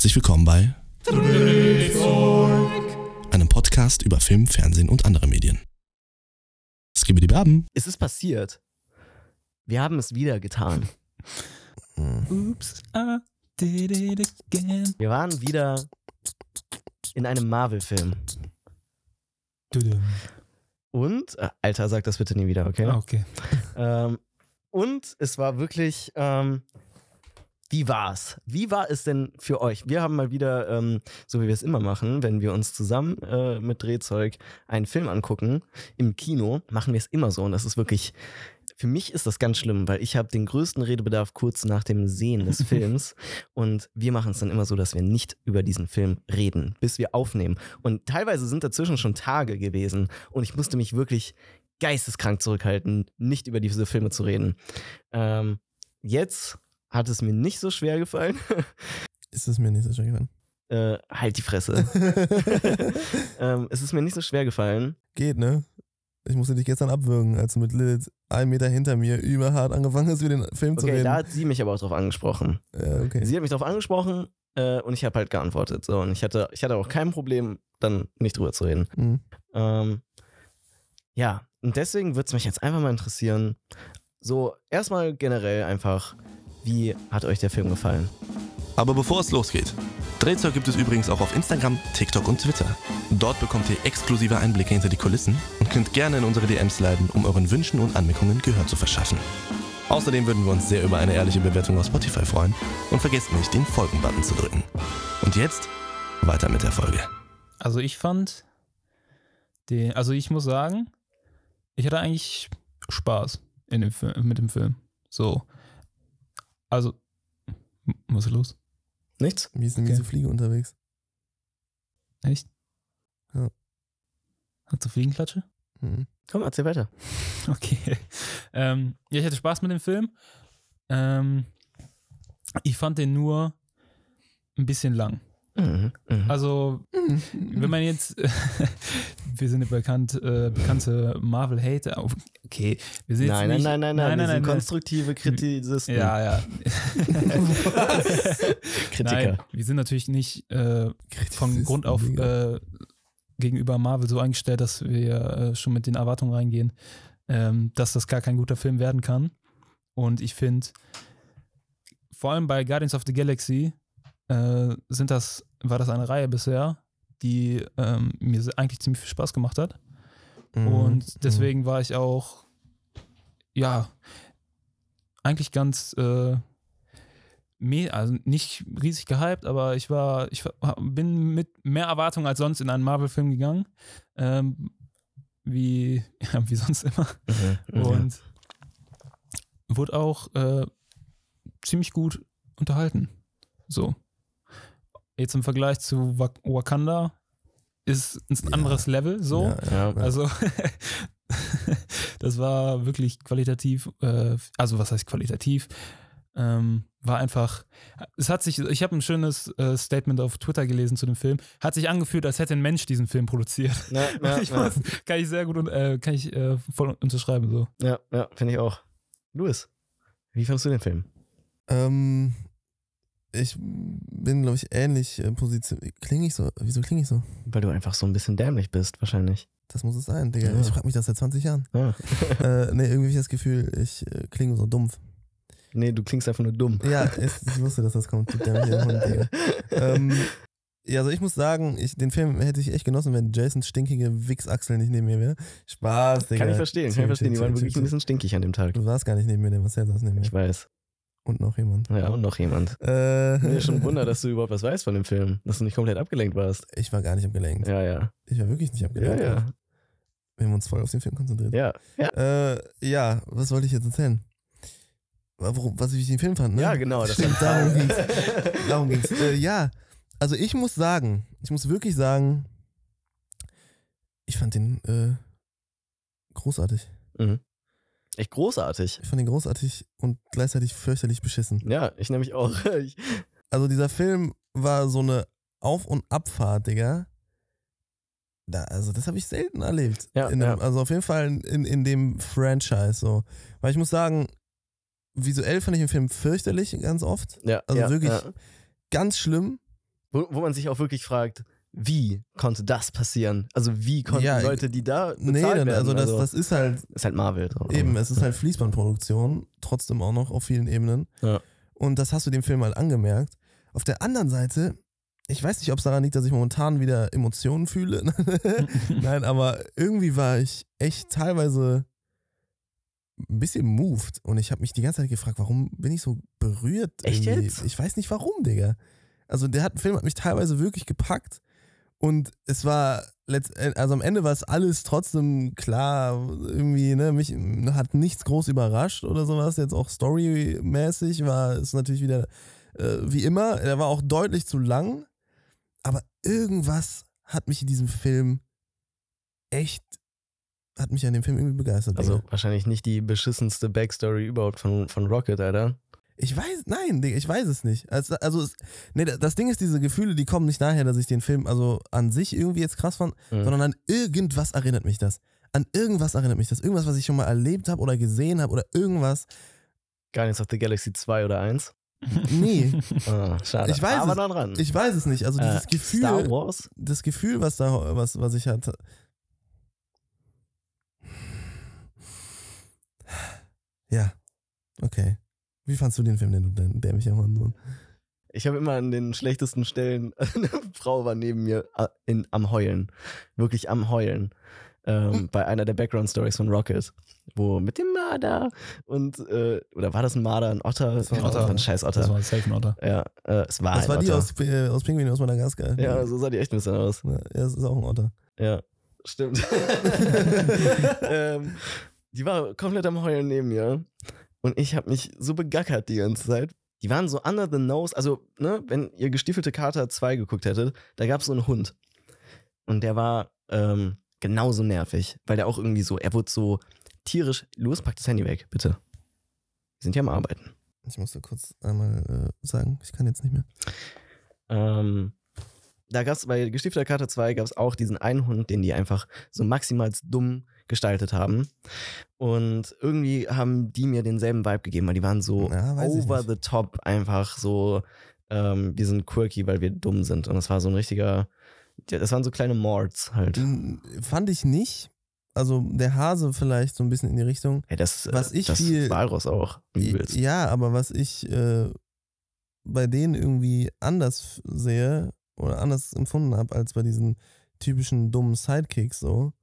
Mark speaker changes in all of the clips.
Speaker 1: Herzlich willkommen bei
Speaker 2: Drehzeug,
Speaker 1: einem Podcast über Film, Fernsehen und andere Medien. Skibidi Baben.
Speaker 3: Es ist passiert. Wir haben es wieder getan.
Speaker 2: Oops, I did it again.
Speaker 3: Wir waren wieder in einem Marvel-Film. Und, Alter, sag das bitte nie wieder, okay?
Speaker 2: Okay.
Speaker 3: Und es war wirklich, wie war's? Wie war es denn für euch? Wir haben mal wieder, so wie wir es immer machen, wenn wir uns zusammen mit Drehzeug einen Film angucken, im Kino, machen wir es immer so. Und das ist wirklich, für mich ist das ganz schlimm, weil ich habe den größten Redebedarf kurz nach dem Sehen des Films. Und wir machen es dann immer so, dass wir nicht über diesen Film reden, bis wir aufnehmen. Und teilweise sind dazwischen schon Tage gewesen. Und ich musste mich wirklich geisteskrank zurückhalten, nicht über diese Filme zu reden. Jetzt hat es mir nicht so schwer gefallen.
Speaker 4: Ist es mir nicht so schwer gefallen?
Speaker 3: Halt die Fresse. Es ist mir nicht so schwer gefallen.
Speaker 4: Geht, ne? Ich musste dich gestern abwürgen, als du mit Lilith 1 Meter hinter mir überhart angefangen hast, über den Film zu
Speaker 3: Okay,
Speaker 4: reden.
Speaker 3: da hat sie mich aber auch drauf angesprochen.
Speaker 4: Okay.
Speaker 3: Sie hat mich drauf angesprochen und ich habe halt geantwortet. So, und ich hatte auch kein Problem, dann nicht drüber zu reden.
Speaker 4: Mhm.
Speaker 3: Ja, und deswegen würde es mich jetzt einfach mal interessieren, so erstmal generell einfach, wie hat euch der Film gefallen?
Speaker 1: Aber bevor es losgeht, Drehzeug gibt es übrigens auch auf Instagram, TikTok und Twitter. Dort bekommt ihr exklusive Einblicke hinter die Kulissen und könnt gerne in unsere DMs sliden, um euren Wünschen und Anmerkungen Gehör zu verschaffen. Außerdem würden wir uns sehr über eine ehrliche Bewertung auf Spotify freuen und vergesst nicht, den Folgen-Button zu drücken. Und jetzt weiter mit der Folge.
Speaker 2: Also ich fand ich muss sagen, ich hatte eigentlich Spaß mit dem Film. So. Also, was ist los?
Speaker 3: Nichts?
Speaker 4: Wie ist denn diese Fliege unterwegs?
Speaker 2: Echt?
Speaker 4: Ja.
Speaker 2: Hast du Fliegenklatsche?
Speaker 4: Mhm.
Speaker 3: Komm, erzähl weiter.
Speaker 2: Okay. Ja, ich hatte Spaß mit dem Film. Ich fand den nur ein bisschen lang. Also, wenn man jetzt, wir sind ja bekannte Marvel-Hater. Okay, wir sind jetzt
Speaker 3: Nein,
Speaker 2: nicht,
Speaker 3: nein, wir sind konstruktive Kritikisten.
Speaker 2: Ja.
Speaker 3: Kritiker.
Speaker 2: Nein, wir sind natürlich nicht von Grund auf gegenüber Marvel so eingestellt, dass wir schon mit den Erwartungen reingehen, dass das gar kein guter Film werden kann. Und ich finde, vor allem bei Guardians of the Galaxy war das eine Reihe bisher, die mir eigentlich ziemlich viel Spaß gemacht hat. Und deswegen war ich auch, eigentlich ganz, also nicht riesig gehypt, aber ich bin mit mehr Erwartungen als sonst in einen Marvel-Film gegangen. Wie sonst immer. Und wurde auch ziemlich gut unterhalten. So. Jetzt im Vergleich zu Wakanda ist es ein anderes Level, so.
Speaker 4: Ja.
Speaker 2: Also, das war wirklich qualitativ, also was heißt qualitativ? War einfach, ich habe ein schönes Statement auf Twitter gelesen zu dem Film, hat sich angefühlt, als hätte ein Mensch diesen Film produziert. Kann ich sehr gut, voll unterschreiben, so.
Speaker 3: Ja, finde ich auch. Louis, wie fandest du den Film?
Speaker 4: Ich bin, glaube ich, ähnlich positioniert. Wieso klinge ich so?
Speaker 3: Weil du einfach so ein bisschen dämlich bist, wahrscheinlich.
Speaker 4: Das muss es sein, Digga.
Speaker 3: Ja.
Speaker 4: Ich frage mich das seit 20 Jahren.
Speaker 3: Ja.
Speaker 4: Nee, irgendwie habe ich das Gefühl, ich klinge so dumpf.
Speaker 3: Nee, du klingst einfach nur dumm.
Speaker 4: Ja, ich wusste, dass das kommt. Du dämlicher Hund, Digga. Also ich muss sagen, den Film hätte ich echt genossen, wenn Jasons stinkige Wichsachsel nicht neben mir wäre. Spaß, Digga.
Speaker 3: Kann ich verstehen. Die waren wirklich ein bisschen stinkig an dem Tag.
Speaker 4: Du warst gar nicht neben mir, der Marcel saß neben mir.
Speaker 3: Ich weiß.
Speaker 4: Und noch jemand.
Speaker 3: Ja, und noch jemand. Mir ist schon ein Wunder, dass du überhaupt was weißt von dem Film. Dass du nicht komplett abgelenkt warst.
Speaker 4: Ich war gar nicht abgelenkt.
Speaker 3: Ja.
Speaker 4: Ich war wirklich nicht abgelenkt.
Speaker 3: Ja.
Speaker 4: Wir haben uns voll auf den Film konzentriert.
Speaker 3: Ja.
Speaker 4: Ja, was wollte ich jetzt erzählen? Wie ich den Film fand, ne?
Speaker 3: Ja, genau. Das
Speaker 4: Stimmt, darum ging's. Ja, also ich muss wirklich sagen, ich fand den großartig.
Speaker 3: Echt großartig.
Speaker 4: Ich fand den großartig und gleichzeitig fürchterlich beschissen.
Speaker 3: Ja, ich nämlich auch.
Speaker 4: Also dieser Film war so eine Auf- und Abfahrt, Digga. Also das habe ich selten erlebt.
Speaker 3: Ja.
Speaker 4: Also auf jeden Fall in dem Franchise so. Weil ich muss sagen, visuell fand ich den Film fürchterlich ganz oft.
Speaker 3: Ja.
Speaker 4: Also wirklich ganz schlimm.
Speaker 3: Wo man sich auch wirklich fragt, wie konnte das passieren? Also wie konnten Leute, die da bezahlt werden?
Speaker 4: Also das ist halt...
Speaker 3: Ist halt Marvel.
Speaker 4: Eben, es ist halt Fließbandproduktion, trotzdem auch noch auf vielen Ebenen.
Speaker 3: Ja.
Speaker 4: Und das hast du dem Film halt angemerkt. Auf der anderen Seite, ich weiß nicht, ob es daran liegt, dass ich momentan wieder Emotionen fühle. Nein, aber irgendwie war ich echt teilweise ein bisschen moved. Und ich habe mich die ganze Zeit gefragt, warum bin ich so berührt?
Speaker 3: Echt
Speaker 4: irgendwie?
Speaker 3: jetzt?
Speaker 4: Ich weiß nicht warum, Digga. Also der Film hat mich teilweise wirklich gepackt. Und es war, also am Ende war es alles trotzdem klar, irgendwie, ne, mich hat nichts groß überrascht oder sowas, jetzt auch storymäßig war es natürlich wieder wie immer, er war auch deutlich zu lang, aber irgendwas hat mich in diesem Film hat mich an dem Film irgendwie begeistert.
Speaker 3: Also
Speaker 4: Digga.
Speaker 3: wahrscheinlich nicht die beschissenste Backstory überhaupt von Rocket, Alter.
Speaker 4: Ich weiß es nicht. Das Ding ist, diese Gefühle, die kommen nicht daher, dass ich den Film also an sich irgendwie jetzt krass fand, sondern an irgendwas erinnert mich das. Irgendwas, was ich schon mal erlebt habe oder gesehen habe oder irgendwas.
Speaker 3: Guardians of the Galaxy 2 oder 1?
Speaker 4: Nee.
Speaker 3: Schade.
Speaker 4: Ich weiß
Speaker 3: aber
Speaker 4: es,
Speaker 3: noch dran.
Speaker 4: Ich weiß es nicht. Also dieses Gefühl,
Speaker 3: Star Wars?
Speaker 4: Das Gefühl, was ich hatte. Ja, okay. Wie fandst du den Film denn, du dämlicher Hurensohn?
Speaker 3: Ich habe immer an den schlechtesten Stellen, eine Frau war neben mir am Heulen. Wirklich am Heulen. Bei einer der Background-Stories von Rocket. Wo mit dem Marder und, oder war das ein Marder, ein Otter?
Speaker 2: Das war ein Otter.
Speaker 3: Ein scheiß Otter.
Speaker 2: Das war ein safe Otter.
Speaker 3: Ja, es war
Speaker 4: Das
Speaker 3: ein
Speaker 4: war die
Speaker 3: Otter.
Speaker 4: aus Pinguin aus Madagaskar.
Speaker 3: Ja, so sah die echt ein bisschen aus.
Speaker 4: Ja, das ist auch ein Otter.
Speaker 3: Ja, stimmt. Die war komplett am Heulen neben mir. Und ich habe mich so begackert die ganze Zeit. Die waren so under the nose. Also, ne, wenn ihr Gestiefelte Kater 2 geguckt hättet, da gab es so einen Hund. Und der war genauso nervig. Weil der auch irgendwie so, er wurde so tierisch. Louis, pack das Handy weg, bitte. Wir sind ja am Arbeiten.
Speaker 4: Ich musste kurz einmal sagen, ich kann jetzt nicht mehr.
Speaker 3: Da gab es bei Gestiefelter Kater 2 gab es auch diesen einen Hund, den die einfach so maximal dumm gestaltet haben. Und irgendwie haben die mir denselben Vibe gegeben, weil die waren so over the top, einfach so, wir sind quirky, weil wir dumm sind. Und das war so ein richtiger, das waren so kleine Mords halt.
Speaker 4: Fand ich nicht. Also der Hase vielleicht so ein bisschen in die Richtung.
Speaker 3: Ja, das
Speaker 4: viel
Speaker 3: Walross auch.
Speaker 4: Ja, aber was ich bei denen irgendwie anders sehe oder anders empfunden habe als bei diesen typischen dummen Sidekicks so,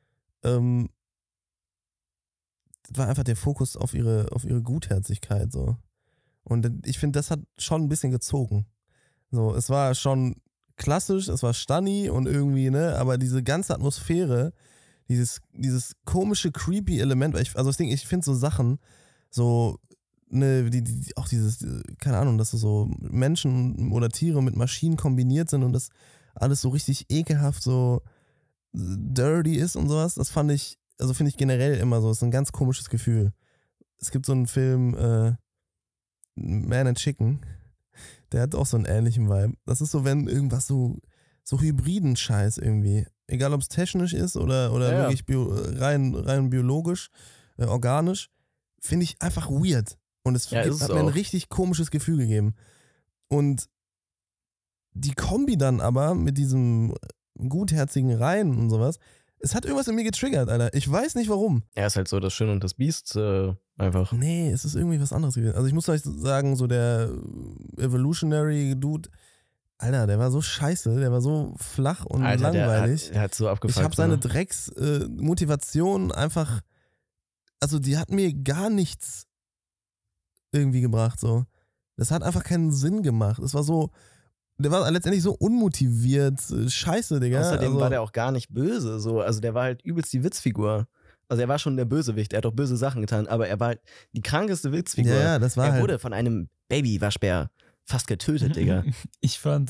Speaker 4: war einfach der Fokus auf ihre Gutherzigkeit so. Und ich finde, das hat schon ein bisschen gezogen. So, es war schon klassisch, es war stunny und irgendwie, ne, aber diese ganze Atmosphäre, dieses komische, creepy Element, weil ich finde so Sachen, so, ne, auch dieses, keine Ahnung, dass so Menschen oder Tiere mit Maschinen kombiniert sind und das alles so richtig ekelhaft, so dirty ist und sowas, das finde ich generell immer so, das ist ein ganz komisches Gefühl. Es gibt so einen Film, Man and Chicken, der hat auch so einen ähnlichen Vibe. Das ist so, wenn irgendwas so hybriden Scheiß irgendwie, egal ob es technisch ist oder wirklich rein biologisch, organisch, finde ich einfach weird. Und es hat mir ein richtig komisches Gefühl gegeben. Und die Kombi dann aber mit diesem gutherzigen Reihen und sowas, es hat irgendwas in mir getriggert, Alter. Ich weiß nicht warum.
Speaker 3: Ja, ist halt so das Schöne und das Biest einfach.
Speaker 4: Nee, es ist irgendwie was anderes gewesen. Also ich muss euch sagen, so der Evolutionary Dude, Alter, der war so scheiße, der war so flach und langweilig.
Speaker 3: Der hat so abgefuckt.
Speaker 4: Ich habe seine Drecks-Motivation einfach, also die hat mir gar nichts irgendwie gebracht, so. Das hat einfach keinen Sinn gemacht. Es war so, der war letztendlich so unmotiviert, scheiße, Digga.
Speaker 3: Außerdem war der auch gar nicht böse, so. Also der war halt übelst die Witzfigur. Also er war schon der Bösewicht, er hat auch böse Sachen getan, aber er war halt die krankeste Witzfigur.
Speaker 4: Ja, das war
Speaker 3: er wurde von einem Baby-Waschbär fast getötet, Digga.
Speaker 2: Ich fand,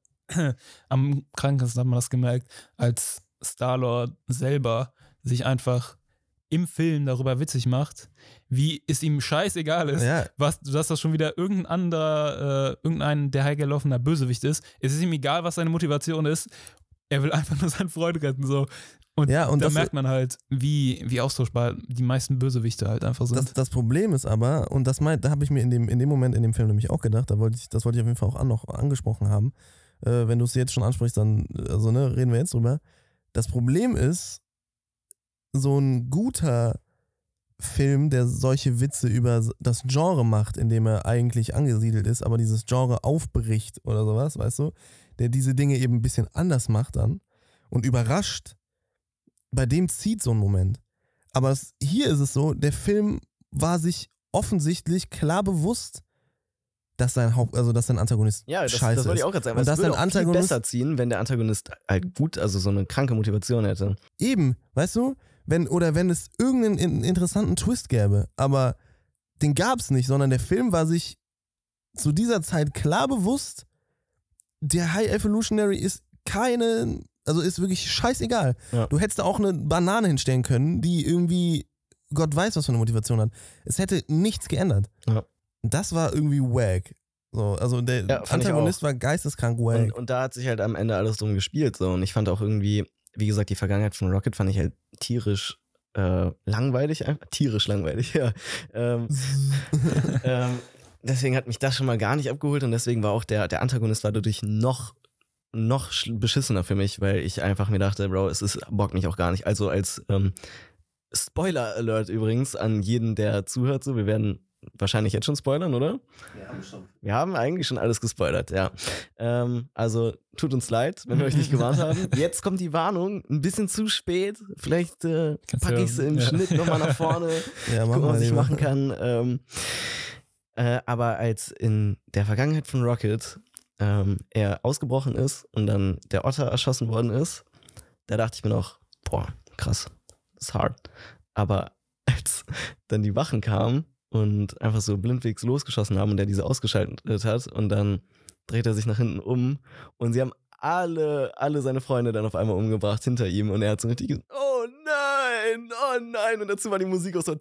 Speaker 2: am krankesten hat man das gemerkt, als Star-Lord selber sich einfach im Film darüber witzig macht, wie es ihm scheißegal ist, dass das schon wieder irgendein der heilgelaufener Bösewicht ist. Es ist ihm egal, was seine Motivation ist. Er will einfach nur seine Freunde retten, so. Und da merkt man halt, wie austauschbar die meisten Bösewichte halt einfach sind.
Speaker 4: Das Problem ist aber, und da habe ich mir in dem Moment in dem Film nämlich auch gedacht, das wollte ich auf jeden Fall auch noch angesprochen haben, wenn du es jetzt schon ansprichst, dann reden wir jetzt drüber. Das Problem ist, so ein guter Film, der solche Witze über das Genre macht, in dem er eigentlich angesiedelt ist, aber dieses Genre aufbricht oder sowas, weißt du, der diese Dinge eben ein bisschen anders macht dann und überrascht, bei dem zieht so ein Moment. Aber hier ist es so, der Film war sich offensichtlich klar bewusst, dass sein Antagonist scheiße ist.
Speaker 3: Das wollte ich auch gerade sagen, weil es würde auch viel besser ziehen, wenn der Antagonist halt gut, also so eine kranke Motivation hätte.
Speaker 4: Eben, weißt du, wenn es irgendeinen interessanten Twist gäbe, aber den gab es nicht, sondern der Film war sich zu dieser Zeit klar bewusst, der High Evolutionary ist ist wirklich scheißegal. Ja. Du hättest da auch eine Banane hinstellen können, die irgendwie Gott weiß, was für eine Motivation hat. Es hätte nichts geändert. Ja. Das war irgendwie wack. So, also der Antagonist war geisteskrank wack.
Speaker 3: Und da hat sich halt am Ende alles drum gespielt. So. Und ich fand auch irgendwie, wie gesagt, die Vergangenheit von Rocket fand ich halt tierisch langweilig. Tierisch langweilig, ja. Deswegen hat mich das schon mal gar nicht abgeholt und deswegen war auch der Antagonist war dadurch noch beschissener für mich, weil ich einfach mir dachte, Bro, bockt mich auch gar nicht. Also als Spoiler-Alert übrigens an jeden, der zuhört, so, wir werden wahrscheinlich jetzt schon spoilern, oder? Wir haben eigentlich schon alles gespoilert, ja. Also tut uns leid, wenn wir euch nicht gewarnt haben. Jetzt kommt die Warnung, ein bisschen zu spät. Vielleicht packe ich sie im Schnitt nochmal nach vorne.
Speaker 4: Ja,
Speaker 3: gucken, was ich machen kann. Aber als in der Vergangenheit von Rocket er ausgebrochen ist und dann der Otter erschossen worden ist, da dachte ich mir noch, boah, krass, das ist hart. Aber als dann die Wachen kamen und einfach so blindwegs losgeschossen haben und der diese ausgeschaltet hat und dann dreht er sich nach hinten um und sie haben alle seine Freunde dann auf einmal umgebracht hinter ihm und er hat so richtig gesagt, oh nein und dazu war die Musik auch so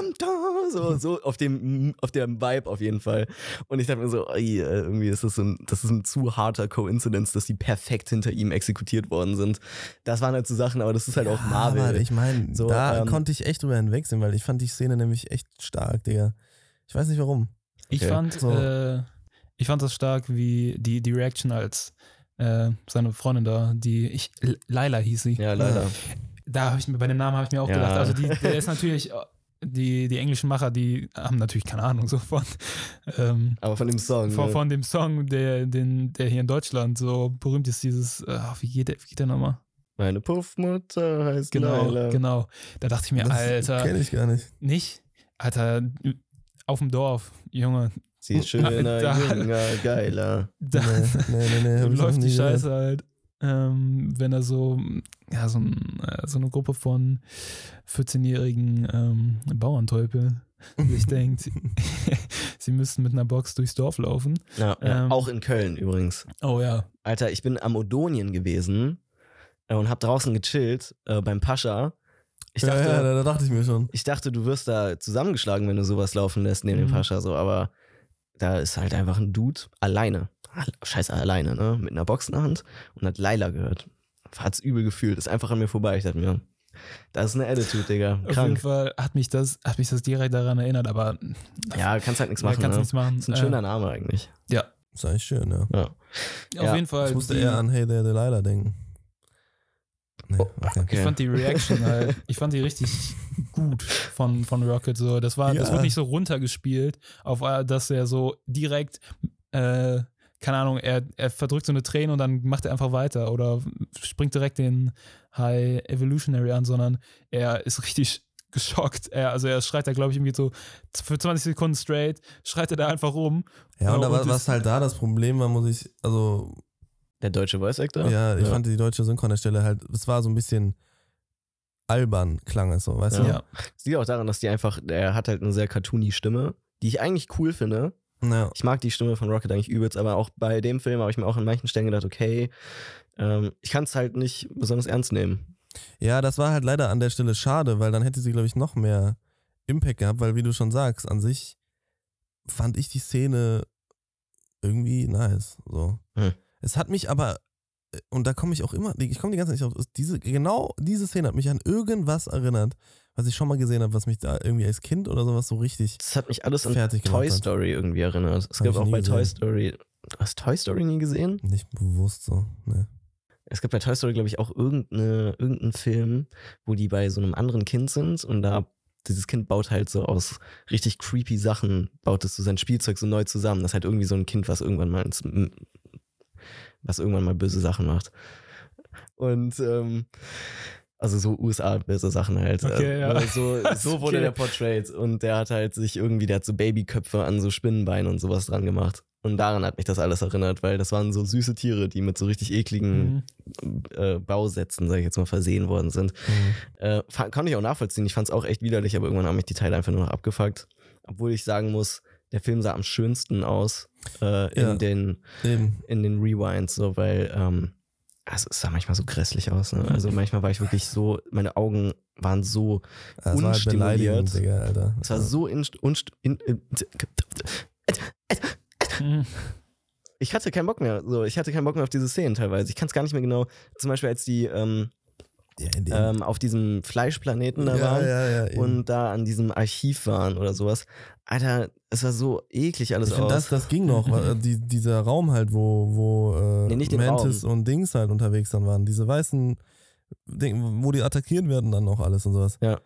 Speaker 3: so auf dem Vibe auf jeden Fall und ich dachte mir so, irgendwie ist das ein zu harter Coincidence, dass die perfekt hinter ihm exekutiert worden sind. Das waren halt so Sachen, aber das ist halt auch Marvel.
Speaker 4: Aber ich meine, so, konnte ich echt drüber hinwegsehen, weil ich fand die Szene nämlich echt stark, Digga. Ich weiß nicht warum.
Speaker 2: Ich fand das stark, wie die Reaction als seine Freundin da, Laila hieß sie.
Speaker 3: Ja, Laila.
Speaker 2: Bei dem Namen habe ich mir auch gedacht, also der ist natürlich, die englischen Macher, die haben natürlich keine Ahnung so von.
Speaker 3: Aber von dem Song.
Speaker 2: Von dem Song, der hier in Deutschland so berühmt ist, dieses, wie geht der nochmal?
Speaker 3: Meine Puffmutter heißt Laila.
Speaker 2: Genau. Da dachte ich mir, das Alter.
Speaker 4: Kenn ich gar nicht.
Speaker 2: Nicht? Alter, auf dem Dorf, Junge.
Speaker 3: Sie ist schöner, jünger, geiler.
Speaker 2: Nee, läuft die Scheiße halt, wenn er so eine Gruppe von 14-jährigen Bauerntölpel sich denkt, sie müssten mit einer Box durchs Dorf laufen.
Speaker 3: Ja, auch in Köln übrigens.
Speaker 2: Oh ja.
Speaker 3: Alter, ich bin am Odonien gewesen und hab draußen gechillt beim Pascha.
Speaker 4: Da dachte ich mir schon.
Speaker 3: Ich dachte, du wirst da zusammengeschlagen, wenn du sowas laufen lässt neben dem Pascha, so, aber da ist halt einfach ein Dude alleine, ne, mit einer Box in der Hand und hat Laila gehört. Hat's übel gefühlt, ist einfach an mir vorbei. Ich dachte mir, das ist eine Attitude, Digga. Krank.
Speaker 2: Auf jeden Fall hat mich das direkt daran erinnert, aber
Speaker 3: ja, kannst halt nichts machen.
Speaker 2: Nichts machen.
Speaker 3: Das ist ein schöner Name eigentlich.
Speaker 2: Ja.
Speaker 4: Ist eigentlich schön, ja.
Speaker 2: Auf jeden Fall.
Speaker 4: Ich musste eher an Hey There Delilah denken. Nee, okay.
Speaker 2: Ich fand die Reaction halt, ich fand die richtig gut von Rocket. So. Das wurde nicht so runtergespielt, auf dass er so direkt, keine Ahnung, er verdrückt so eine Träne und dann macht er einfach weiter oder springt direkt den High Evolutionary an, sondern er ist richtig geschockt. Er schreit da, glaube ich, irgendwie so für 20 Sekunden straight, schreit er da einfach rum.
Speaker 4: Ja, und was halt da das Problem war,
Speaker 3: der deutsche Voice Actor?
Speaker 4: Ja, ich fand die deutsche Synchrondarsteller halt, es war so ein bisschen albern, klang es so, weißt du?
Speaker 3: Ja. Es liegt auch daran, dass er hat halt eine sehr cartoony Stimme, die ich eigentlich cool finde. Ja. Ich mag die Stimme von Rocket eigentlich übelst, aber auch bei dem Film habe ich mir auch an manchen Stellen gedacht, okay, ich kann es halt nicht besonders ernst nehmen.
Speaker 4: Ja, das war halt leider an der Stelle schade, weil dann hätte sie, glaube ich, noch mehr Impact gehabt, weil wie du schon sagst, an sich fand ich die Szene irgendwie nice, so. Es hat mich aber, und da komme ich auch immer, ich komme die ganze Zeit nicht auf, diese Szene hat mich an irgendwas erinnert, was ich schon mal gesehen habe, was mich da irgendwie als Kind oder sowas so richtig
Speaker 3: das hat mich alles an
Speaker 4: fertig
Speaker 3: Toy
Speaker 4: gemacht
Speaker 3: Story irgendwie erinnert. Es gab auch bei Toy Story Du hast Toy Story nie gesehen?
Speaker 4: Nicht bewusst so, ne.
Speaker 3: Es gibt bei Toy Story, glaube ich, auch irgendeinen Film, wo die bei so einem anderen Kind sind und da dieses Kind baut halt so aus richtig creepy Sachen, baut es so sein Spielzeug so neu zusammen. Das ist halt irgendwie so ein Kind, was irgendwann mal böse Sachen macht. Und also so USA-böse Sachen halt.
Speaker 2: Okay, ja.
Speaker 3: So wurde der portrayed. Und der hat halt der hat so Babyköpfe an so Spinnenbeinen und sowas dran gemacht. Und daran hat mich das alles erinnert, weil das waren so süße Tiere, die mit so richtig ekligen Bausätzen, sag ich jetzt mal, versehen worden sind. Kann ich auch nachvollziehen. Ich fand es auch echt widerlich, aber irgendwann haben mich die Teile einfach nur noch abgefuckt. Obwohl ich sagen muss, der Film sah am schönsten aus in den Rewinds, so, weil also es sah manchmal so grässlich aus. Ne? Also manchmal war ich wirklich so, meine Augen waren so unstimuliert.
Speaker 4: Digga, Alter.
Speaker 3: Es war so ich hatte keinen Bock mehr. So, ich hatte keinen Bock mehr auf diese Szenen teilweise. Ich kann es gar nicht mehr genau. Zum Beispiel, als die auf diesem Fleischplaneten da waren und da an diesem Archiv waren oder sowas. Alter, es war so eklig alles aus.
Speaker 4: Das ging noch. Dieser Raum halt, wo Mantis und Dings halt unterwegs dann waren. Diese weißen Dinge, wo die attackiert werden dann noch alles und sowas.
Speaker 3: Ja.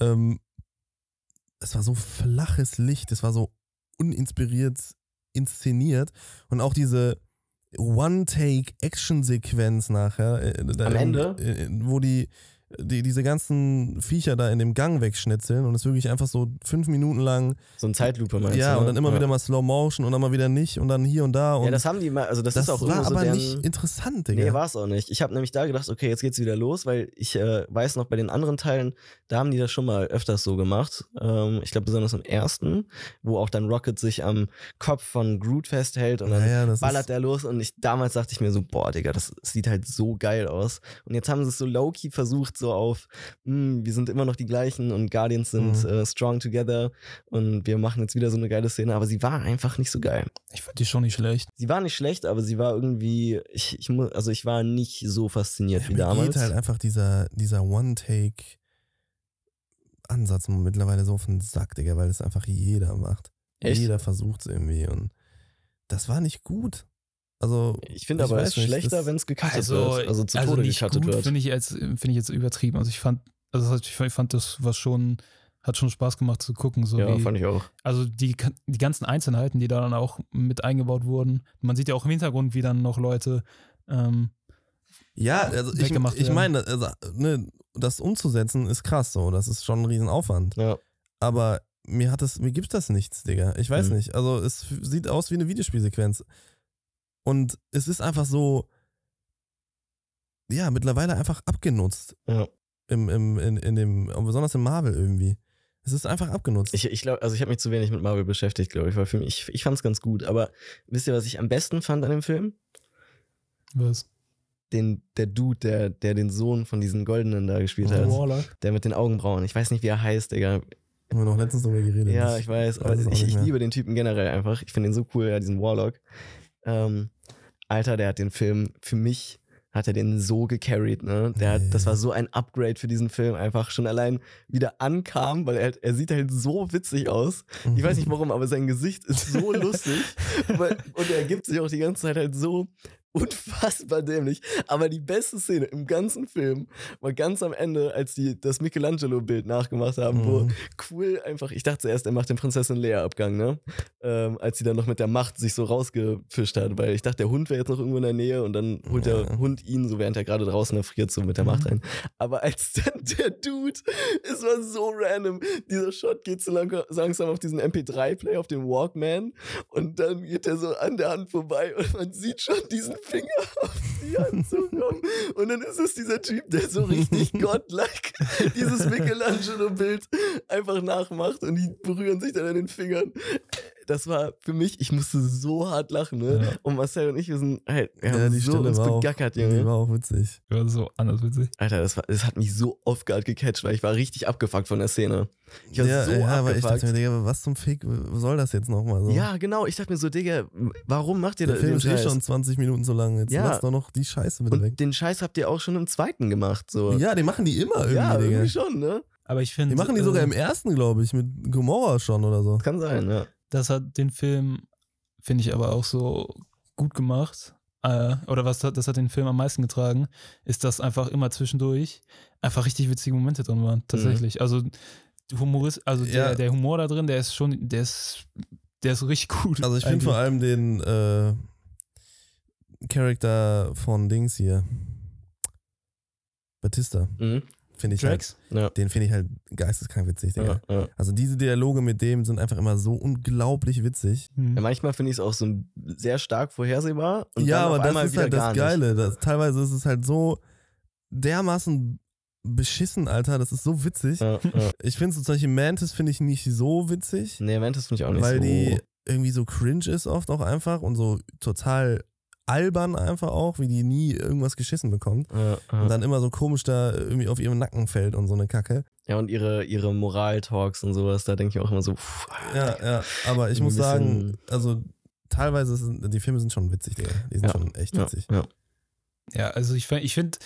Speaker 4: Es war so flaches Licht, es war so uninspiriert inszeniert und auch diese One-Take-Action-Sequenz nachher
Speaker 3: am Ende,
Speaker 4: wo diese ganzen Viecher da in dem Gang wegschnitzeln und es wirklich einfach so 5 Minuten lang
Speaker 3: so ein Zeitlupe meinst du?
Speaker 4: Ja, und dann immer wieder mal Slow Motion und dann mal wieder nicht und dann hier und da. Und
Speaker 3: ja, das haben die mal, also das ist auch immer so
Speaker 4: aber nicht interessant, Digga.
Speaker 3: Nee, war es auch nicht. Ich habe nämlich da gedacht, okay, jetzt geht's wieder los, weil ich weiß noch, bei den anderen Teilen, da haben die das schon mal öfters so gemacht. Ich glaube besonders im ersten, wo auch dann Rocket sich am Kopf von Groot festhält und dann ballert der los und damals dachte ich mir so, boah, Digga, das sieht halt so geil aus. Und jetzt haben sie es so low-key versucht, so auf, wir sind immer noch die gleichen und Guardians sind strong together und wir machen jetzt wieder so eine geile Szene, aber sie war einfach nicht so geil.
Speaker 2: Ich fand die schon nicht schlecht.
Speaker 3: Sie war nicht schlecht, aber sie war irgendwie, ich war nicht so fasziniert wie
Speaker 4: mir
Speaker 3: damals.
Speaker 4: Geht halt einfach dieser One-Take-Ansatz mittlerweile so auf den Sack, Digga, weil es einfach jeder macht.
Speaker 3: Echt?
Speaker 4: Jeder versucht es irgendwie und das war nicht gut. Also,
Speaker 3: ich finde aber, es ist schlechter, wenn es gecuttet wird. Also zu Tode gecuttet wird.
Speaker 2: Finde ich jetzt übertrieben. Also ich fand das hat schon Spaß gemacht zu gucken. So
Speaker 3: ja, fand ich auch.
Speaker 2: Also die ganzen Einzelheiten, die da dann auch mit eingebaut wurden. Man sieht ja auch im Hintergrund, wie dann noch Leute
Speaker 4: ja, also ich meine, also, ne, das umzusetzen ist krass so. Das ist schon ein Riesenaufwand.
Speaker 3: Ja.
Speaker 4: Aber mir gibt das nichts, Digga. Ich weiß nicht. Also es sieht aus wie eine Videospielsequenz. Und es ist einfach so, ja, mittlerweile einfach abgenutzt.
Speaker 3: Ja.
Speaker 4: Besonders im Marvel irgendwie. Es ist einfach abgenutzt.
Speaker 3: Ich glaube, also ich habe mich zu wenig mit Marvel beschäftigt, glaube ich, weil für mich, ich fand es ganz gut. Aber wisst ihr, was ich am besten fand an dem Film?
Speaker 2: Was?
Speaker 3: Der Dude, der den Sohn von diesen Goldenen da gespielt hat.
Speaker 2: Warlock.
Speaker 3: Der mit den Augenbrauen. Ich weiß nicht, wie er heißt, Digga.
Speaker 4: Haben wir noch letztens drüber geredet.
Speaker 3: Ja, ich weiß. Aber ich liebe den Typen generell einfach. Ich finde ihn so cool, ja, diesen Warlock. Alter, der hat den Film, für mich hat er den so gecarried, ne? Das war so ein Upgrade für diesen Film, einfach schon allein wieder ankam, weil er sieht halt so witzig aus. Ich weiß nicht warum, aber sein Gesicht ist so lustig und er gibt sich auch die ganze Zeit halt so unfassbar dämlich. Aber die beste Szene im ganzen Film war ganz am Ende, als die das Michelangelo-Bild nachgemacht haben, wo Quill einfach, ich dachte zuerst, er macht den Prinzessin Leia-Abgang, ne? Als sie dann noch mit der Macht sich so rausgefischt hat, weil ich dachte, der Hund wäre jetzt noch irgendwo in der Nähe und dann holt der Hund ihn, so während er gerade draußen erfriert, so mit der Macht rein. Aber als dann der Dude, es war so random, dieser Shot geht so langsam auf diesen MP3-Player, auf den Walkman und dann geht er so an der Hand vorbei und man sieht schon diesen Finger auf die Hand zu kommen. Und dann ist es dieser Typ, der so richtig godlike dieses Michelangelo-Bild einfach nachmacht und die berühren sich dann an den Fingern. Das war für mich, ich musste so hart lachen, ne? Ja. Und Marcel und ich, wir sind halt,
Speaker 4: die
Speaker 3: so
Speaker 4: Stelle
Speaker 3: uns
Speaker 4: war
Speaker 3: begackert, Junge.
Speaker 4: Die war auch witzig.
Speaker 2: Ja, so anders witzig.
Speaker 3: Alter, das hat mich so off-guard gecatcht, weil ich war richtig abgefuckt von der Szene. Ich war so abgefuckt.
Speaker 4: Aber ich dachte mir, Digga, was zum Fick soll das jetzt nochmal so?
Speaker 3: Ja, genau, ich dachte mir so, Digga, warum macht ihr das?
Speaker 4: Der Film ist schon 20 Minuten so lang, jetzt lass doch noch die Scheiße bitte weg.
Speaker 3: Den Scheiß habt ihr auch schon im zweiten gemacht, so.
Speaker 4: Ja, den machen die immer irgendwie,
Speaker 3: ja,
Speaker 4: Digga.
Speaker 3: irgendwie schon, ne?
Speaker 2: Aber ich finde...
Speaker 4: Die machen die sogar im ersten, glaube ich, mit Gomorra schon oder so.
Speaker 3: Kann sein, ja.
Speaker 2: Das hat den Film, finde ich, aber auch so gut gemacht, oder das hat den Film am meisten getragen, ist, dass einfach immer zwischendurch einfach richtig witzige Momente drin waren, tatsächlich. Also der Humor da drin, der ist richtig gut.
Speaker 4: Also ich finde vor allem den Charakter von Dings hier, Batista, finde ich
Speaker 2: Drax?
Speaker 4: Den finde ich halt geisteskrank witzig, Digga.
Speaker 3: Ja.
Speaker 4: Also diese Dialoge mit dem sind einfach immer so unglaublich witzig.
Speaker 3: Ja, manchmal finde ich es auch so sehr stark vorhersehbar. Und
Speaker 4: Ja,
Speaker 3: dann
Speaker 4: aber
Speaker 3: auf einmal
Speaker 4: das ist halt
Speaker 3: wieder
Speaker 4: das
Speaker 3: gar nicht.
Speaker 4: Geile. Teilweise ist es halt so dermaßen beschissen, Alter. Das ist so witzig.
Speaker 3: Ja.
Speaker 4: Ich finde so zum Beispiel Mantis finde ich nicht so witzig,
Speaker 3: Nee, Mantis finde ich auch nicht
Speaker 4: weil
Speaker 3: so.
Speaker 4: die irgendwie so cringe ist oft auch einfach und so total albern einfach auch, wie die nie irgendwas geschissen bekommt. Und dann immer so komisch da irgendwie auf ihrem Nacken fällt und so eine Kacke.
Speaker 3: Ja, und ihre Moral-Talks und sowas, da denke ich auch immer so,
Speaker 4: Ja, aber ich
Speaker 3: Ein
Speaker 4: muss sagen,
Speaker 3: bisschen-
Speaker 4: also teilweise die Filme sind schon witzig, Digga. Die sind schon echt witzig.
Speaker 2: Ja, also ich finde,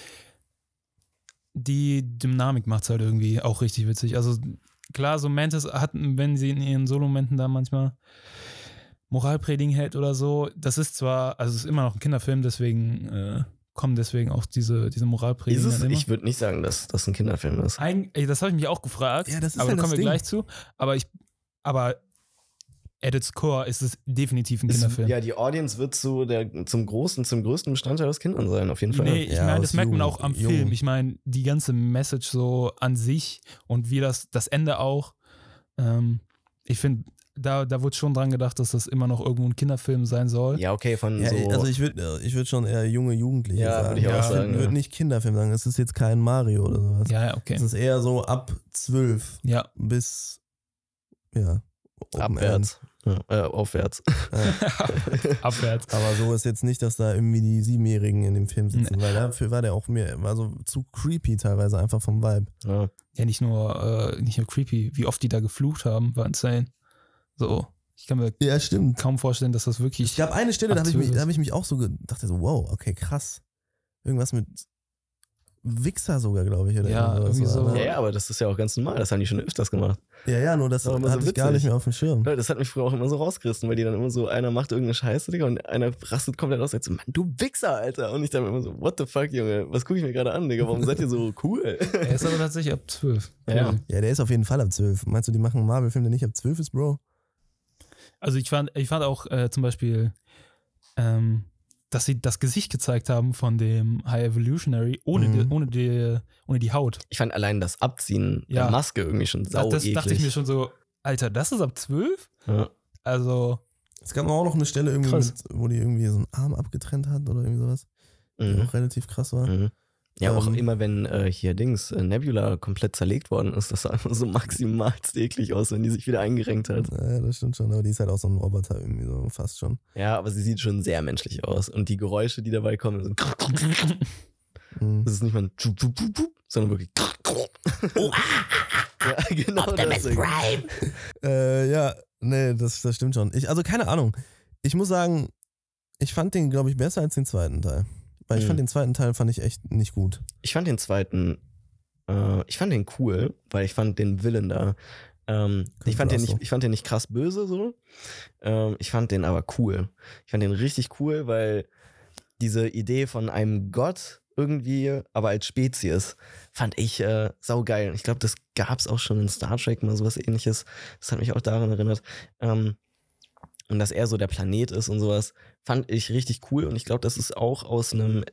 Speaker 2: die Dynamik macht es halt irgendwie auch richtig witzig. Also klar, so Mantis hatten, wenn sie in ihren Solo-Momenten da manchmal Moralpredigen hält oder so, das ist zwar, also es ist immer noch ein Kinderfilm, deswegen kommen deswegen auch diese Moralpredigen.
Speaker 3: Ist es,
Speaker 2: dann immer.
Speaker 3: ich würde nicht sagen, dass das ein Kinderfilm ist.
Speaker 2: Das habe ich mich auch gefragt,
Speaker 4: Ja, das ist
Speaker 2: aber
Speaker 4: ja
Speaker 2: da kommen
Speaker 4: das
Speaker 2: wir
Speaker 4: Ding.
Speaker 2: gleich zu. Aber at its core ist es definitiv ein Kinderfilm.
Speaker 3: Ja, die Audience wird zum größten Bestandteil aus Kindern sein, auf jeden Fall.
Speaker 2: Nee, ich
Speaker 4: Ja,
Speaker 2: meine,
Speaker 4: aus
Speaker 2: das merkt man
Speaker 4: Jugend-
Speaker 2: auch am
Speaker 4: Jugend.
Speaker 2: Film. Ich meine, die ganze Message so an sich und wie das Ende auch. Ich finde, da wurde schon dran gedacht, dass das immer noch irgendwo ein Kinderfilm sein soll.
Speaker 3: Ja, okay, von
Speaker 4: Ja,
Speaker 3: so.
Speaker 4: also ich würd schon eher junge Jugendliche
Speaker 3: Ja,
Speaker 4: sagen.
Speaker 3: würde ich auch sagen,
Speaker 4: würde
Speaker 3: ja.
Speaker 4: nicht Kinderfilm sagen. Es ist jetzt kein Mario oder sowas.
Speaker 2: Ja, okay.
Speaker 4: Es ist eher so ab 12
Speaker 2: Ja.
Speaker 4: bis Open
Speaker 3: abwärts. Ja, aufwärts.
Speaker 4: End. Ja.
Speaker 2: Abwärts.
Speaker 4: Aber so ist jetzt nicht, dass da irgendwie die 7-Jährigen in dem Film sitzen, weil dafür war der auch war so zu creepy teilweise einfach vom Vibe.
Speaker 3: Ja.
Speaker 2: Ja, nicht nur creepy, wie oft die da geflucht haben, war insane. So, ich kann mir
Speaker 4: Ja, stimmt.
Speaker 2: kaum vorstellen, dass das wirklich.
Speaker 4: Es gab eine Stelle, da
Speaker 2: ab
Speaker 4: habe
Speaker 2: 12 ist.
Speaker 4: hab ich mich auch so dachte so, wow, okay, krass. Irgendwas mit Wichser sogar, glaube ich. Oder
Speaker 2: Ja,
Speaker 4: irgendwas
Speaker 2: irgendwie so.
Speaker 4: war.
Speaker 3: Ja, aber das ist ja auch ganz normal. Das haben die schon öfters gemacht.
Speaker 4: Ja, nur das
Speaker 3: Aber immer so
Speaker 4: hatte ich gar
Speaker 3: witzig.
Speaker 4: nicht mehr auf dem Schirm.
Speaker 3: Leute, das hat mich früher auch immer so rausgerissen, weil die dann immer so, einer macht irgendeine Scheiße, Digga, und einer rastet komplett aus und sagt so, Mann, du Wichser, Alter. Und ich dann immer so, what the fuck, Junge, was gucke ich mir gerade an, Digga, warum seid ihr so cool?
Speaker 2: Er ist aber tatsächlich ab 12.
Speaker 3: Ja.
Speaker 4: Ja, der ist auf jeden Fall ab 12. Meinst du, die machen einen Marvel-Film, der nicht ab 12 ist, Bro?
Speaker 2: Also ich fand auch zum Beispiel, dass sie das Gesicht gezeigt haben von dem High Evolutionary ohne die Haut.
Speaker 3: Ich fand allein das Abziehen
Speaker 2: Ja.
Speaker 3: der Maske irgendwie schon sau
Speaker 2: Das
Speaker 3: eklig.
Speaker 2: dachte ich mir schon so, Alter, das ist ab 12?
Speaker 3: Ja.
Speaker 2: Also,
Speaker 4: Es gab auch noch eine Stelle irgendwie,
Speaker 2: Krass.
Speaker 4: wo die irgendwie so einen Arm abgetrennt hat oder irgendwie sowas. Die
Speaker 3: Mhm.
Speaker 4: auch relativ krass war.
Speaker 3: Mhm. Ja, auch
Speaker 4: Ähm.
Speaker 3: immer wenn hier Nebula komplett zerlegt worden ist, das sah einfach so maximal eklig aus, wenn die sich wieder eingerenkt hat.
Speaker 4: Ja, das stimmt schon, aber die ist halt auch so ein Roboter irgendwie so fast schon.
Speaker 3: Ja, aber sie sieht schon sehr menschlich aus. Und die Geräusche, die dabei kommen, sind
Speaker 4: Mhm.
Speaker 3: das ist nicht mal ein Tschup, Tschup, Tschup, Tschup, sondern wirklich ja, genau das.
Speaker 4: Ja, nee, das stimmt schon. Also keine Ahnung. Ich muss sagen, ich fand den, glaube ich, besser als den zweiten Teil. Weil ich
Speaker 3: Mhm.
Speaker 4: fand den zweiten Teil fand ich echt nicht gut.
Speaker 3: Ich fand den zweiten, ich fand den cool, weil ich fand den Villain da. Ich fand den nicht krass böse so. Ich fand den aber cool. Ich fand den richtig cool, weil diese Idee von einem Gott irgendwie, aber als Spezies, fand ich saugeil. Ich glaube, das gab es auch schon in Star Trek mal sowas ähnliches. Das hat mich auch daran erinnert. Und dass er so der Planet ist und sowas, fand ich richtig cool. Und ich glaube, das ist auch aus einem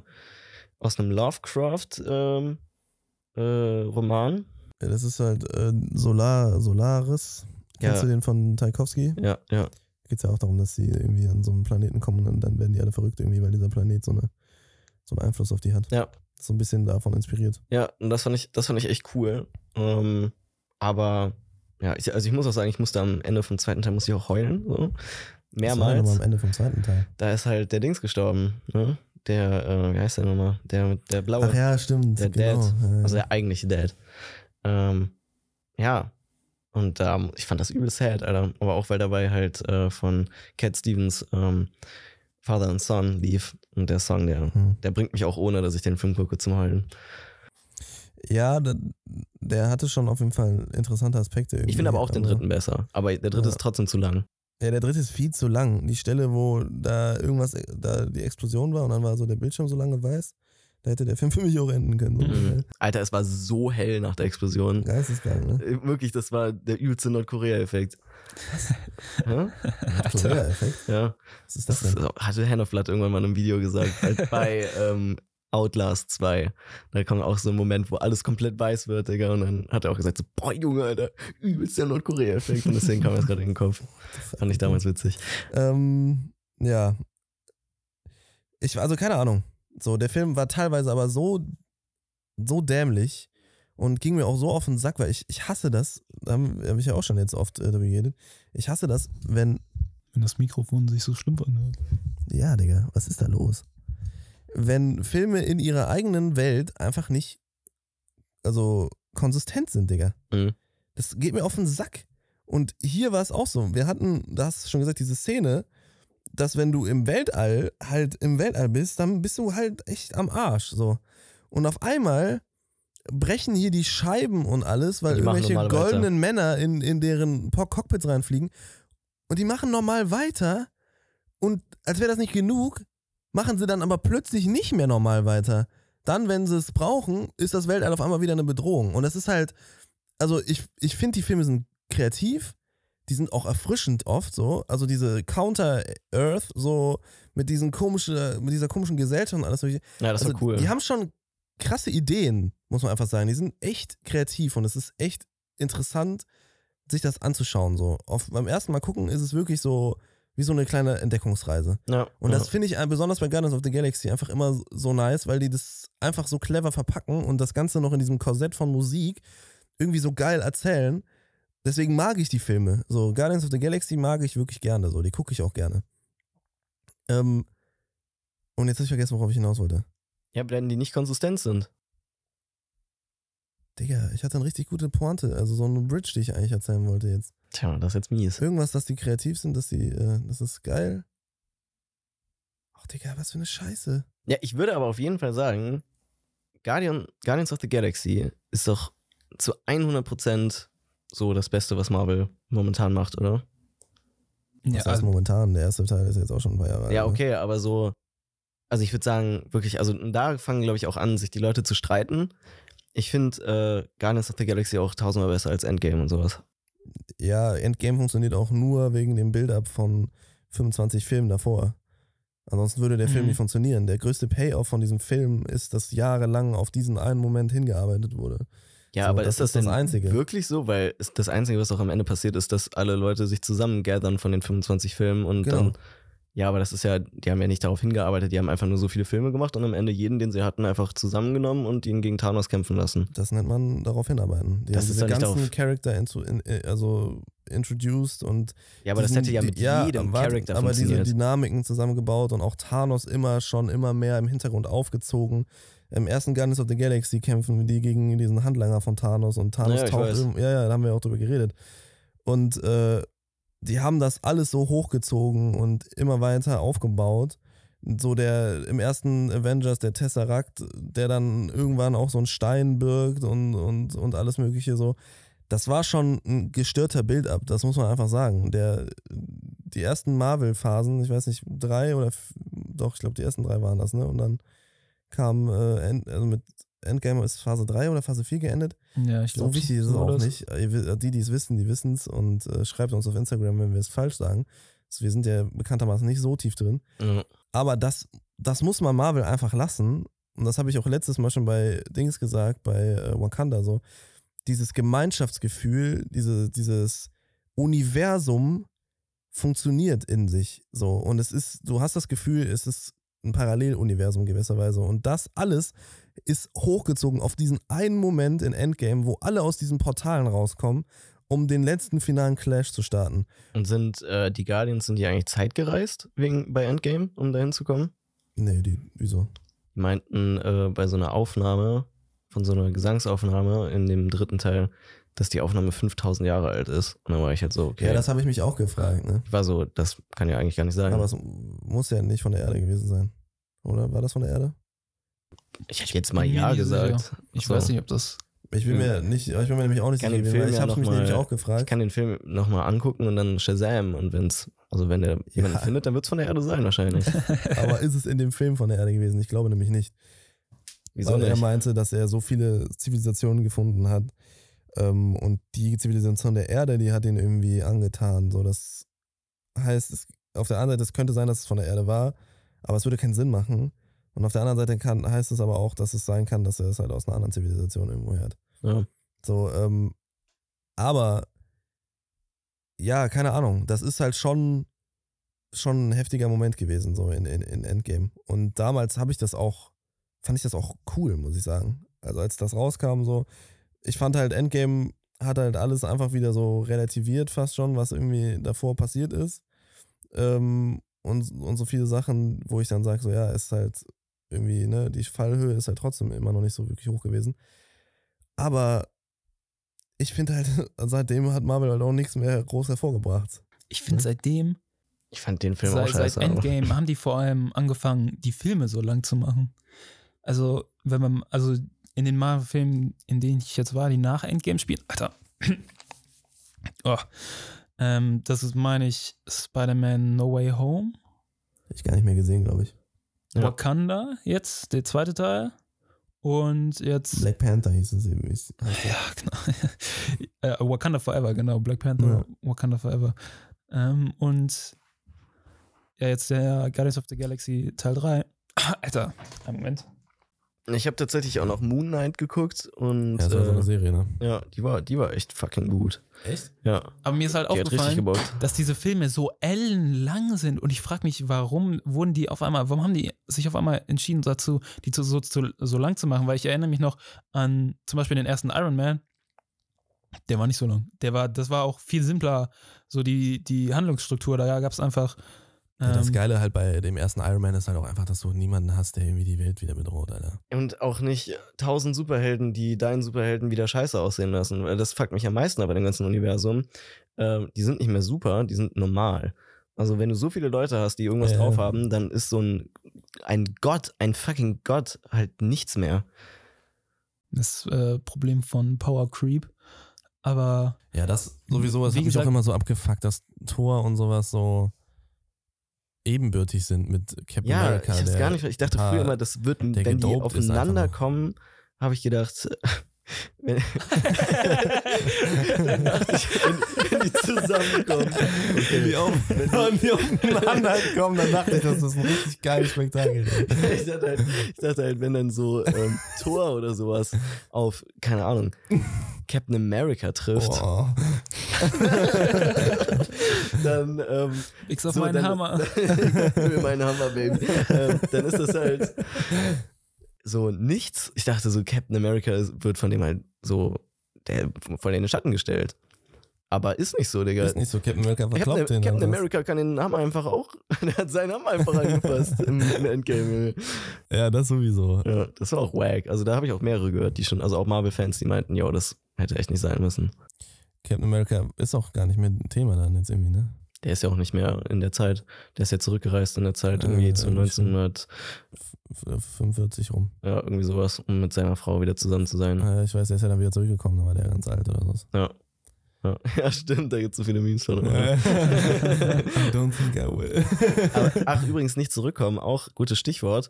Speaker 3: Lovecraft Roman.
Speaker 4: Ja, das ist halt Solaris. Kennst du den von Tarkovsky?
Speaker 3: Ja.
Speaker 4: Geht es ja auch darum, dass sie irgendwie an so einen Planeten kommen und dann werden die alle verrückt irgendwie, weil dieser Planet so einen Einfluss auf die hat.
Speaker 3: Ja.
Speaker 4: So ein bisschen davon inspiriert.
Speaker 3: Ja, und das fand ich echt cool. Aber ja, ich muss auch sagen, ich musste am Ende vom zweiten Teil muss ich auch heulen. So.
Speaker 4: Das war ja nochmal
Speaker 3: Mehrmals.
Speaker 4: am Ende vom zweiten Teil.
Speaker 3: Da ist halt der Dings gestorben. Ne? Der, wie heißt der nochmal? Der blaue.
Speaker 4: Ach ja, stimmt.
Speaker 3: Der
Speaker 4: genau.
Speaker 3: Dad.
Speaker 4: Ja, ja.
Speaker 3: Also der eigentliche Dad. Ja. Und ich fand das übel sad, Alter. Aber auch, weil dabei halt von Cat Stevens Father and Son lief. Und der Song, der bringt mich auch ohne, dass ich den Film gucke, zum Heulen.
Speaker 4: Ja, der hatte schon auf jeden Fall interessante Aspekte. Irgendwie.
Speaker 3: Ich finde aber auch den dritten besser. Aber der dritte ist trotzdem zu lang.
Speaker 4: Ja, der dritte ist viel zu lang. Die Stelle, wo da die Explosion war und dann war so der Bildschirm so lange weiß, da hätte der Film für mich auch enden können.
Speaker 3: Mhm. Alter, es war so hell nach der Explosion.
Speaker 4: Geistesgeil, ne?
Speaker 3: Wirklich, das war der übelste Nordkorea-Effekt. Ja?
Speaker 4: Nordkorea-Effekt?
Speaker 3: Ja.
Speaker 4: Was ist das denn?
Speaker 3: Hatte Hannaflatt irgendwann mal in einem Video gesagt. Halt bei Outlast 2. Da kommt auch so ein Moment, wo alles komplett weiß wird, Digga. Und dann hat er auch gesagt so, boah, Junge, Alter, übelst der Nordkorea-Effekt. Und deswegen kam mir das gerade in den Kopf. Fand ich damals witzig.
Speaker 4: Ja. Also keine Ahnung. So, der Film war teilweise aber so dämlich und ging mir auch so auf den Sack, weil ich hasse das, da habe ich ja auch schon jetzt oft darüber geredet, ich hasse das, wenn
Speaker 2: das Mikrofon sich so schlimm anhört.
Speaker 4: Ja, Digga, was ist da los? Wenn Filme in ihrer eigenen Welt einfach nicht, also konsistent sind, Digga.
Speaker 3: Mhm.
Speaker 4: Das geht mir auf den Sack. Und hier war es auch so. Wir hatten, da hast du schon gesagt, diese Szene, dass wenn du im Weltall bist, dann bist du halt echt am Arsch. So. Und auf einmal brechen hier die Scheiben und alles, weil irgendwelche goldenen Männer in deren Cockpits reinfliegen. Und die machen normal weiter. Und als wäre das nicht genug, machen sie dann aber plötzlich nicht mehr normal weiter. Dann, wenn sie es brauchen, ist das Weltall auf einmal wieder eine Bedrohung. Und das ist halt, also ich finde, die Filme sind kreativ, die sind auch erfrischend oft so. Also diese Counter-Earth, so mit dieser komischen Gesellschaft und alles mögliche.
Speaker 3: Ja, das
Speaker 4: also,
Speaker 3: war cool.
Speaker 4: Die haben schon krasse Ideen, muss man einfach sagen. Die sind echt kreativ und es ist echt interessant, sich das anzuschauen. So. Beim ersten Mal gucken ist es wirklich so wie so eine kleine Entdeckungsreise.
Speaker 3: Ja,
Speaker 4: und das finde ich besonders bei Guardians of the Galaxy einfach immer so nice, weil die das einfach so clever verpacken und das Ganze noch in diesem Korsett von Musik irgendwie so geil erzählen. Deswegen mag ich die Filme. So, Guardians of the Galaxy mag ich wirklich gerne. So, die gucke ich auch gerne. Und jetzt habe ich vergessen, worauf ich hinaus wollte.
Speaker 3: Ja, wenn die nicht konsistent sind.
Speaker 4: Digga, ich hatte eine richtig gute Pointe. Also so eine Bridge, die ich eigentlich erzählen wollte jetzt.
Speaker 3: Tja, das ist jetzt mies.
Speaker 4: Irgendwas, dass die kreativ sind, das ist geil. Ach, Digga, was für eine Scheiße.
Speaker 3: Ja, ich würde aber auf jeden Fall sagen, Guardians of the Galaxy ist doch zu 100% so das Beste, was Marvel momentan macht, oder?
Speaker 4: Was heißt momentan? Der erste Teil ist jetzt auch schon ein paar Jahre alt.
Speaker 3: Ja, okay, aber so, also ich würde sagen, wirklich, also da fangen, glaube ich, auch an, sich die Leute zu streiten. Ich finde Guardians of the Galaxy auch tausendmal besser als Endgame und sowas.
Speaker 4: Ja, Endgame funktioniert auch nur wegen dem Build-up von 25 Filmen davor. Ansonsten würde der Film nicht funktionieren. Der größte Payoff von diesem Film ist, dass jahrelang auf diesen einen Moment hingearbeitet wurde.
Speaker 3: Ja,
Speaker 4: so,
Speaker 3: aber ist das denn
Speaker 4: Einzige
Speaker 3: wirklich so? Weil das Einzige, was auch am Ende passiert, ist, dass alle Leute sich zusammengathern von den 25 Filmen und
Speaker 4: genau.
Speaker 3: Dann. Ja, aber das ist ja, die haben ja nicht darauf hingearbeitet, die haben einfach nur so viele Filme gemacht und am Ende jeden, den sie hatten, einfach zusammengenommen und ihn gegen Thanos kämpfen lassen.
Speaker 4: Das nennt man darauf hinarbeiten. Die
Speaker 3: das
Speaker 4: haben
Speaker 3: ist
Speaker 4: diese
Speaker 3: ja
Speaker 4: ganzen
Speaker 3: nicht
Speaker 4: Charakter introduced und
Speaker 3: ja, aber das hätte ja mit jedem Charakter
Speaker 4: aber
Speaker 3: funktioniert.
Speaker 4: diese Dynamiken zusammengebaut und auch Thanos immer mehr im Hintergrund aufgezogen. Im ersten Guardians of the Galaxy kämpfen die gegen diesen Handlanger von Thanos und Thanos taucht da haben wir auch drüber geredet. Und die haben das alles so hochgezogen und immer weiter aufgebaut. So im ersten Avengers, der Tesseract, der dann irgendwann auch so einen Stein birgt und alles mögliche so. Das war schon ein gestörter Build-up, das muss man einfach sagen. Die ersten Marvel-Phasen, ich weiß nicht, 3 oder doch, ich glaube die ersten 3 waren das, ne? Und dann kam mit Endgame ist Phase 3 oder Phase 4 geendet.
Speaker 2: Ja, ich glaube.
Speaker 4: So wichtig ist es auch nicht. Die es wissen, die wissen es und schreibt uns auf Instagram, wenn wir es falsch sagen. Also wir sind ja bekanntermaßen nicht so tief drin.
Speaker 3: Mhm.
Speaker 4: Aber das muss man Marvel einfach lassen. Und das habe ich auch letztes Mal schon bei Dings gesagt, bei Wakanda so. Dieses Gemeinschaftsgefühl, dieses Universum funktioniert in sich so. Und du hast das Gefühl, es ist ein Paralleluniversum gewisserweise. Und das alles ist hochgezogen auf diesen einen Moment in Endgame, wo alle aus diesen Portalen rauskommen, um den letzten finalen Clash zu starten.
Speaker 3: Und sind die Guardians, sind die eigentlich zeitgereist bei Endgame, um dahin zu kommen?
Speaker 4: Nee, wieso?
Speaker 3: Die meinten bei so einer Aufnahme, von so einer Gesangsaufnahme in dem 3. Teil, dass die Aufnahme 5000 Jahre alt ist. Und dann war ich halt so, okay.
Speaker 4: Ja, das habe ich mich auch gefragt, ne?
Speaker 3: Ich war so, das kann ja eigentlich gar nicht sein.
Speaker 4: Aber es muss ja nicht von der Erde gewesen sein. Oder? War das von der Erde?
Speaker 3: Ich hätte jetzt mal ja gesagt.
Speaker 2: Ich weiß nicht, ob das
Speaker 4: Ich bin mir nämlich auch nicht sicher, weil ich habe mich nämlich auch gefragt.
Speaker 3: Ich kann den Film nochmal angucken und dann Shazam und wenn der jemanden findet, dann wird es von der Erde sein wahrscheinlich.
Speaker 4: Aber ist es in dem Film von der Erde gewesen? Ich glaube nämlich nicht.
Speaker 3: Wieso
Speaker 4: weil
Speaker 3: nicht?
Speaker 4: er meinte, dass er so viele Zivilisationen gefunden hat und die Zivilisation der Erde, die hat ihn irgendwie angetan. So, das heißt, auf der anderen Seite, es könnte sein, dass es von der Erde war, aber es würde keinen Sinn machen. Und auf der anderen Seite heißt es aber auch, dass es sein kann, dass er es halt aus einer anderen Zivilisation irgendwo hat.
Speaker 3: Ja.
Speaker 4: So, aber ja, keine Ahnung. Das ist halt schon ein heftiger Moment gewesen, so in Endgame. Und damals fand ich das auch cool, muss ich sagen. Also als das rauskam, so, ich fand halt, Endgame hat halt alles einfach wieder so relativiert, fast schon, was irgendwie davor passiert ist. Und so viele Sachen, wo ich dann sage, so, ja, ist halt irgendwie, ne, die Fallhöhe ist halt trotzdem immer noch nicht so wirklich hoch gewesen. Aber ich finde halt, seitdem hat Marvel halt auch nichts mehr groß hervorgebracht.
Speaker 2: Ich finde seitdem,
Speaker 3: ich fand den Film auch scheiße.
Speaker 2: Seit Endgame haben die vor allem angefangen, die Filme so lang zu machen. Also, in den Marvel-Filmen, in denen ich jetzt war, die nach Endgame spielen, Alter. Das ist, meine ich, Spider-Man No Way Home.
Speaker 4: Hab ich gar nicht mehr gesehen, glaube ich.
Speaker 3: Ja.
Speaker 2: Wakanda, jetzt, der zweite Teil. Und jetzt.
Speaker 4: Black Panther hieß es eben.
Speaker 2: Ja, genau. Wakanda Forever, genau. Black Panther, ja. Wakanda Forever. Und ja, jetzt der Guardians of the Galaxy Teil 3. Alter, einen Moment.
Speaker 3: Ich habe tatsächlich auch noch Moon Knight geguckt und
Speaker 4: ja, das war so eine Serie, ne?
Speaker 3: Ja, die war echt fucking gut.
Speaker 4: Echt?
Speaker 3: Ja.
Speaker 2: Aber mir ist halt aufgefallen, dass diese Filme so ellenlang sind und ich frage mich, warum haben die sich auf einmal entschieden dazu, die so lang zu machen, weil ich erinnere mich noch an zum Beispiel den ersten Iron Man, der war nicht so lang. Das war auch viel simpler, so die Handlungsstruktur, da gab es einfach
Speaker 4: das Geile halt bei dem ersten Iron Man ist halt auch einfach, dass du niemanden hast, der irgendwie die Welt wieder bedroht, Alter.
Speaker 3: Und auch nicht 1000 Superhelden, die deinen Superhelden wieder scheiße aussehen lassen. Weil das fuckt mich am meisten bei dem ganzen Universum. Die sind nicht mehr super, die sind normal. Also wenn du so viele Leute hast, die irgendwas drauf haben, dann ist so ein fucking Gott halt nichts mehr.
Speaker 2: Das Problem von Power Creep. Aber
Speaker 4: ja, das sowieso, das hat mich auch immer so abgefuckt, dass Thor und sowas so ebenbürtig sind mit Captain America.
Speaker 3: Ja, ich gar nicht. Ich dachte früher immer, das wird, wenn die aufeinander kommen, habe ich gedacht, wenn die zusammenkommen. Okay.
Speaker 4: Wenn die aufeinander kommen, dann dachte ich, das ist ein richtig geiles Spektakel.
Speaker 3: Ich dachte halt, wenn dann so Thor oder sowas auf, keine Ahnung, Captain America trifft. Oh. Dann
Speaker 2: ich auf meinen Hammer.
Speaker 3: Meinen Hammer, Baby. Dann ist das halt so nichts. Ich dachte so, Captain America wird von dem halt so voll in den Schatten gestellt. Aber ist nicht so, Digga.
Speaker 4: Ist nicht so, Captain America verkloppt den.
Speaker 3: Captain America kann den Hammer einfach auch, der hat seinen Hammer einfach angepasst im Endgame.
Speaker 4: Ja, das sowieso.
Speaker 3: Ja, das war auch wack. Also da habe ich auch mehrere gehört, also auch Marvel-Fans, die meinten, jo, das hätte echt nicht sein müssen.
Speaker 4: Captain America ist auch gar nicht mehr ein Thema dann jetzt irgendwie, ne?
Speaker 3: Der ist ja auch nicht mehr in der Zeit. Der ist ja zurückgereist in der Zeit irgendwie zu
Speaker 4: 1945 rum.
Speaker 3: Ja, irgendwie sowas, um mit seiner Frau wieder zusammen zu sein.
Speaker 4: Ich weiß, der ist ja dann wieder zurückgekommen, da war der ganz alt oder so.
Speaker 3: Ja, stimmt, da gibt es so viele Memes von.
Speaker 4: I don't think I will.
Speaker 3: Aber, übrigens nicht zurückkommen, auch gutes Stichwort,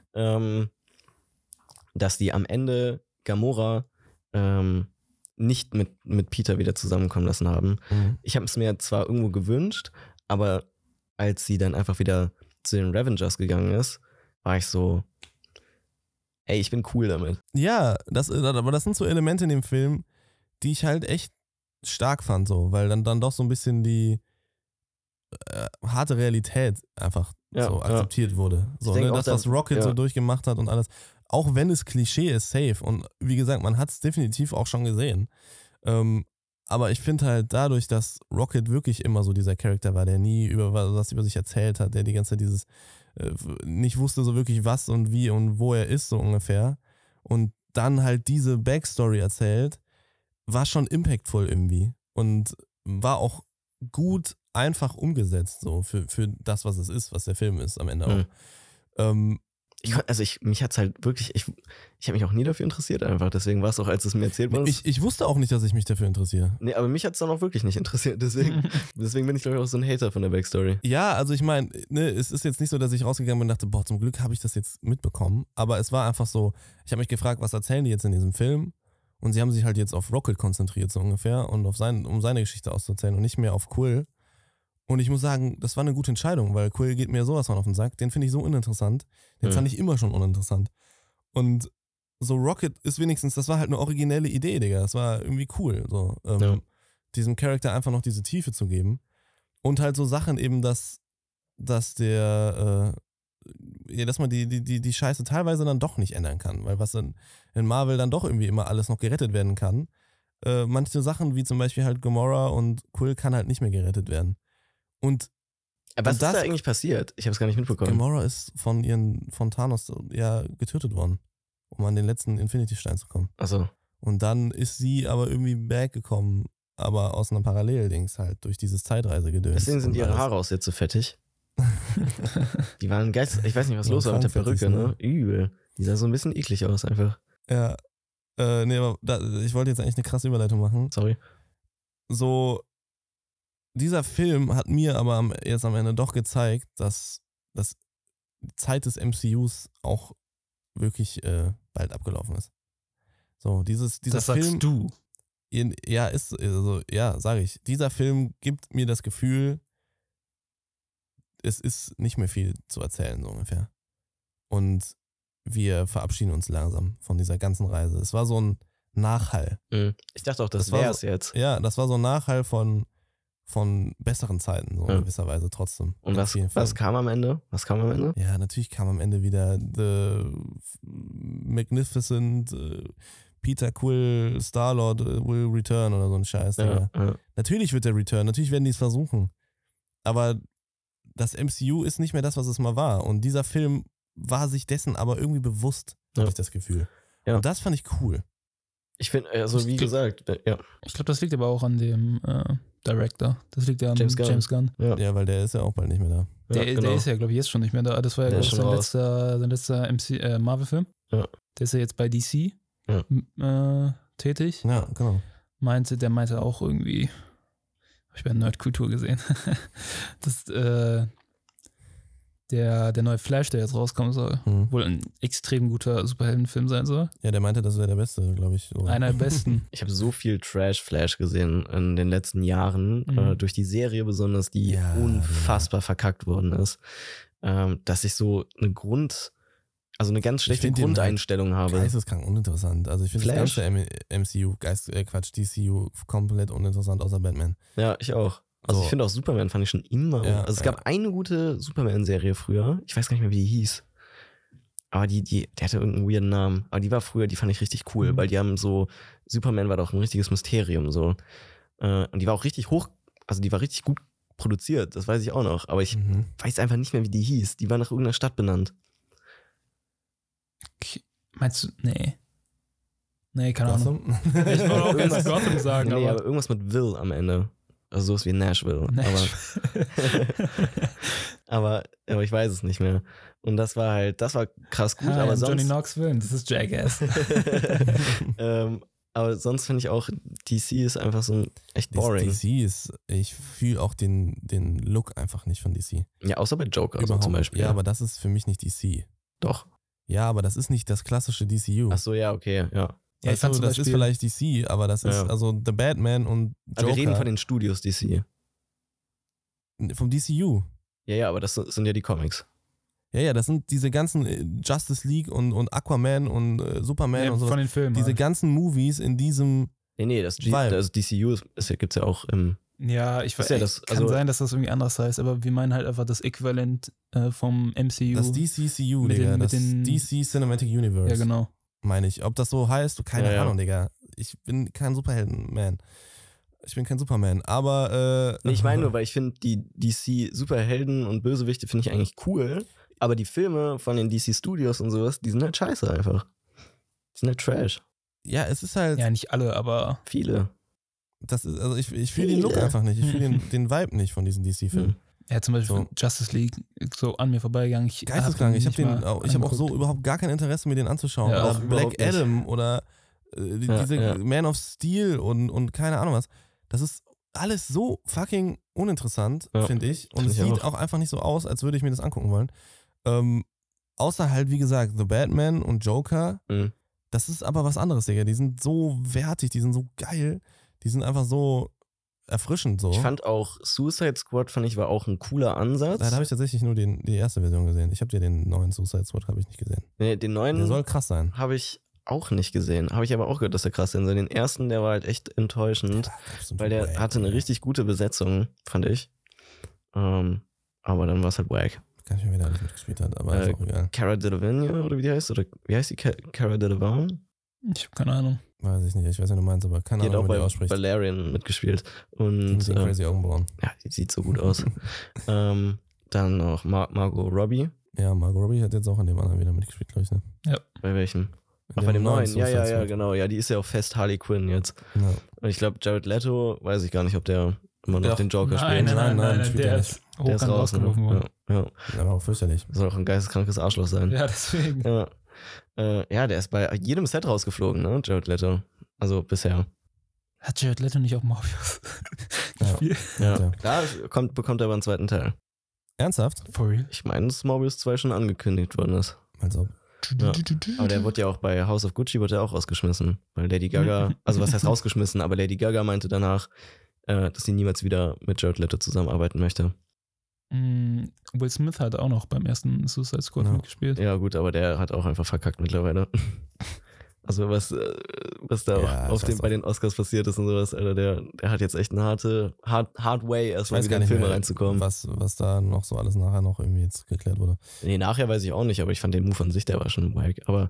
Speaker 3: dass die am Ende Gamora nicht mit Peter wieder zusammenkommen lassen haben. Mhm. Ich habe es mir zwar irgendwo gewünscht, aber als sie dann einfach wieder zu den Ravengers gegangen ist, war ich so, ey, ich bin cool damit.
Speaker 4: Ja, aber das sind so Elemente in dem Film, die ich halt echt stark fand, so, weil dann doch so ein bisschen die harte Realität einfach so akzeptiert wurde. So, ne, das, was Rocket so durchgemacht hat und alles. Auch wenn es Klischee ist, safe. Und wie gesagt, man hat es definitiv auch schon gesehen. Aber ich finde halt dadurch, dass Rocket wirklich immer so dieser Charakter war, der nie was über sich erzählt hat, der die ganze Zeit dieses nicht wusste so wirklich was und wie und wo er ist, so ungefähr. Und dann halt diese Backstory erzählt, war schon impactful irgendwie. Und war auch gut einfach umgesetzt, so für das, was es ist, was der Film ist am Ende auch.
Speaker 3: Mich hat's halt wirklich, ich habe mich auch nie dafür interessiert einfach, deswegen war es auch, als es mir erzählt wurde.
Speaker 4: Ich wusste auch nicht, dass ich mich dafür interessiere.
Speaker 3: Nee, aber mich hat's dann auch wirklich nicht interessiert, deswegen bin ich, glaube ich, auch so ein Hater von der Backstory.
Speaker 4: Ja, also ich meine, ne, es ist jetzt nicht so, dass ich rausgegangen bin und dachte, boah, zum Glück habe ich das jetzt mitbekommen, aber es war einfach so, ich habe mich gefragt, was erzählen die jetzt in diesem Film? Und sie haben sich halt jetzt auf Rocket konzentriert, so ungefähr, und um seine Geschichte auszuerzählen und nicht mehr auf Quill. Und ich muss sagen, das war eine gute Entscheidung, weil Quill geht mir sowas von auf den Sack. Den finde ich so uninteressant. Den fand ich immer schon uninteressant. Und so Rocket ist wenigstens, das war halt eine originelle Idee, Digga. Das war irgendwie cool, so diesem Charakter einfach noch diese Tiefe zu geben. Und halt so Sachen eben, dass man die Scheiße teilweise dann doch nicht ändern kann. Weil was dann in Marvel dann doch irgendwie immer alles noch gerettet werden kann. Manche Sachen, wie zum Beispiel halt Gamora und Quill, kann halt nicht mehr gerettet werden.
Speaker 3: Aber was ist da eigentlich passiert? Ich habe es gar nicht mitbekommen.
Speaker 4: Gamora ist von Thanos ja getötet worden, um an den letzten Infinity-Stein zu kommen.
Speaker 3: Achso.
Speaker 4: Und dann ist sie aber irgendwie back gekommen, aber aus einer Paralleldings halt, durch dieses Zeitreisegedöns.
Speaker 3: Deswegen sind ihre Haare auch jetzt so fettig. Die waren geil. Ich weiß nicht, was los war mit der Perücke, ne? Übel. Die sah so ein bisschen eklig aus einfach.
Speaker 4: Ja. Nee, aber ich wollte jetzt eigentlich eine krasse Überleitung machen.
Speaker 3: Sorry.
Speaker 4: So, dieser Film hat mir aber jetzt am Ende doch gezeigt, dass die Zeit des MCUs auch wirklich bald abgelaufen ist. So, dieser
Speaker 2: das
Speaker 4: Film.
Speaker 2: Sagst du.
Speaker 4: Sage ich. Dieser Film gibt mir das Gefühl, es ist nicht mehr viel zu erzählen, so ungefähr. Und wir verabschieden uns langsam von dieser ganzen Reise. Es war so ein Nachhall.
Speaker 3: Ich dachte auch, das wäre es jetzt.
Speaker 4: Ja, das war so ein Nachhall von besseren Zeiten, so in gewisser Weise trotzdem.
Speaker 3: Und was kam am Ende?
Speaker 4: Ja, natürlich kam am Ende wieder The Magnificent Peter Quill Star-Lord will return oder so ein Scheiß. Ja. Natürlich wird der return, natürlich werden die es versuchen. Aber das MCU ist nicht mehr das, was es mal war. Und dieser Film war sich dessen aber irgendwie bewusst, habe ich das Gefühl. Ja. Und das fand ich cool.
Speaker 3: Ich finde, also wie gesagt, ja.
Speaker 2: Ich glaube, das liegt aber auch an dem Director. Das liegt ja an James Gunn.
Speaker 4: Ja, weil der ist ja auch bald nicht mehr da.
Speaker 2: Der ist ja, glaube ich, jetzt schon nicht mehr da. Das war ja sein letzter Marvel-Film.
Speaker 3: Ja.
Speaker 2: Der ist ja jetzt bei DC tätig.
Speaker 4: Ja, genau.
Speaker 2: Der meinte auch irgendwie, habe ich bei Nerdkultur gesehen, dass der neue Flash, der jetzt rauskommen soll, wohl ein extrem guter Superheldenfilm sein soll.
Speaker 4: Ja, der meinte, das wäre der beste, glaube ich. So.
Speaker 2: Einer der besten.
Speaker 3: Ich habe so viel Trash-Flash gesehen in den letzten Jahren, durch die Serie besonders, die unfassbar verkackt worden ist, dass ich so eine ganz schlechte Grundeinstellung habe.
Speaker 4: Geisteskrank uninteressant. Also ich finde das ganze MCU, DCU komplett uninteressant, außer Batman.
Speaker 3: Ja, ich auch. Also ich finde auch Superman fand ich schon immer. Ja, also es gab eine gute Superman-Serie früher. Ich weiß gar nicht mehr, wie die hieß. Aber die hatte irgendeinen weirden Namen. Aber die war früher, die fand ich richtig cool, weil die haben so, Superman war doch ein richtiges Mysterium so. Und die war auch richtig die war richtig gut produziert, das weiß ich auch noch. Aber ich weiß einfach nicht mehr, wie die hieß. Die war nach irgendeiner Stadt benannt.
Speaker 2: Meinst du, nee. Nee, keine Ahnung. Ich wollte auch erst Gotham sagen,
Speaker 3: aber irgendwas mit Will am Ende. Also sowas wie Nashville. Aber ich weiß es nicht mehr. Und das war krass gut. Aber sonst,
Speaker 2: Johnny Knoxville, das ist Jackass.
Speaker 3: Aber sonst finde ich auch, DC ist einfach so echt boring.
Speaker 4: Ich fühle auch den Look einfach nicht von DC.
Speaker 3: Ja, außer bei Joker also zum Beispiel.
Speaker 4: Ja, aber das ist für mich nicht DC.
Speaker 3: Doch.
Speaker 4: Ja, aber das ist nicht das klassische DCU.
Speaker 3: Ach so, ja, okay, ja.
Speaker 2: Ja,
Speaker 4: weißt du, das ist vielleicht DC, aber das ist also The Batman und Joker.
Speaker 3: Aber wir reden von den Studios DC.
Speaker 4: Vom DCU.
Speaker 3: Ja, aber das sind ja die Comics.
Speaker 4: Ja, das sind diese ganzen Justice League und Aquaman und Superman und so.
Speaker 2: Von den Filmen.
Speaker 4: Diese ganzen Movies in diesem
Speaker 3: das DCU gibt es ja auch im...
Speaker 2: Ja, ich weiß,
Speaker 3: ja
Speaker 2: kann sein, dass das irgendwie anders heißt, aber wir meinen halt einfach das Äquivalent vom MCU.
Speaker 4: Das DCCU, Digga, das DC Cinematic Universe.
Speaker 2: Ja, genau.
Speaker 4: Meine ich. Ob das so heißt, keine Ahnung, Digga. Ich bin kein Superhelden-Man. Ich bin kein Superman, aber...
Speaker 3: ich meine nur, weil ich finde, die DC-Superhelden und Bösewichte finde ich eigentlich cool, aber die Filme von den DC-Studios und sowas, die sind halt scheiße einfach. Die sind halt Trash.
Speaker 4: Ja, es ist halt...
Speaker 2: Ja, nicht alle, aber...
Speaker 3: Viele.
Speaker 4: Ich fühle den Look einfach nicht. Ich fühle den Vibe nicht von diesen DC-Filmen.
Speaker 2: Ja, zum Beispiel
Speaker 4: So.
Speaker 2: Justice League, so an mir vorbeigegangen.
Speaker 4: Geisteskrank. Ich habe auch so überhaupt gar kein Interesse, mir den anzuschauen.
Speaker 2: Ja,
Speaker 4: Oder
Speaker 3: auch
Speaker 4: Black
Speaker 3: überhaupt nicht.
Speaker 4: Adam oder diese Man of Steel und keine Ahnung was. Das ist alles so fucking uninteressant, finde ich. Und
Speaker 3: Find
Speaker 4: es
Speaker 3: ich
Speaker 4: sieht auch einfach nicht so aus, als würde ich mir das angucken wollen. Außer halt, wie gesagt, The Batman und Joker.
Speaker 3: Mhm.
Speaker 4: Das ist aber was anderes, Digga. Die sind so wertig, die sind so geil. Die sind einfach so erfrischend so.
Speaker 3: Ich fand auch Suicide Squad, war auch ein cooler Ansatz.
Speaker 4: Da habe ich tatsächlich nur die erste Version gesehen. Ich habe dir den neuen Suicide Squad habe ich nicht gesehen.
Speaker 3: Nee, den
Speaker 4: Der
Speaker 3: neuen
Speaker 4: soll krass sein.
Speaker 3: habe ich auch nicht gesehen. Habe ich aber auch gehört, dass der krass sein soll. Den ersten, der war halt echt enttäuschend, weil der hatte eine richtig gute Besetzung, fand ich. Aber dann war es halt wack.
Speaker 4: Kann ich mir wieder nicht mitgespielt hat, aber ist auch egal.
Speaker 3: Cara Delevingne, oder wie die heißt? Oder wie heißt die? Cara Delevingne?
Speaker 2: Ich habe keine Ahnung.
Speaker 4: Weiß ich nicht, ich weiß, was du meinst, aber keine
Speaker 3: Die hat
Speaker 4: Ahnung,
Speaker 3: auch
Speaker 4: wie man die
Speaker 3: bei
Speaker 4: ausspricht.
Speaker 3: Valerian mitgespielt.
Speaker 4: Die
Speaker 3: Und
Speaker 4: mit den crazy Augenbrauen.
Speaker 3: ja, die sieht so gut aus. Dann noch Margot Robbie.
Speaker 4: Ja, Margot Robbie hat jetzt auch an dem anderen wieder mitgespielt, glaube ich. Ne?
Speaker 3: Bei welchem?
Speaker 4: In
Speaker 3: Ach, bei dem neuen.
Speaker 4: Suicide
Speaker 3: Ja,
Speaker 4: Squad.
Speaker 3: genau. Ja, die ist ja auch fest Harley Quinn jetzt.
Speaker 4: Ja.
Speaker 3: Und ich glaube, Jared Leto, weiß ich gar nicht, ob der immer noch
Speaker 4: Ja.
Speaker 3: den Joker
Speaker 2: Nein,
Speaker 3: spielt.
Speaker 4: Nein, spielt
Speaker 2: der
Speaker 4: er
Speaker 2: ist
Speaker 3: Der ist
Speaker 2: hochkant
Speaker 3: raus.
Speaker 2: rausgeworfen worden.
Speaker 3: Ja.
Speaker 4: Der war auch fürchterlich.
Speaker 3: Soll auch ein geisteskrankes Arschloch sein.
Speaker 2: Ja, deswegen.
Speaker 3: Ja. Ja, der ist bei jedem Set rausgeflogen, ne? Jared Leto. Also bisher.
Speaker 2: Hat Jared Leto nicht auch Morbius
Speaker 4: Ja.
Speaker 2: gespielt?
Speaker 3: Ja.
Speaker 4: Ja.
Speaker 3: Da bekommt er aber einen zweiten Teil.
Speaker 4: Ernsthaft?
Speaker 2: For real?
Speaker 3: Ich meine, dass Morbius 2 schon angekündigt worden ist.
Speaker 4: Als ob.
Speaker 3: Ja. Aber der wurde ja auch bei House of Gucci auch rausgeschmissen. Weil Lady Gaga, also was heißt rausgeschmissen, aber Lady Gaga meinte danach, dass sie niemals wieder mit Jared Leto zusammenarbeiten möchte.
Speaker 2: Will Smith hat auch noch beim ersten Suicide Squad
Speaker 4: Ja.
Speaker 2: mitgespielt.
Speaker 3: Ja gut, aber der hat auch einfach verkackt mittlerweile. Also was da
Speaker 4: Ja, ich weiß
Speaker 3: bei den Oscars passiert ist und sowas, Alter, der hat jetzt echt eine hard way,
Speaker 4: Ich
Speaker 3: erstmal
Speaker 4: weiß
Speaker 3: wieder
Speaker 4: gar
Speaker 3: in
Speaker 4: nicht
Speaker 3: Filme
Speaker 4: mehr,
Speaker 3: reinzukommen.
Speaker 4: was da noch so alles nachher noch irgendwie jetzt geklärt wurde.
Speaker 3: Nee, nachher weiß ich auch nicht, aber ich fand den Move an sich, der war schon wack. Aber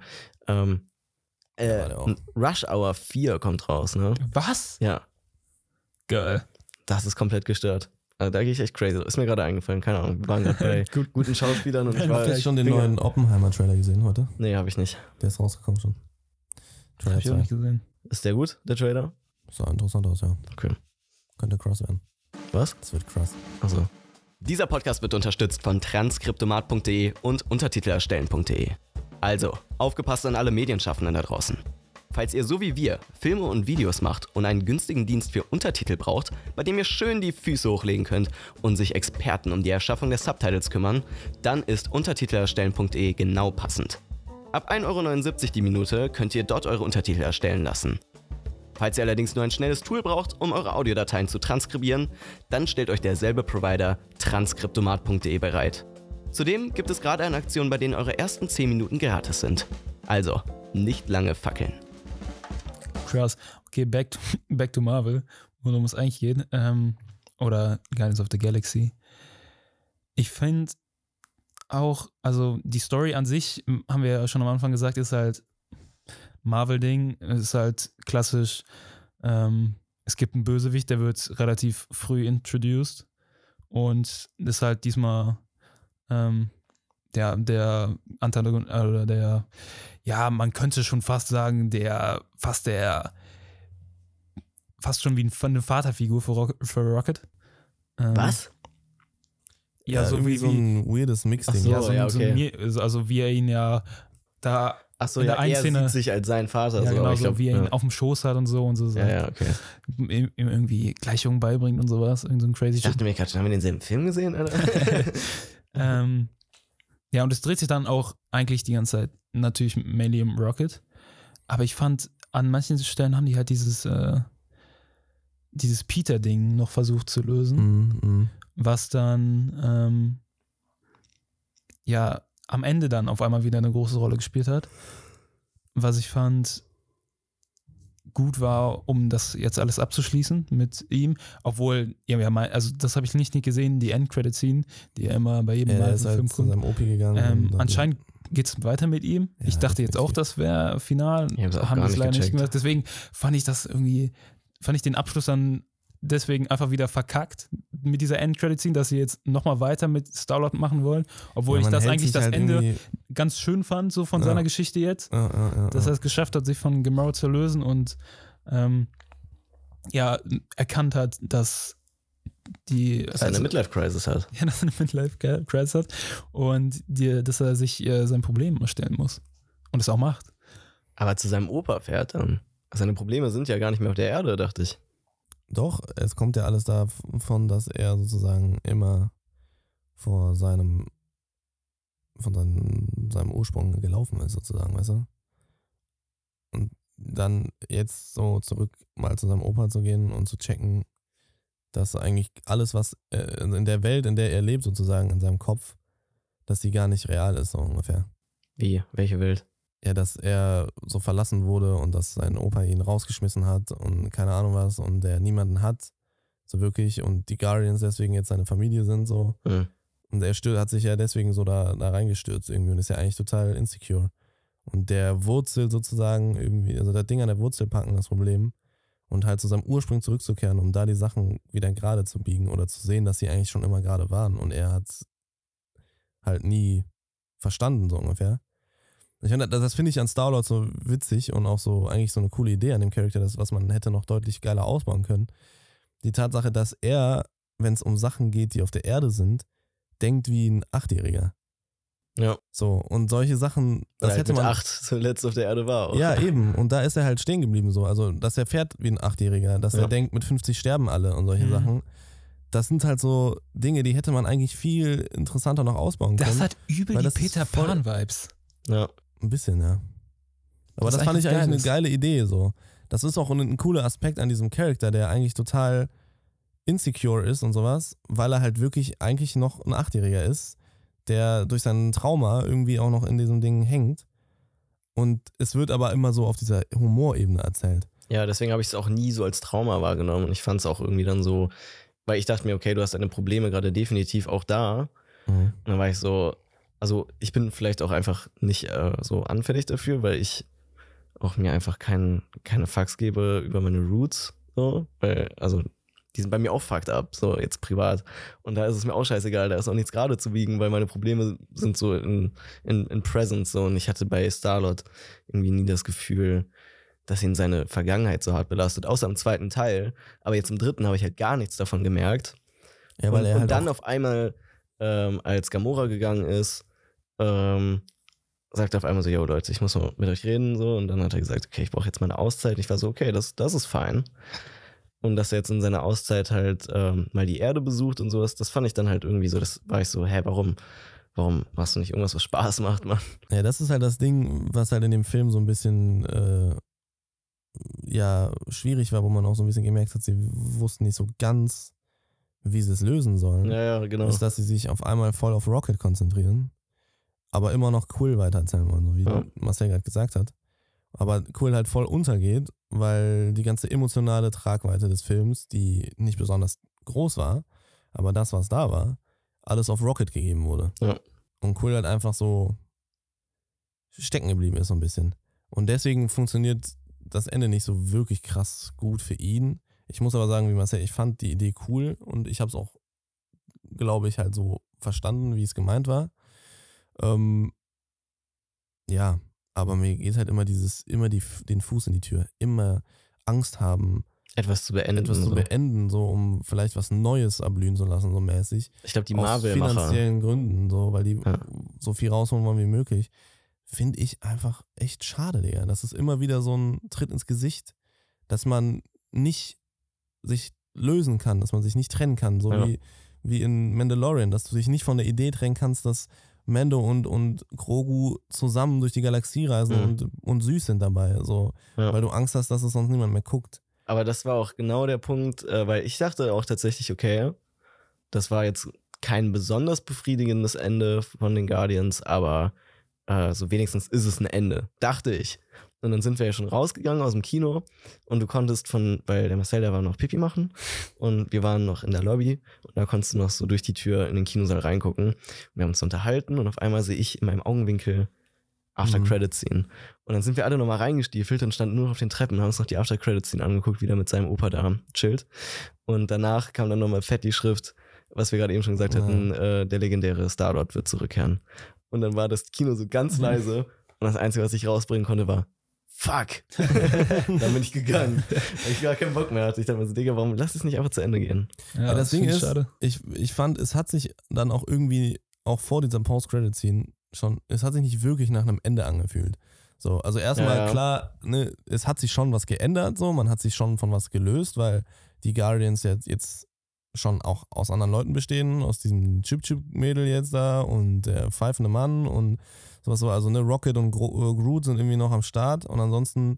Speaker 4: der auch.
Speaker 3: Rush Hour 4 kommt raus, ne?
Speaker 2: Was?
Speaker 3: Ja,
Speaker 2: Geil.
Speaker 3: das ist komplett gestört. Also da gehe ich echt crazy. Ist mir gerade eingefallen, keine Ahnung. Wir waren gerade bei guten Schauspielern und ich war...
Speaker 4: Hast du schon den neuen Oppenheimer-Trailer gesehen heute?
Speaker 3: Nee, habe ich nicht.
Speaker 4: Der ist rausgekommen schon. Trailer
Speaker 2: Hab ich auch
Speaker 4: 2.
Speaker 2: nicht gesehen.
Speaker 3: Ist der gut, der Trailer?
Speaker 4: Sah interessant aus, ja.
Speaker 3: Okay.
Speaker 4: Könnte krass werden.
Speaker 3: Was?
Speaker 4: Das wird krass.
Speaker 3: Also. Dieser Podcast wird unterstützt von transkriptomat.de und untertitelerstellen.de. Also, aufgepasst an alle Medienschaffenden da draußen. Falls ihr so wie wir Filme und Videos macht und einen günstigen Dienst für Untertitel braucht, bei dem ihr schön die Füße hochlegen könnt und sich Experten um die Erschaffung der Subtitles kümmern, dann ist untertitelerstellen.de genau passend. Ab 1,79 € die Minute könnt ihr dort eure Untertitel erstellen lassen. Falls ihr allerdings nur ein schnelles Tool braucht, um eure Audiodateien zu transkribieren, dann stellt euch derselbe Provider transkriptomat.de bereit. Zudem gibt es gerade eine Aktion, bei denen eure ersten 10 Minuten gratis sind. Also, nicht lange fackeln.
Speaker 2: Krass. Okay, back to Marvel, worum es eigentlich geht. Oder Guardians of the Galaxy. Ich finde auch, also die Story an sich, haben wir ja schon am Anfang gesagt, ist halt Marvel-Ding. Es ist halt klassisch, es gibt einen Bösewicht, der wird relativ früh introduced und ist halt diesmal der Antagonist, oder der, ja, man könnte schon fast sagen, fast schon wie eine Vaterfigur für Rocket.
Speaker 3: Was?
Speaker 2: Ja, so
Speaker 4: irgendwie
Speaker 2: wie
Speaker 4: so ein weirdes Mixding.
Speaker 3: Ach so.
Speaker 2: ja, so,
Speaker 3: ja,
Speaker 2: so
Speaker 3: okay.
Speaker 2: also wie er ihn ja da
Speaker 3: Achso,
Speaker 2: in
Speaker 3: ja,
Speaker 2: der einen
Speaker 3: er
Speaker 2: Szene,
Speaker 3: sieht sich als sein Vater.
Speaker 2: ja,
Speaker 3: so,
Speaker 2: genau,
Speaker 3: aber ich
Speaker 2: so
Speaker 3: glaub,
Speaker 2: wie er ihn
Speaker 3: ja.
Speaker 2: auf dem Schoß hat und so
Speaker 3: Ja, okay.
Speaker 2: ihm irgendwie Gleichungen beibringt und sowas, irgend so ein crazy
Speaker 3: Ich dachte mir gerade, haben wir denselben Film gesehen, Alter?
Speaker 2: Ja, und es dreht sich dann auch eigentlich die ganze Zeit natürlich mainly um Rocket. Aber ich fand, an manchen Stellen haben die halt dieses Peter-Ding noch versucht zu lösen, was dann ja am Ende dann auf einmal wieder eine große Rolle gespielt hat. Was ich fand gut war, um das jetzt alles abzuschließen mit ihm, obwohl, ja, also das habe ich nicht gesehen, die End-Credit-Scene, die ja immer bei jedem
Speaker 4: Er ist
Speaker 2: Film
Speaker 4: halt zu
Speaker 2: kommt.
Speaker 4: seinem OP gegangen. und
Speaker 2: Anscheinend geht es weiter mit ihm.
Speaker 4: Ja,
Speaker 2: ich dachte jetzt auch,
Speaker 4: definitiv.
Speaker 2: das wäre final.
Speaker 3: Ich hab's auch
Speaker 2: Haben
Speaker 3: gar
Speaker 2: das
Speaker 3: nicht
Speaker 2: leider nicht
Speaker 3: gecheckt.
Speaker 2: gemacht. Deswegen fand ich den Abschluss dann deswegen einfach wieder verkackt mit dieser End-Credit-Scene, dass sie jetzt nochmal weiter mit Star-Lord machen wollen, obwohl ich das eigentlich das Ende ganz schön fand, so von
Speaker 4: Ja.
Speaker 2: seiner Geschichte jetzt, dass er es geschafft hat, sich von Gamora zu lösen und ja, erkannt hat, dass
Speaker 3: Dass er eine Midlife-Crisis hat.
Speaker 2: Ja, dass er eine Midlife-Crisis hat und dass er sich sein Problem stellen muss und es auch macht.
Speaker 3: Aber zu seinem Opa fährt dann. Seine Probleme sind ja gar nicht mehr auf der Erde, dachte ich.
Speaker 4: Doch, es kommt ja alles davon, dass er sozusagen immer von seinem Ursprung gelaufen ist, sozusagen, weißt du? Und dann jetzt so zurück mal zu seinem Opa zu gehen und zu checken, dass eigentlich alles, was in der Welt, in der er lebt, sozusagen, in seinem Kopf, dass die gar nicht real ist, so ungefähr.
Speaker 3: Wie? Welche Welt?
Speaker 4: Ja, dass er so verlassen wurde und dass sein Opa ihn rausgeschmissen hat und keine Ahnung was und der niemanden hat, so wirklich, und die Guardians deswegen jetzt seine Familie sind, so.
Speaker 3: Mhm.
Speaker 4: Und er hat sich ja deswegen so da reingestürzt irgendwie und ist ja eigentlich total insecure. Und der Wurzel sozusagen irgendwie, also das Ding an der Wurzel packen, das Problem, und halt zu seinem Ursprung zurückzukehren, um da die Sachen wieder gerade zu biegen oder zu sehen, dass sie eigentlich schon immer gerade waren. Und er hat es halt nie verstanden, so ungefähr. Das finde ich an Star-Lord so witzig und auch so eigentlich so eine coole Idee an dem Charakter, was man hätte noch deutlich geiler ausbauen können. Die Tatsache, dass er, wenn es um Sachen geht, die auf der Erde sind, denkt wie ein 8-Jähriger.
Speaker 3: Ja.
Speaker 4: So, und solche Sachen, das hätte man.
Speaker 3: 8 zuletzt auf der Erde war auch.
Speaker 4: Ja, eben. Und da ist er halt stehen geblieben so. Also, dass er fährt wie ein 8-Jähriger, dass er denkt, mit 50 sterben alle und solche Sachen. Das sind halt so Dinge, die hätte man eigentlich viel interessanter noch ausbauen können.
Speaker 2: Das hat übel die Peter Pan-Vibes.
Speaker 3: Ja.
Speaker 4: Ein bisschen, ja. Aber das fand ich eigentlich eine geile Idee so. Das ist auch ein cooler Aspekt an diesem Charakter, der eigentlich total insecure ist und sowas, weil er halt wirklich eigentlich noch ein 8-Jähriger ist, der durch sein Trauma irgendwie auch noch in diesem Ding hängt. Und es wird aber immer so auf dieser Humorebene erzählt.
Speaker 3: Ja, deswegen habe ich es auch nie so als Trauma wahrgenommen. Und ich fand es auch irgendwie dann so, weil ich dachte mir, okay, du hast deine Probleme gerade definitiv auch da.
Speaker 4: Mhm.
Speaker 3: Und dann war ich so, also ich bin vielleicht auch einfach nicht so anfällig dafür, weil ich auch mir einfach keine Fucks gebe über meine Roots. So, weil, also die sind bei mir auch fucked up, so jetzt privat. Und da ist es mir auch scheißegal, da ist auch nichts gerade zu biegen, weil meine Probleme sind so in Presence. So. Und ich hatte bei Star-Lord irgendwie nie das Gefühl, dass ihn seine Vergangenheit so hart belastet, außer im 2. Teil. Aber jetzt im 3. habe ich halt gar nichts davon gemerkt.
Speaker 4: Ja, weil er
Speaker 3: und
Speaker 4: halt
Speaker 3: dann auf einmal, als Gamora gegangen ist, sagt er auf einmal so, yo Leute, ich muss mal mit euch reden. So. Und dann hat er gesagt, okay, ich brauche jetzt mal eine Auszeit. Und ich war so, okay, das ist fein. Und dass er jetzt in seiner Auszeit halt mal die Erde besucht und sowas, das fand ich dann halt irgendwie so, das war ich so, warum machst du nicht irgendwas, was Spaß macht, Mann?
Speaker 4: Ja, das ist halt das Ding, was halt in dem Film so ein bisschen schwierig war, wo man auch so ein bisschen gemerkt hat, sie wussten nicht so ganz, wie sie es lösen sollen.
Speaker 3: Ja, genau.
Speaker 4: Ist, dass sie sich auf einmal voll auf Rocket konzentrieren, aber immer noch Quill weitererzählen wollen, so wie Marcel gerade gesagt hat. Aber Quill halt voll untergeht, weil die ganze emotionale Tragweite des Films, die nicht besonders groß war, aber das, was da war, alles auf Rocket gegeben wurde.
Speaker 3: Ja.
Speaker 4: Und Quill halt einfach so stecken geblieben ist so ein bisschen. Und deswegen funktioniert das Ende nicht so wirklich krass gut für ihn. Ich muss aber sagen, wie Marcel, ich fand die Idee cool und ich habe es auch, glaube ich, halt so verstanden, wie es gemeint war. Ja, aber mir geht halt immer den Fuß in die Tür, immer Angst haben,
Speaker 3: etwas zu beenden,
Speaker 4: so um vielleicht was Neues erblühen zu lassen, so mäßig.
Speaker 3: Ich glaube, die
Speaker 4: Marvel-Macher. Aus finanziellen Gründen, so, weil die so viel rausholen wollen wie möglich. Finde ich einfach echt schade, Digga. Das ist immer wieder so ein Tritt ins Gesicht, dass man nicht sich lösen kann, dass man sich nicht trennen kann, so wie in Mandalorian, dass du dich nicht von der Idee trennen kannst, dass Mando und Grogu zusammen durch die Galaxie reisen und süß sind dabei, so, weil du Angst hast, dass es sonst niemand mehr guckt.
Speaker 3: Aber das war auch genau der Punkt, weil ich dachte auch tatsächlich, okay, das war jetzt kein besonders befriedigendes Ende von den Guardians, aber so wenigstens ist es ein Ende, dachte ich. Und dann sind wir ja schon rausgegangen aus dem Kino und du konntest weil der Marcel, der war noch Pipi machen und wir waren noch in der Lobby und da konntest du noch so durch die Tür in den Kinosaal reingucken. Und wir haben uns unterhalten und auf einmal sehe ich in meinem Augenwinkel After-Credit-Scene. Und dann sind wir alle nochmal reingestiefelt und standen nur auf den Treppen und haben uns noch die After-Credit-Scene angeguckt, wie der mit seinem Opa da chillt. Und danach kam dann nochmal fett die Schrift, was wir gerade eben schon gesagt hatten, der legendäre Star-Lord wird zurückkehren. Und dann war das Kino so ganz leise und das Einzige, was ich rausbringen konnte, war fuck. Dann bin ich gegangen, weil ich gar keinen Bock mehr hatte. Ich dachte mir so, Digga, warum lass es nicht einfach zu Ende gehen?
Speaker 4: Ja, das Ding
Speaker 2: finde ich
Speaker 4: ist,
Speaker 2: schade.
Speaker 4: ich fand, es hat sich dann auch irgendwie, auch vor dieser Post-Credit-Scene schon, es hat sich nicht wirklich nach einem Ende angefühlt. So, also erstmal klar, ne, es hat sich schon was geändert, so, man hat sich schon von was gelöst, weil die Guardians jetzt schon auch aus anderen Leuten bestehen, aus diesem Chip-Chip-Mädel jetzt da und der pfeifende Mann und sowas so, also ne, Rocket und Groot sind irgendwie noch am Start und ansonsten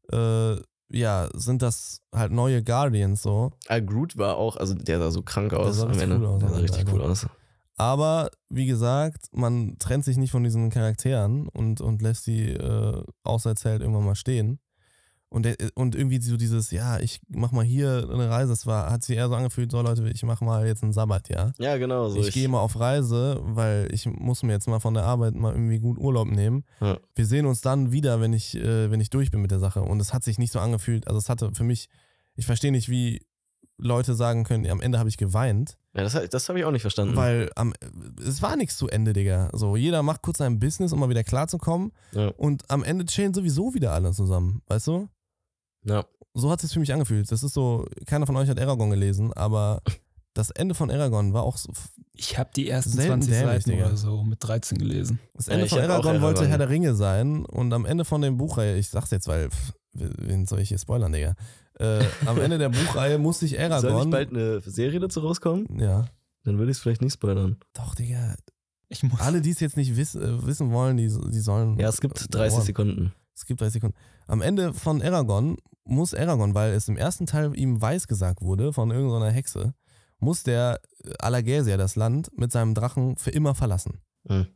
Speaker 4: sind das halt neue Guardians so.
Speaker 3: Groot war auch, also der sah so krank aus
Speaker 4: sah
Speaker 3: am
Speaker 4: richtig
Speaker 3: Ende.
Speaker 4: cool aus,
Speaker 3: Der sah richtig cool aus.
Speaker 4: Aber wie gesagt, man trennt sich nicht von diesen Charakteren und lässt die auserzählt irgendwann mal stehen. Und irgendwie so dieses, ja, ich mach mal hier eine Reise, hat sich eher so angefühlt, so Leute, ich mach mal jetzt einen Sabbat, ja.
Speaker 3: Ja, genau. So
Speaker 4: Ich gehe mal auf Reise, weil ich muss mir jetzt mal von der Arbeit mal irgendwie gut Urlaub nehmen.
Speaker 3: Ja.
Speaker 4: Wir sehen uns dann wieder, wenn ich durch bin mit der Sache. Und es hat sich nicht so angefühlt, also es hatte für mich, ich verstehe nicht, wie Leute sagen können, ja, am Ende habe ich geweint.
Speaker 3: Ja, das habe ich auch nicht verstanden.
Speaker 4: Weil es war nichts zu Ende, Digga. So, jeder macht kurz sein Business, um mal wieder klarzukommen.
Speaker 3: Ja.
Speaker 4: Und am Ende chillen sowieso wieder alle zusammen, weißt du?
Speaker 3: Ja.
Speaker 4: So hat es sich für mich angefühlt. Das ist so, keiner von euch hat Eragon gelesen, aber das Ende von Eragon war auch so.
Speaker 2: Ich habe die ersten
Speaker 4: selten
Speaker 2: 20
Speaker 4: dämlich,
Speaker 2: Seiten
Speaker 4: Digga.
Speaker 2: oder so mit 13 gelesen.
Speaker 4: Das Ende
Speaker 3: ich
Speaker 4: von
Speaker 3: hab auch
Speaker 4: Eragon wollte
Speaker 3: Eragon.
Speaker 4: Herr der Ringe sein und am Ende von dem Buchreihe, ich sag's jetzt, weil, wen soll ich hier spoilern, Digga? Am Ende der Buchreihe musste ich Eragon.
Speaker 3: Soll nicht bald eine Serie dazu rauskommen?
Speaker 4: Ja.
Speaker 3: Dann würde ich es vielleicht nicht spoilern.
Speaker 4: Doch, Digga.
Speaker 2: Ich muss.
Speaker 4: Alle, die es jetzt nicht wissen wollen, die sollen.
Speaker 3: Ja, es gibt 30 Sekunden.
Speaker 4: Es gibt 30 Sekunden. Am Ende von Eragon muss Eragon, weil es im ersten Teil ihm weiß gesagt wurde von irgendeiner Hexe, muss der Alagesier das Land mit seinem Drachen für immer verlassen.
Speaker 3: Mhm.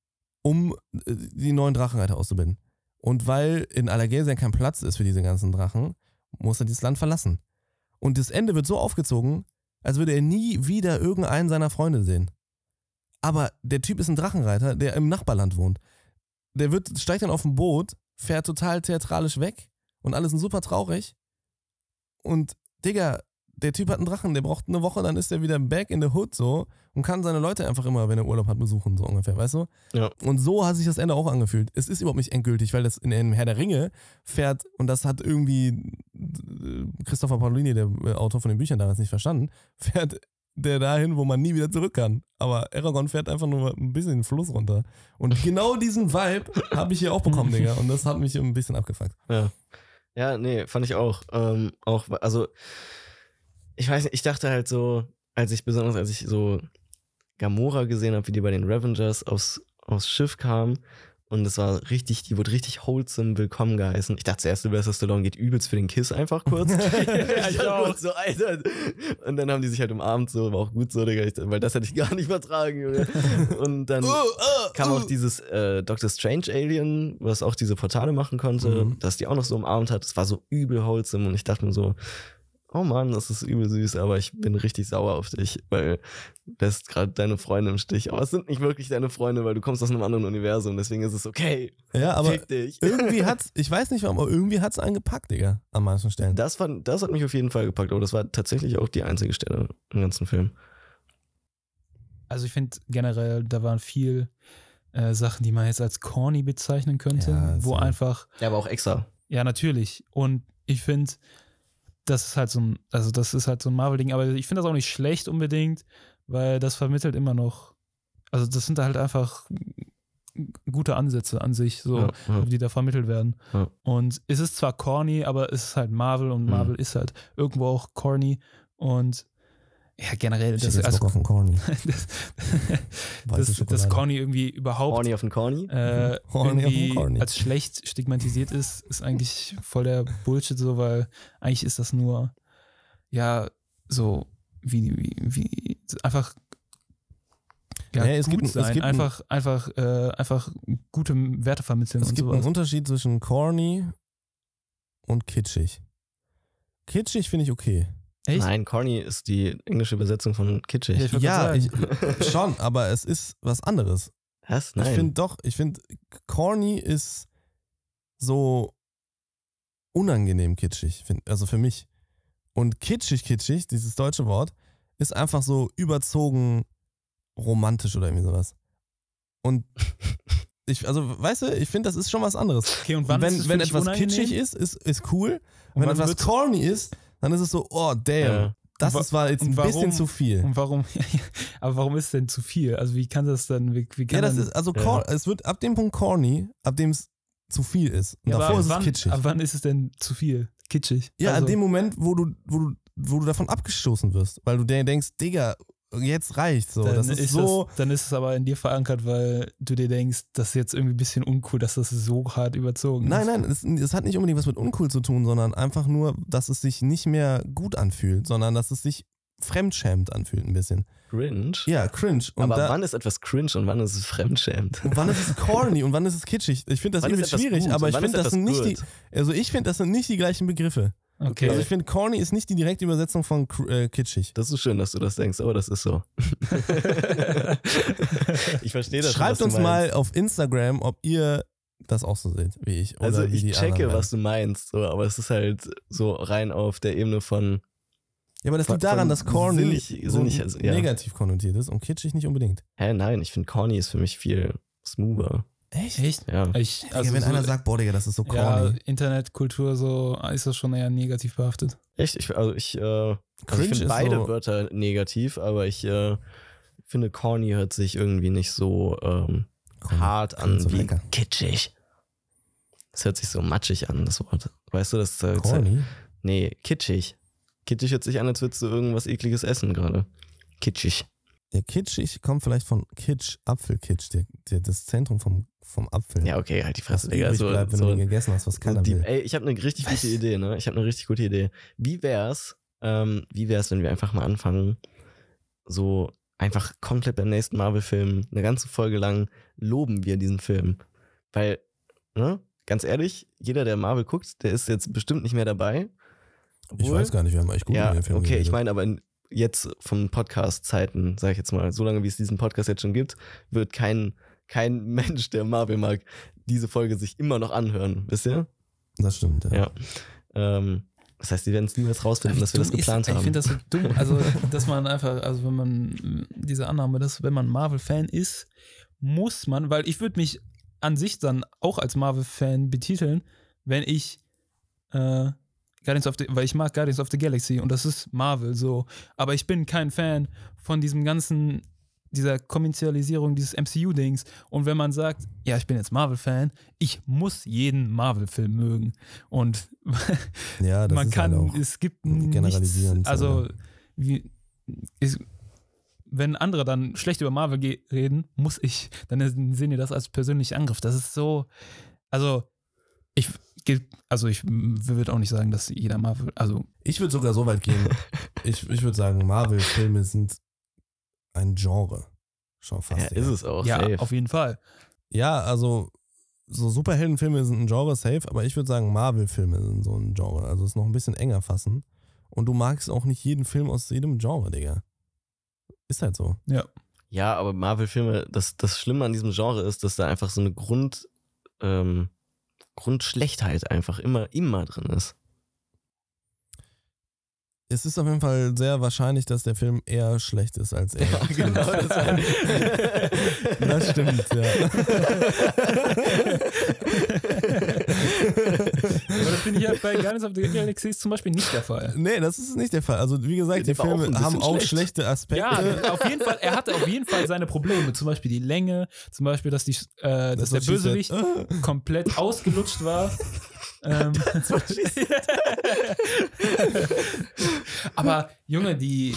Speaker 4: Um die neuen Drachenreiter auszubilden. Und weil in Alagesier kein Platz ist für diese ganzen Drachen, muss er dieses Land verlassen. Und das Ende wird so aufgezogen, als würde er nie wieder irgendeinen seiner Freunde sehen. Aber der Typ ist ein Drachenreiter, der im Nachbarland wohnt. Der steigt dann auf ein Boot, fährt total theatralisch weg und alle sind super traurig. Und Digga, der Typ hat einen Drachen, der braucht eine Woche, dann ist er wieder back in the hood so und kann seine Leute einfach immer, wenn er Urlaub hat, besuchen, so ungefähr, weißt du?
Speaker 3: Ja.
Speaker 4: Und so hat sich das Ende auch angefühlt. Es ist überhaupt nicht endgültig, weil das in Herr der Ringe fährt, und das hat irgendwie Christopher Paolini, der Autor von den Büchern, damals nicht verstanden, fährt der dahin, wo man nie wieder zurück kann. Aber Eragon fährt einfach nur ein bisschen den Fluss runter. Und genau diesen Vibe habe ich hier auch bekommen, Digga. Und das hat mich ein bisschen abgefuckt.
Speaker 3: Ja. Ja, nee, fand ich auch. Also, ich weiß nicht, ich dachte halt so, als ich so Gamora gesehen habe, wie die bei den Revengers aufs Schiff kam, und es war richtig, die wurde richtig wholesome willkommen geheißen. Ich dachte zuerst, Sylvester Stallone geht übelst für den Kiss einfach kurz. Ich auch. So, Alter. Und dann haben die sich halt umarmt, so, war auch gut so, Digga, weil das hätte ich gar nicht vertragen, Junge. Und dann kam auch dieses Doctor Strange Alien, was auch diese Portale machen konnte, dass die auch noch so umarmt hat. Es war so übel wholesome und ich dachte mir so, oh Mann, das ist übel süß, aber ich bin richtig sauer auf dich, weil du lässt gerade deine Freunde im Stich. Aber es sind nicht wirklich deine Freunde, weil du kommst aus einem anderen Universum, deswegen ist es okay.
Speaker 4: Ja, aber
Speaker 3: Fick dich.
Speaker 4: irgendwie ich weiß nicht warum, aber irgendwie hat's einen gepackt, Digga, an manchen Stellen.
Speaker 3: Das hat mich auf jeden Fall gepackt, aber das war tatsächlich auch die einzige Stelle im ganzen Film.
Speaker 2: Also ich finde generell, da waren viel Sachen, die man jetzt als corny bezeichnen könnte,
Speaker 4: Ja,
Speaker 2: wo
Speaker 4: so.
Speaker 2: einfach,
Speaker 3: Ja, aber auch extra.
Speaker 2: ja natürlich, und ich finde, das ist halt so ein Marvel-Ding, aber ich finde das auch nicht schlecht unbedingt, weil das vermittelt immer noch, also das sind halt einfach gute Ansätze an sich, so, die da vermittelt werden.
Speaker 3: Ja.
Speaker 2: Und es ist zwar corny, aber es ist halt Marvel und Marvel ist halt irgendwo auch corny und ja, generell,
Speaker 4: Ich hätte jetzt Bock auf einen Corny.
Speaker 2: das Corny irgendwie überhaupt
Speaker 3: Horny auf den Corny?
Speaker 4: Horny auf den
Speaker 2: irgendwie
Speaker 4: Corny.
Speaker 2: als schlecht stigmatisiert ist eigentlich voll der Bullshit so, weil eigentlich ist das nur ja so wie einfach ja,
Speaker 4: Ja, es
Speaker 2: gut
Speaker 4: gibt
Speaker 2: sein,
Speaker 4: einen-
Speaker 2: einfach gute Werte vermitteln
Speaker 4: Es
Speaker 2: und
Speaker 4: gibt einen
Speaker 2: sowas.
Speaker 4: Unterschied zwischen corny und kitschig. Kitschig finde ich okay.
Speaker 2: Echt?
Speaker 3: Nein, Corny ist die englische Übersetzung von kitschig.
Speaker 2: Ja, ich wollte
Speaker 4: Ja,
Speaker 2: gerade
Speaker 4: schon, aber es ist was anderes.
Speaker 3: Was? Nein.
Speaker 4: Ich finde, corny ist so unangenehm kitschig, also für mich. Und kitschig, dieses deutsche Wort, ist einfach so überzogen romantisch oder irgendwie sowas. Und weißt du, ich finde, das ist schon was anderes.
Speaker 2: Okay, und wann ist es für
Speaker 4: wenn
Speaker 2: dich
Speaker 4: etwas
Speaker 2: unangenehm?
Speaker 4: kitschig ist cool.
Speaker 2: Und
Speaker 4: Wenn
Speaker 2: wann
Speaker 4: etwas
Speaker 2: wird's-
Speaker 4: corny ist, dann ist es so, oh damn, war jetzt ein bisschen zu viel.
Speaker 2: Und warum, aber warum ist es denn zu viel? Also wie kann das dann, wie kann
Speaker 4: Ja, das
Speaker 2: dann,
Speaker 4: ist, also es wird ab dem Punkt corny, ab dem es zu viel ist. Und
Speaker 2: ja,
Speaker 4: davor
Speaker 2: aber
Speaker 4: ist es kitschig.
Speaker 2: ab wann ist es denn zu viel? Kitschig?
Speaker 4: Ja,
Speaker 2: also,
Speaker 4: an dem Moment, wo du davon abgestoßen wirst, weil du dir denkst, Digga, jetzt reicht's so.
Speaker 2: dann
Speaker 4: Das ist so.
Speaker 2: dann ist es aber in dir verankert, weil du dir denkst, das ist jetzt irgendwie ein bisschen uncool, dass das so hart überzogen ist.
Speaker 4: Nein, es hat nicht unbedingt was mit uncool zu tun, sondern einfach nur, dass es sich nicht mehr gut anfühlt, sondern dass es sich fremdschämend anfühlt ein bisschen.
Speaker 3: Cringe?
Speaker 4: Ja, cringe. Und
Speaker 3: Aber wann ist etwas cringe und wann ist es fremdschämend?
Speaker 4: und wann ist es corny und wann ist es kitschig? Ich finde das
Speaker 3: Wann ist
Speaker 4: übel
Speaker 3: etwas
Speaker 4: schwierig,
Speaker 3: gut
Speaker 4: aber
Speaker 3: und
Speaker 4: ich
Speaker 3: wann
Speaker 4: finde,
Speaker 3: ist
Speaker 4: das sind
Speaker 3: etwas
Speaker 4: nicht
Speaker 3: good?
Speaker 4: ich finde, das sind nicht die gleichen Begriffe.
Speaker 2: Okay.
Speaker 4: Also ich finde, corny ist nicht die direkte Übersetzung von kitschig.
Speaker 3: Das ist schön, dass du das denkst, aber das ist so. Ich verstehe das.
Speaker 4: Schreibt
Speaker 3: schon, was
Speaker 4: uns
Speaker 3: du
Speaker 4: mal
Speaker 3: meinst.
Speaker 4: auf Instagram, ob ihr das auch so seht, wie ich. Oder
Speaker 3: Also
Speaker 4: wie
Speaker 3: ich
Speaker 4: die
Speaker 3: checke,
Speaker 4: anderen.
Speaker 3: was du meinst, so, aber es ist halt so rein auf der Ebene von
Speaker 4: Ja, aber das liegt
Speaker 3: von
Speaker 4: daran, dass corny
Speaker 3: sinnig, also, ja.
Speaker 4: negativ konnotiert ist und kitschig nicht unbedingt.
Speaker 3: Nein, ich finde corny ist für mich viel smoother.
Speaker 4: Echt?
Speaker 3: Ja.
Speaker 2: Also
Speaker 4: wenn
Speaker 2: so,
Speaker 4: einer sagt, boah, Digga, das ist so
Speaker 2: ja,
Speaker 4: corny.
Speaker 2: Internetkultur, so ist das schon eher negativ behaftet.
Speaker 3: Echt? Ich
Speaker 4: Cringe
Speaker 3: finde
Speaker 4: ist
Speaker 3: beide
Speaker 4: so-
Speaker 3: Wörter negativ, aber ich finde corny hört sich irgendwie nicht so hart
Speaker 4: Klingt
Speaker 3: an
Speaker 4: so
Speaker 3: wie
Speaker 4: lecker.
Speaker 3: kitschig. Es hört sich so matschig an, das Wort. Weißt du, das
Speaker 4: Corny?
Speaker 3: nee, kitschig. Kitschig hört sich an, als würdest du irgendwas Ekliges essen gerade. Kitschig.
Speaker 4: Ja, kitschig kommt vielleicht von Kitsch, Apfelkitsch, das Zentrum vom Apfel.
Speaker 3: Ja, okay, halt die
Speaker 4: was
Speaker 3: Fresse, Digga.
Speaker 4: übrig bleibt, wenn du den gegessen hast, was keiner will.
Speaker 3: Ey, ich habe eine richtig gute Idee, ne? Ich habe eine richtig gute Idee. Wie wär's, wenn wir einfach mal anfangen, so einfach komplett beim nächsten Marvel-Film, eine ganze Folge lang loben wir diesen Film. Weil, ne, ganz ehrlich, jeder, der Marvel guckt, der ist jetzt bestimmt nicht mehr dabei.
Speaker 4: Ich weiß gar nicht, wir haben echt gut
Speaker 3: Ja,
Speaker 4: über den Film
Speaker 3: okay,
Speaker 4: geredet.
Speaker 3: ich meine aber jetzt von Podcast-Zeiten, sag ich jetzt mal, so lange wie es diesen Podcast jetzt schon gibt, wird kein Mensch, der Marvel mag, diese Folge sich immer noch anhören, wisst ihr?
Speaker 4: Das stimmt, ja.
Speaker 3: Ja. Das heißt, die werden es niemals rausfinden, dass wir das geplant haben.
Speaker 2: Ich finde das so dumm. Also, dass man einfach, also wenn man diese Annahme, dass wenn man Marvel-Fan ist, muss man, weil ich würde mich an sich dann auch als Marvel-Fan betiteln, wenn ich weil ich mag Guardians of the Galaxy und das ist Marvel so, aber ich bin kein Fan von diesem ganzen, dieser Kommerzialisierung dieses MCU-Dings und wenn man sagt, ja, ich bin jetzt Marvel-Fan, ich muss jeden Marvel-Film mögen und
Speaker 4: Ja, das
Speaker 2: man
Speaker 4: ist
Speaker 2: kann,
Speaker 4: halt auch
Speaker 2: es gibt
Speaker 4: generalisierend,
Speaker 2: nichts, also
Speaker 4: ja.
Speaker 2: wenn andere dann schlecht über Marvel reden, dann sehen die das als persönlichen Angriff. Das ist so, also ich würde auch nicht sagen, dass jeder Marvel, also
Speaker 4: Ich würde sogar so weit gehen, ich würde sagen, Marvel-Filme sind ein Genre. Schon fast.
Speaker 3: Ja, ist es auch.
Speaker 2: ja,
Speaker 3: safe.
Speaker 2: auf jeden Fall.
Speaker 4: Ja, also so Superheldenfilme sind ein Genre safe, aber ich würde sagen, Marvel-Filme sind so ein Genre. Also es noch ein bisschen enger fassen. Und du magst auch nicht jeden Film aus jedem Genre, Digga. Ist halt so.
Speaker 2: Ja.
Speaker 3: Ja, aber Marvel-Filme, das Schlimme an diesem Genre ist, dass da einfach so eine Grundschlechtheit einfach immer drin ist.
Speaker 4: Es ist auf jeden Fall sehr wahrscheinlich, dass der Film eher schlecht ist als er.
Speaker 3: Ja, genau.
Speaker 4: Das stimmt, ja.
Speaker 2: Aber das finde ich halt bei Guardians of the Galaxy zum Beispiel nicht der Fall.
Speaker 4: Nee, das ist nicht der Fall. Also wie gesagt, die
Speaker 3: Der war auch ein
Speaker 4: Filme
Speaker 3: bisschen
Speaker 4: haben auch
Speaker 3: schlecht.
Speaker 4: schlechte Aspekte.
Speaker 2: Ja, auf jeden Fall, er hatte auf jeden Fall seine Probleme. Zum Beispiel die Länge, zum Beispiel, dass der
Speaker 4: what she
Speaker 2: Bösewicht
Speaker 4: said.
Speaker 2: komplett ausgelutscht war. Aber Junge,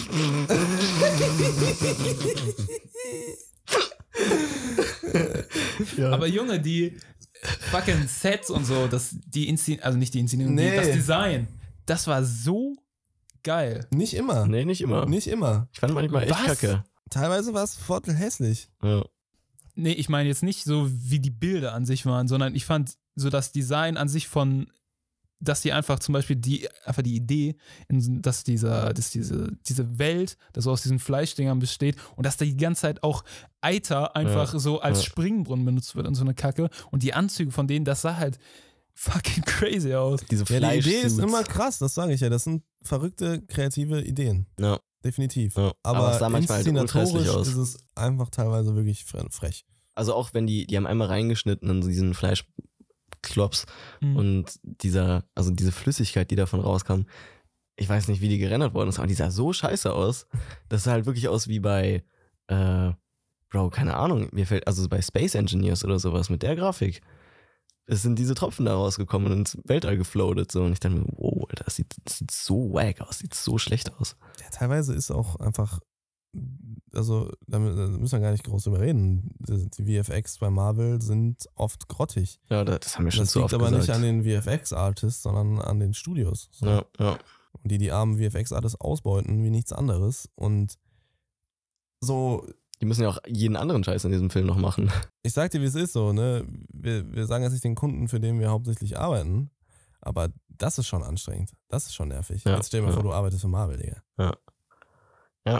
Speaker 2: die fucking Sets und so, das Design, das war so geil.
Speaker 4: Nicht immer.
Speaker 3: Nee, nicht immer.
Speaker 4: Nicht immer.
Speaker 3: Ich fand manchmal echt
Speaker 2: Was?
Speaker 3: kacke.
Speaker 4: Teilweise war es hässlich.
Speaker 3: Ja.
Speaker 2: Nee, ich meine jetzt nicht so, wie die Bilder an sich waren, sondern ich fand so das Design an sich dass die einfach zum Beispiel die Idee, dass diese Welt, das so aus diesen Fleischdingern besteht und dass da die ganze Zeit auch Eiter einfach so als Springbrunnen benutzt wird und so eine Kacke und die Anzüge von denen, das sah halt fucking crazy aus.
Speaker 3: Diese
Speaker 4: Ja, die Idee ist
Speaker 3: Fleischsuits.
Speaker 4: immer krass, das sage ich ja. Das sind verrückte, kreative Ideen.
Speaker 3: Ja.
Speaker 4: Definitiv.
Speaker 3: Ja, aber
Speaker 4: Aber
Speaker 3: es sah manchmal halt ultra
Speaker 4: inszenatorisch
Speaker 3: hässlich aus.
Speaker 4: ist es einfach teilweise wirklich frech.
Speaker 3: Also auch wenn die haben einmal reingeschnitten in diesen Fleischklops und diese Flüssigkeit, die davon rauskam, ich weiß nicht, wie die gerendert worden ist, aber die sah so scheiße aus. Das sah halt wirklich aus wie bei, Bro, keine Ahnung, also bei Space Engineers oder sowas mit der Grafik. Es sind diese Tropfen da rausgekommen und ins Weltall gefloatet. So. Und ich dachte mir, wow, Alter, das sieht so wack aus, sieht so schlecht aus.
Speaker 4: Ja, teilweise ist auch einfach, also da müssen wir gar nicht groß drüber reden. Die VFX bei Marvel sind oft grottig.
Speaker 3: Ja, das haben wir schon so oft
Speaker 4: gesagt. Das liegt aber
Speaker 3: gesagt.
Speaker 4: nicht an den VFX-Artists, sondern an den Studios. So.
Speaker 3: Ja.
Speaker 4: Und die armen VFX-Artists ausbeuten wie nichts anderes. Und so...
Speaker 3: Die müssen ja auch jeden anderen Scheiß in diesem Film noch machen.
Speaker 4: Ich sag dir, wie es ist so, ne? Wir sagen jetzt nicht den Kunden, für den wir hauptsächlich arbeiten, aber das ist schon anstrengend. Das ist schon nervig.
Speaker 3: Ja,
Speaker 4: Jetzt stell dir mal vor, du arbeitest für Marvel, Digga.
Speaker 3: Ja.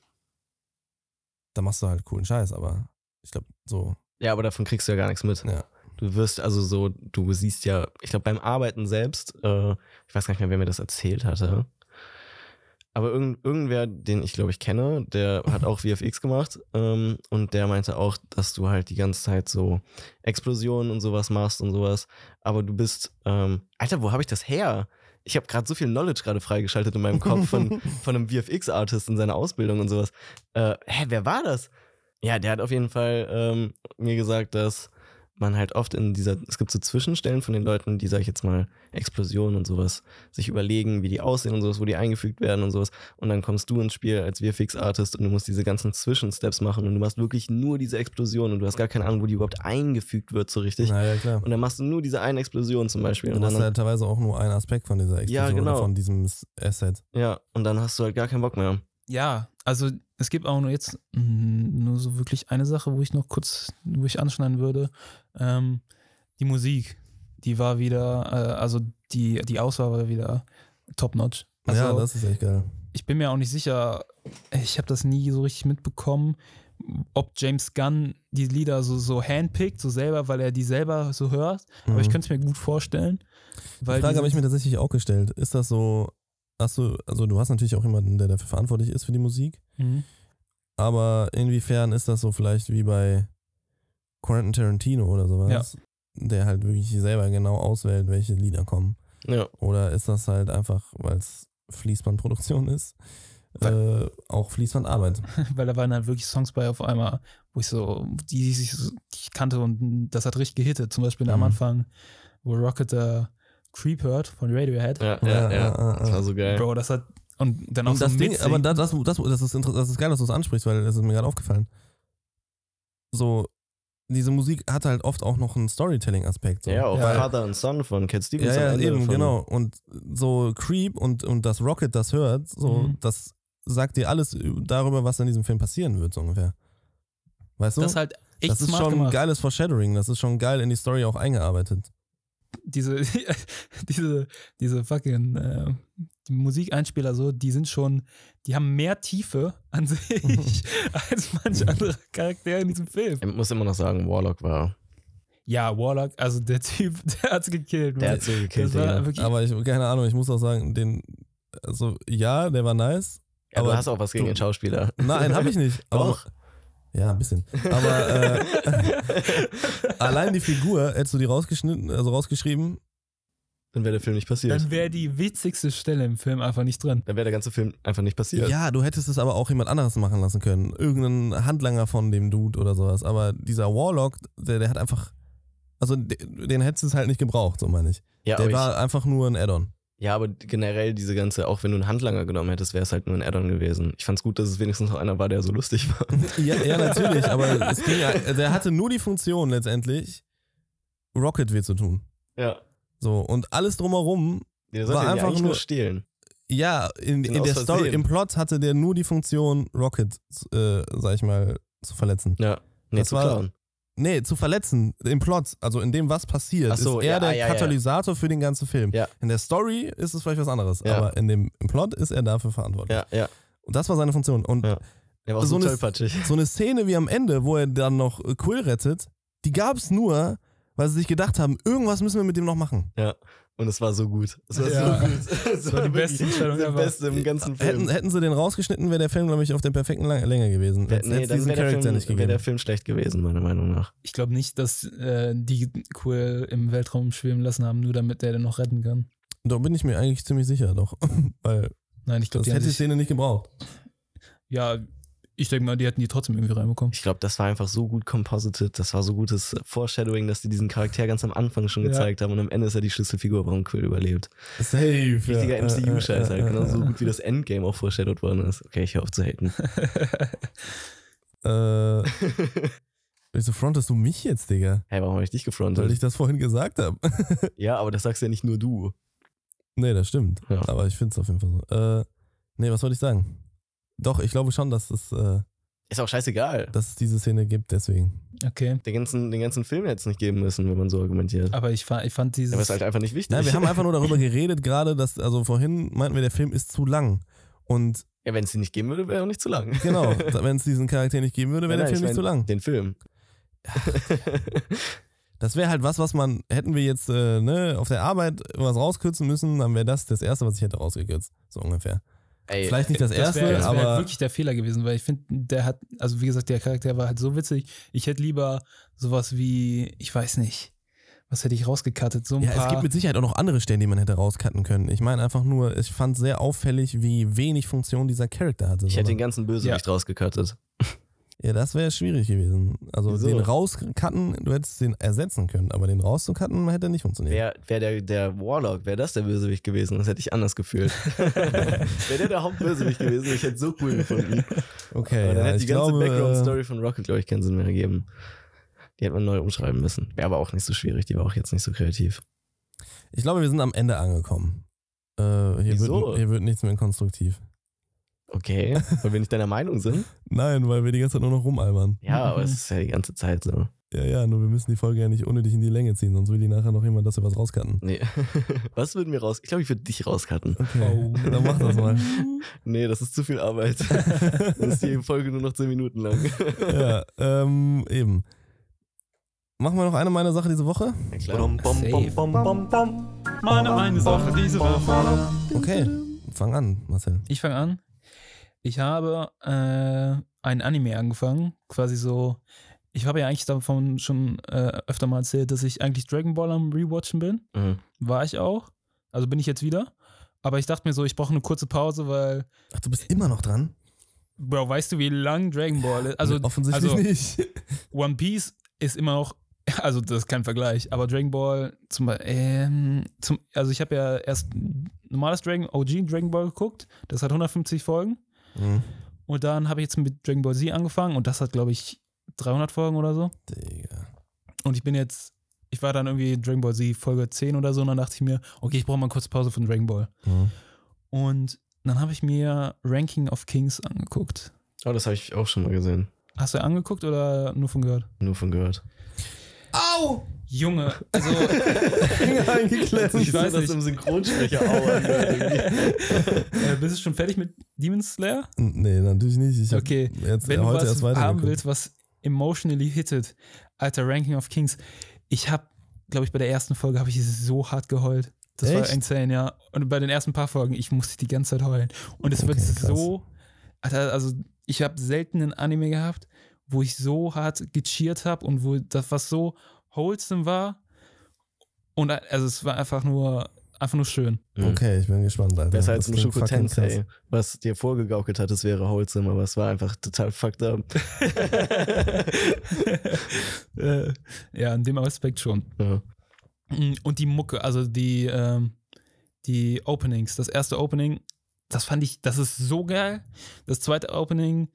Speaker 4: Da machst du halt coolen Scheiß, aber ich glaube, so.
Speaker 3: Ja, aber davon kriegst du ja gar nichts mit.
Speaker 4: Ja.
Speaker 3: Du wirst also so, du siehst ja, ich glaube beim Arbeiten selbst, ich weiß gar nicht mehr, wer mir das erzählt hatte, aber irgendwer, den ich glaube ich kenne, der hat auch VFX gemacht und der meinte auch, dass du halt die ganze Zeit so Explosionen und sowas machst und sowas, aber du bist, Alter, wo habe ich das her? Ich habe gerade so viel Knowledge gerade freigeschaltet in meinem Kopf von einem VFX-Artist in seiner Ausbildung und sowas. Wer war das? Ja, der hat auf jeden Fall mir gesagt, dass man halt oft es gibt so Zwischenstellen von den Leuten, die, sag ich jetzt mal, Explosionen und sowas, sich überlegen, wie die aussehen und sowas, wo die eingefügt werden und sowas. Und dann kommst du ins Spiel als VFX-Artist und du musst diese ganzen Zwischensteps machen und du machst wirklich nur diese Explosion und du hast gar keine Ahnung, wo die überhaupt eingefügt wird so richtig.
Speaker 4: Na ja, klar.
Speaker 3: Und dann machst du nur diese eine Explosion zum Beispiel.
Speaker 4: Du hast halt teilweise auch nur einen Aspekt von dieser Explosion oder von diesem Asset.
Speaker 3: Ja, und dann hast du halt gar keinen Bock mehr.
Speaker 2: Ja, also es gibt auch nur so wirklich eine Sache, wo ich anschneiden würde. Die Musik, die war wieder, also die Auswahl war wieder top-notch. Also,
Speaker 4: ja, das ist echt geil.
Speaker 2: Ich bin mir auch nicht sicher, ich habe das nie so richtig mitbekommen, ob James Gunn die Lieder so handpickt, so selber, weil er die selber so hört. Aber ich könnte es mir gut vorstellen. Weil
Speaker 4: die Frage habe ich mir tatsächlich auch gestellt. Ist das so, also du hast natürlich auch jemanden, der dafür verantwortlich ist für die Musik. Aber inwiefern ist das so vielleicht wie bei Quentin Tarantino oder sowas, der halt wirklich selber genau auswählt, welche Lieder kommen?
Speaker 3: Ja.
Speaker 4: Oder ist das halt einfach, weil es Fließbandproduktion ist, auch Fließbandarbeit?
Speaker 2: Weil da waren halt wirklich Songs bei auf einmal, wo ich so, die ich kannte und das hat richtig gehittet. Zum Beispiel am Anfang, wo Rocket Creep hört von Radiohead.
Speaker 3: Ja. Das war so geil.
Speaker 2: Bro, das hat und dann auch
Speaker 4: und
Speaker 2: so
Speaker 4: das Ding,
Speaker 2: mitsingen.
Speaker 4: aber das ist geil, dass du es ansprichst, weil das ist mir gerade aufgefallen. So, diese Musik hat halt oft auch noch einen Storytelling-Aspekt. So.
Speaker 3: Ja, auch Father and Son von Cat Stevens.
Speaker 4: Ja, eben, genau. Und so Creep und das Rocket das hört, so, das sagt dir alles darüber, was in diesem Film passieren wird, so ungefähr. Weißt du?
Speaker 2: Das ist halt echt
Speaker 4: das ist
Speaker 2: smart
Speaker 4: schon
Speaker 2: gemacht.
Speaker 4: Ein geiles Foreshadowing, das ist schon geil in die Story auch eingearbeitet.
Speaker 2: Diese fucking die Musikeinspieler so, die haben mehr Tiefe an sich als manche andere Charaktere in diesem Film.
Speaker 3: Ich muss immer noch sagen, Warlock war...
Speaker 2: Ja, Warlock, also der Typ, der hat's gekillt.
Speaker 3: Der hat's so gekillt,
Speaker 2: ja.
Speaker 4: Aber keine Ahnung, ich muss auch sagen, der war nice.
Speaker 3: Ja,
Speaker 4: aber
Speaker 3: du hast auch was gegen den Schauspieler.
Speaker 4: Nein, hab ich nicht.
Speaker 3: Doch.
Speaker 4: Ja, ein bisschen. Aber allein die Figur, hättest du die rausgeschrieben,
Speaker 3: dann wäre der Film nicht passiert.
Speaker 2: Dann wäre die witzigste Stelle im Film einfach nicht drin.
Speaker 3: Dann wäre der ganze Film einfach nicht passiert.
Speaker 4: Ja, du hättest es aber auch jemand anderes machen lassen können. Irgendein Handlanger von dem Dude oder sowas. Aber dieser Warlock, der hat einfach, also den hättest du es halt nicht gebraucht, so meine ich.
Speaker 3: Ja,
Speaker 4: der war einfach nur ein Add-on.
Speaker 3: Ja, aber generell diese ganze, auch wenn du einen Handlanger genommen hättest, wäre es halt nur ein Add-on gewesen. Ich fand's gut, dass es wenigstens noch einer war, der so lustig war.
Speaker 4: Ja, natürlich, aber der hatte nur die Funktion letztendlich, Rocket weh zu tun.
Speaker 3: Ja.
Speaker 4: So, und alles drumherum
Speaker 3: Der
Speaker 4: war einfach
Speaker 3: nur stehlen.
Speaker 4: Ja, in der Story, im Plot hatte der nur die Funktion, Rocket, sag ich mal, zu verletzen.
Speaker 3: Ja, zu klauen.
Speaker 4: Nee, zu verletzen, im Plot, also in dem, was passiert, ist er der Katalysator für den ganzen Film.
Speaker 3: Ja.
Speaker 4: In der Story ist es vielleicht was anderes, aber im Plot ist er dafür verantwortlich.
Speaker 3: Ja.
Speaker 4: Und das war seine Funktion. Und
Speaker 3: der war auch so tollpatschig.
Speaker 4: So eine Szene wie am Ende, wo er dann noch Quill rettet, die gab es nur, weil sie sich gedacht haben, irgendwas müssen wir mit dem noch machen.
Speaker 3: Ja. Und es war so gut. Es war
Speaker 2: Ja.
Speaker 3: so gut. Es
Speaker 2: war die beste Entscheidung
Speaker 3: der
Speaker 2: ever.
Speaker 3: Beste im ganzen Film.
Speaker 4: Hätten sie den rausgeschnitten, wäre der Film, glaube ich, auf der perfekten Länge gewesen.
Speaker 3: Nee,
Speaker 4: Hätte
Speaker 3: dann
Speaker 4: diesen
Speaker 3: wäre
Speaker 4: Charakter nicht
Speaker 3: der
Speaker 4: gegeben.
Speaker 3: Film schlecht gewesen, meiner Meinung nach.
Speaker 2: Ich glaube nicht, dass die Quill im Weltraum schweben lassen haben, nur damit der den noch retten kann.
Speaker 4: Da bin ich mir eigentlich ziemlich sicher, doch. Weil
Speaker 2: Nein, ich glaube,
Speaker 4: das
Speaker 2: die
Speaker 4: hätte
Speaker 2: haben
Speaker 4: die
Speaker 2: sich,
Speaker 4: Szene nicht gebraucht.
Speaker 2: ja, ich denke mal, die hätten die trotzdem irgendwie reinbekommen.
Speaker 3: Ich glaube, das war einfach so gut composited, das war so gutes Foreshadowing, dass die diesen Charakter ganz am Anfang schon
Speaker 2: Ja.
Speaker 3: gezeigt haben und am Ende ist er die Schlüsselfigur, warum Quill überlebt.
Speaker 4: Safe.
Speaker 3: Richtiger MCU-Scheiß halt, genau so gut wie das Endgame auch foreshadowed worden ist. Okay, ich höre auf zu haten.
Speaker 4: Wieso frontest du mich jetzt, Digga?
Speaker 3: Hey, warum habe ich dich gefrontet?
Speaker 4: Weil ich das vorhin gesagt habe.
Speaker 3: Ja, aber das sagst ja nicht nur du.
Speaker 4: Nee, das stimmt.
Speaker 3: Ja.
Speaker 4: Aber ich finde es auf jeden Fall so. Nee, was wollte ich sagen? Doch, ich glaube schon, dass es
Speaker 3: Ist auch scheißegal.
Speaker 4: diese Szene gibt, deswegen.
Speaker 2: Okay.
Speaker 3: Den ganzen Film hätte es nicht geben müssen, wenn man so argumentiert.
Speaker 2: Aber ich fand dieses.
Speaker 3: Aber ist halt einfach nicht wichtig.
Speaker 4: Nein, wir haben einfach nur darüber geredet, gerade, dass, also vorhin meinten wir, der Film ist zu lang. Und
Speaker 3: ja, wenn es ihn nicht geben würde, wäre er auch nicht zu lang.
Speaker 4: genau, wenn es diesen Charakter nicht geben würde, wäre der
Speaker 3: Nein,
Speaker 4: Film
Speaker 3: ich
Speaker 4: nicht zu
Speaker 3: mein,
Speaker 4: lang.
Speaker 3: Den Film.
Speaker 4: Das wäre halt was man, hätten wir jetzt auf der Arbeit was rauskürzen müssen, dann wäre das Erste, was ich hätte rausgekürzt. So ungefähr.
Speaker 3: Ey,
Speaker 4: Vielleicht nicht das Erste,
Speaker 2: das wär
Speaker 4: aber
Speaker 2: wirklich der Fehler gewesen, weil ich finde, der hat, also wie gesagt, der Charakter war halt so witzig. Ich hätte lieber sowas wie, ich weiß nicht, was hätte ich rausgecuttet? So ein
Speaker 4: ja,
Speaker 2: paar.
Speaker 4: es gibt mit Sicherheit auch noch andere Stellen, die man hätte rauscutten können. Ich meine einfach nur, ich fand sehr auffällig, wie wenig Funktion dieser Charakter hatte.
Speaker 3: ich hätte den ganzen Bösewicht rausgecuttet.
Speaker 4: Ja, das wäre schwierig gewesen. Also
Speaker 3: Wieso?
Speaker 4: den rauscutten, du hättest den ersetzen können, aber den rauszucutten hätte nicht funktioniert.
Speaker 3: Wäre der Warlock, wäre das der Bösewicht gewesen, das hätte ich anders gefühlt. Wäre der Hauptbösewicht gewesen, ich hätte es so cool gefunden.
Speaker 4: Okay,
Speaker 3: Aber dann
Speaker 4: ja,
Speaker 3: hätte
Speaker 4: ich
Speaker 3: die ganze
Speaker 4: glaube,
Speaker 3: Background-Story von Rocket, glaube ich, keinen Sinn mehr gegeben. Die hätte man neu umschreiben müssen. Wäre aber auch nicht so schwierig, die war auch jetzt nicht so kreativ.
Speaker 4: ich glaube, wir sind am Ende angekommen.
Speaker 3: Wieso?
Speaker 4: Hier wird nichts mehr konstruktiv.
Speaker 3: Okay, weil wir nicht deiner Meinung sind.
Speaker 4: Nein, weil wir die ganze Zeit nur noch rumalbern.
Speaker 3: Ja, aber es ist ja die ganze Zeit so.
Speaker 4: Ja, nur wir müssen die Folge ja nicht unnötig in die Länge ziehen, sonst will die nachher noch jemand, dass wir was rauscutten.
Speaker 3: Nee. Was würden wir raus? Ich glaube, ich würde dich rauscutten.
Speaker 4: Okay, dann mach das mal.
Speaker 3: Nee, das ist zu viel Arbeit. Dann ist die Folge nur noch 10 Minuten lang.
Speaker 4: Ja, eben. Machen wir noch eine meiner Sache diese Woche?
Speaker 3: Ja, klar.
Speaker 2: Meine Sache diese Woche.
Speaker 4: Okay, fang an, Marcel.
Speaker 2: Ich fange an. Ich habe ein Anime angefangen, quasi so. Ich habe ja eigentlich davon schon öfter mal erzählt, dass ich eigentlich Dragon Ball am Rewatchen bin.
Speaker 3: Mhm.
Speaker 2: War ich auch. Also bin ich jetzt wieder. Aber ich dachte mir so, ich brauche eine kurze Pause, weil,
Speaker 4: Ach, du bist immer noch dran?
Speaker 2: Bro, weißt du, wie lang Dragon Ball ist? Also,
Speaker 4: offensichtlich nicht.
Speaker 2: One Piece ist immer noch, also das ist kein Vergleich, aber Dragon Ball also ich habe ja erst normales OG Dragon Ball geguckt, das hat 150 Folgen
Speaker 4: Mhm.
Speaker 2: und dann habe ich jetzt mit Dragon Ball Z angefangen und das hat, glaube ich, 300 Folgen oder so.
Speaker 4: Digga.
Speaker 2: Und ich war dann irgendwie Dragon Ball Z Folge 10 oder so und dann dachte ich mir, okay, ich brauche mal eine kurze Pause von Dragon Ball.
Speaker 4: Mhm.
Speaker 2: Und dann habe ich mir Ranking of Kings angeguckt.
Speaker 3: Oh, das habe ich auch schon mal gesehen.
Speaker 2: Hast du angeguckt oder nur von gehört?
Speaker 3: Nur von gehört.
Speaker 4: Au!
Speaker 2: Junge, also
Speaker 4: Eingeklemmt.
Speaker 2: Ich weiß
Speaker 3: das
Speaker 2: nicht.
Speaker 3: im Synchronsprecher auch.
Speaker 2: bist du schon fertig mit Demon Slayer?
Speaker 4: Nee, natürlich nicht. Ich hab
Speaker 2: Okay,
Speaker 4: jetzt
Speaker 2: wenn du
Speaker 4: heute
Speaker 2: was
Speaker 4: erst
Speaker 2: haben
Speaker 4: weitergeguckt.
Speaker 2: willst, was emotionally hittet, alter, Ranking of Kings. Ich habe, glaube ich, bei der ersten Folge habe ich so hart geheult. Das war
Speaker 4: Echt?
Speaker 2: insane, ja. Und bei den ersten paar Folgen, ich musste die ganze Zeit heulen. Und es wird
Speaker 4: Okay, krass.
Speaker 2: so, Alter, also ich habe selten einen Anime gehabt, wo ich so hart gecheert habe und wo das was so wholesome war. Und also es war einfach nur schön.
Speaker 4: Okay, ich bin gespannt, Alter.
Speaker 3: Besser als
Speaker 4: Das
Speaker 3: im
Speaker 4: klingt
Speaker 3: Shoko
Speaker 4: fucking
Speaker 3: Tensei,
Speaker 4: krass.
Speaker 3: was dir vorgegaukelt hat, es wäre wholesome, aber es war einfach total fucked up.
Speaker 2: Ja, in dem Aspekt schon.
Speaker 3: Ja.
Speaker 2: Und die Mucke, also die Openings, das erste Opening, das ist so geil. Das zweite Opening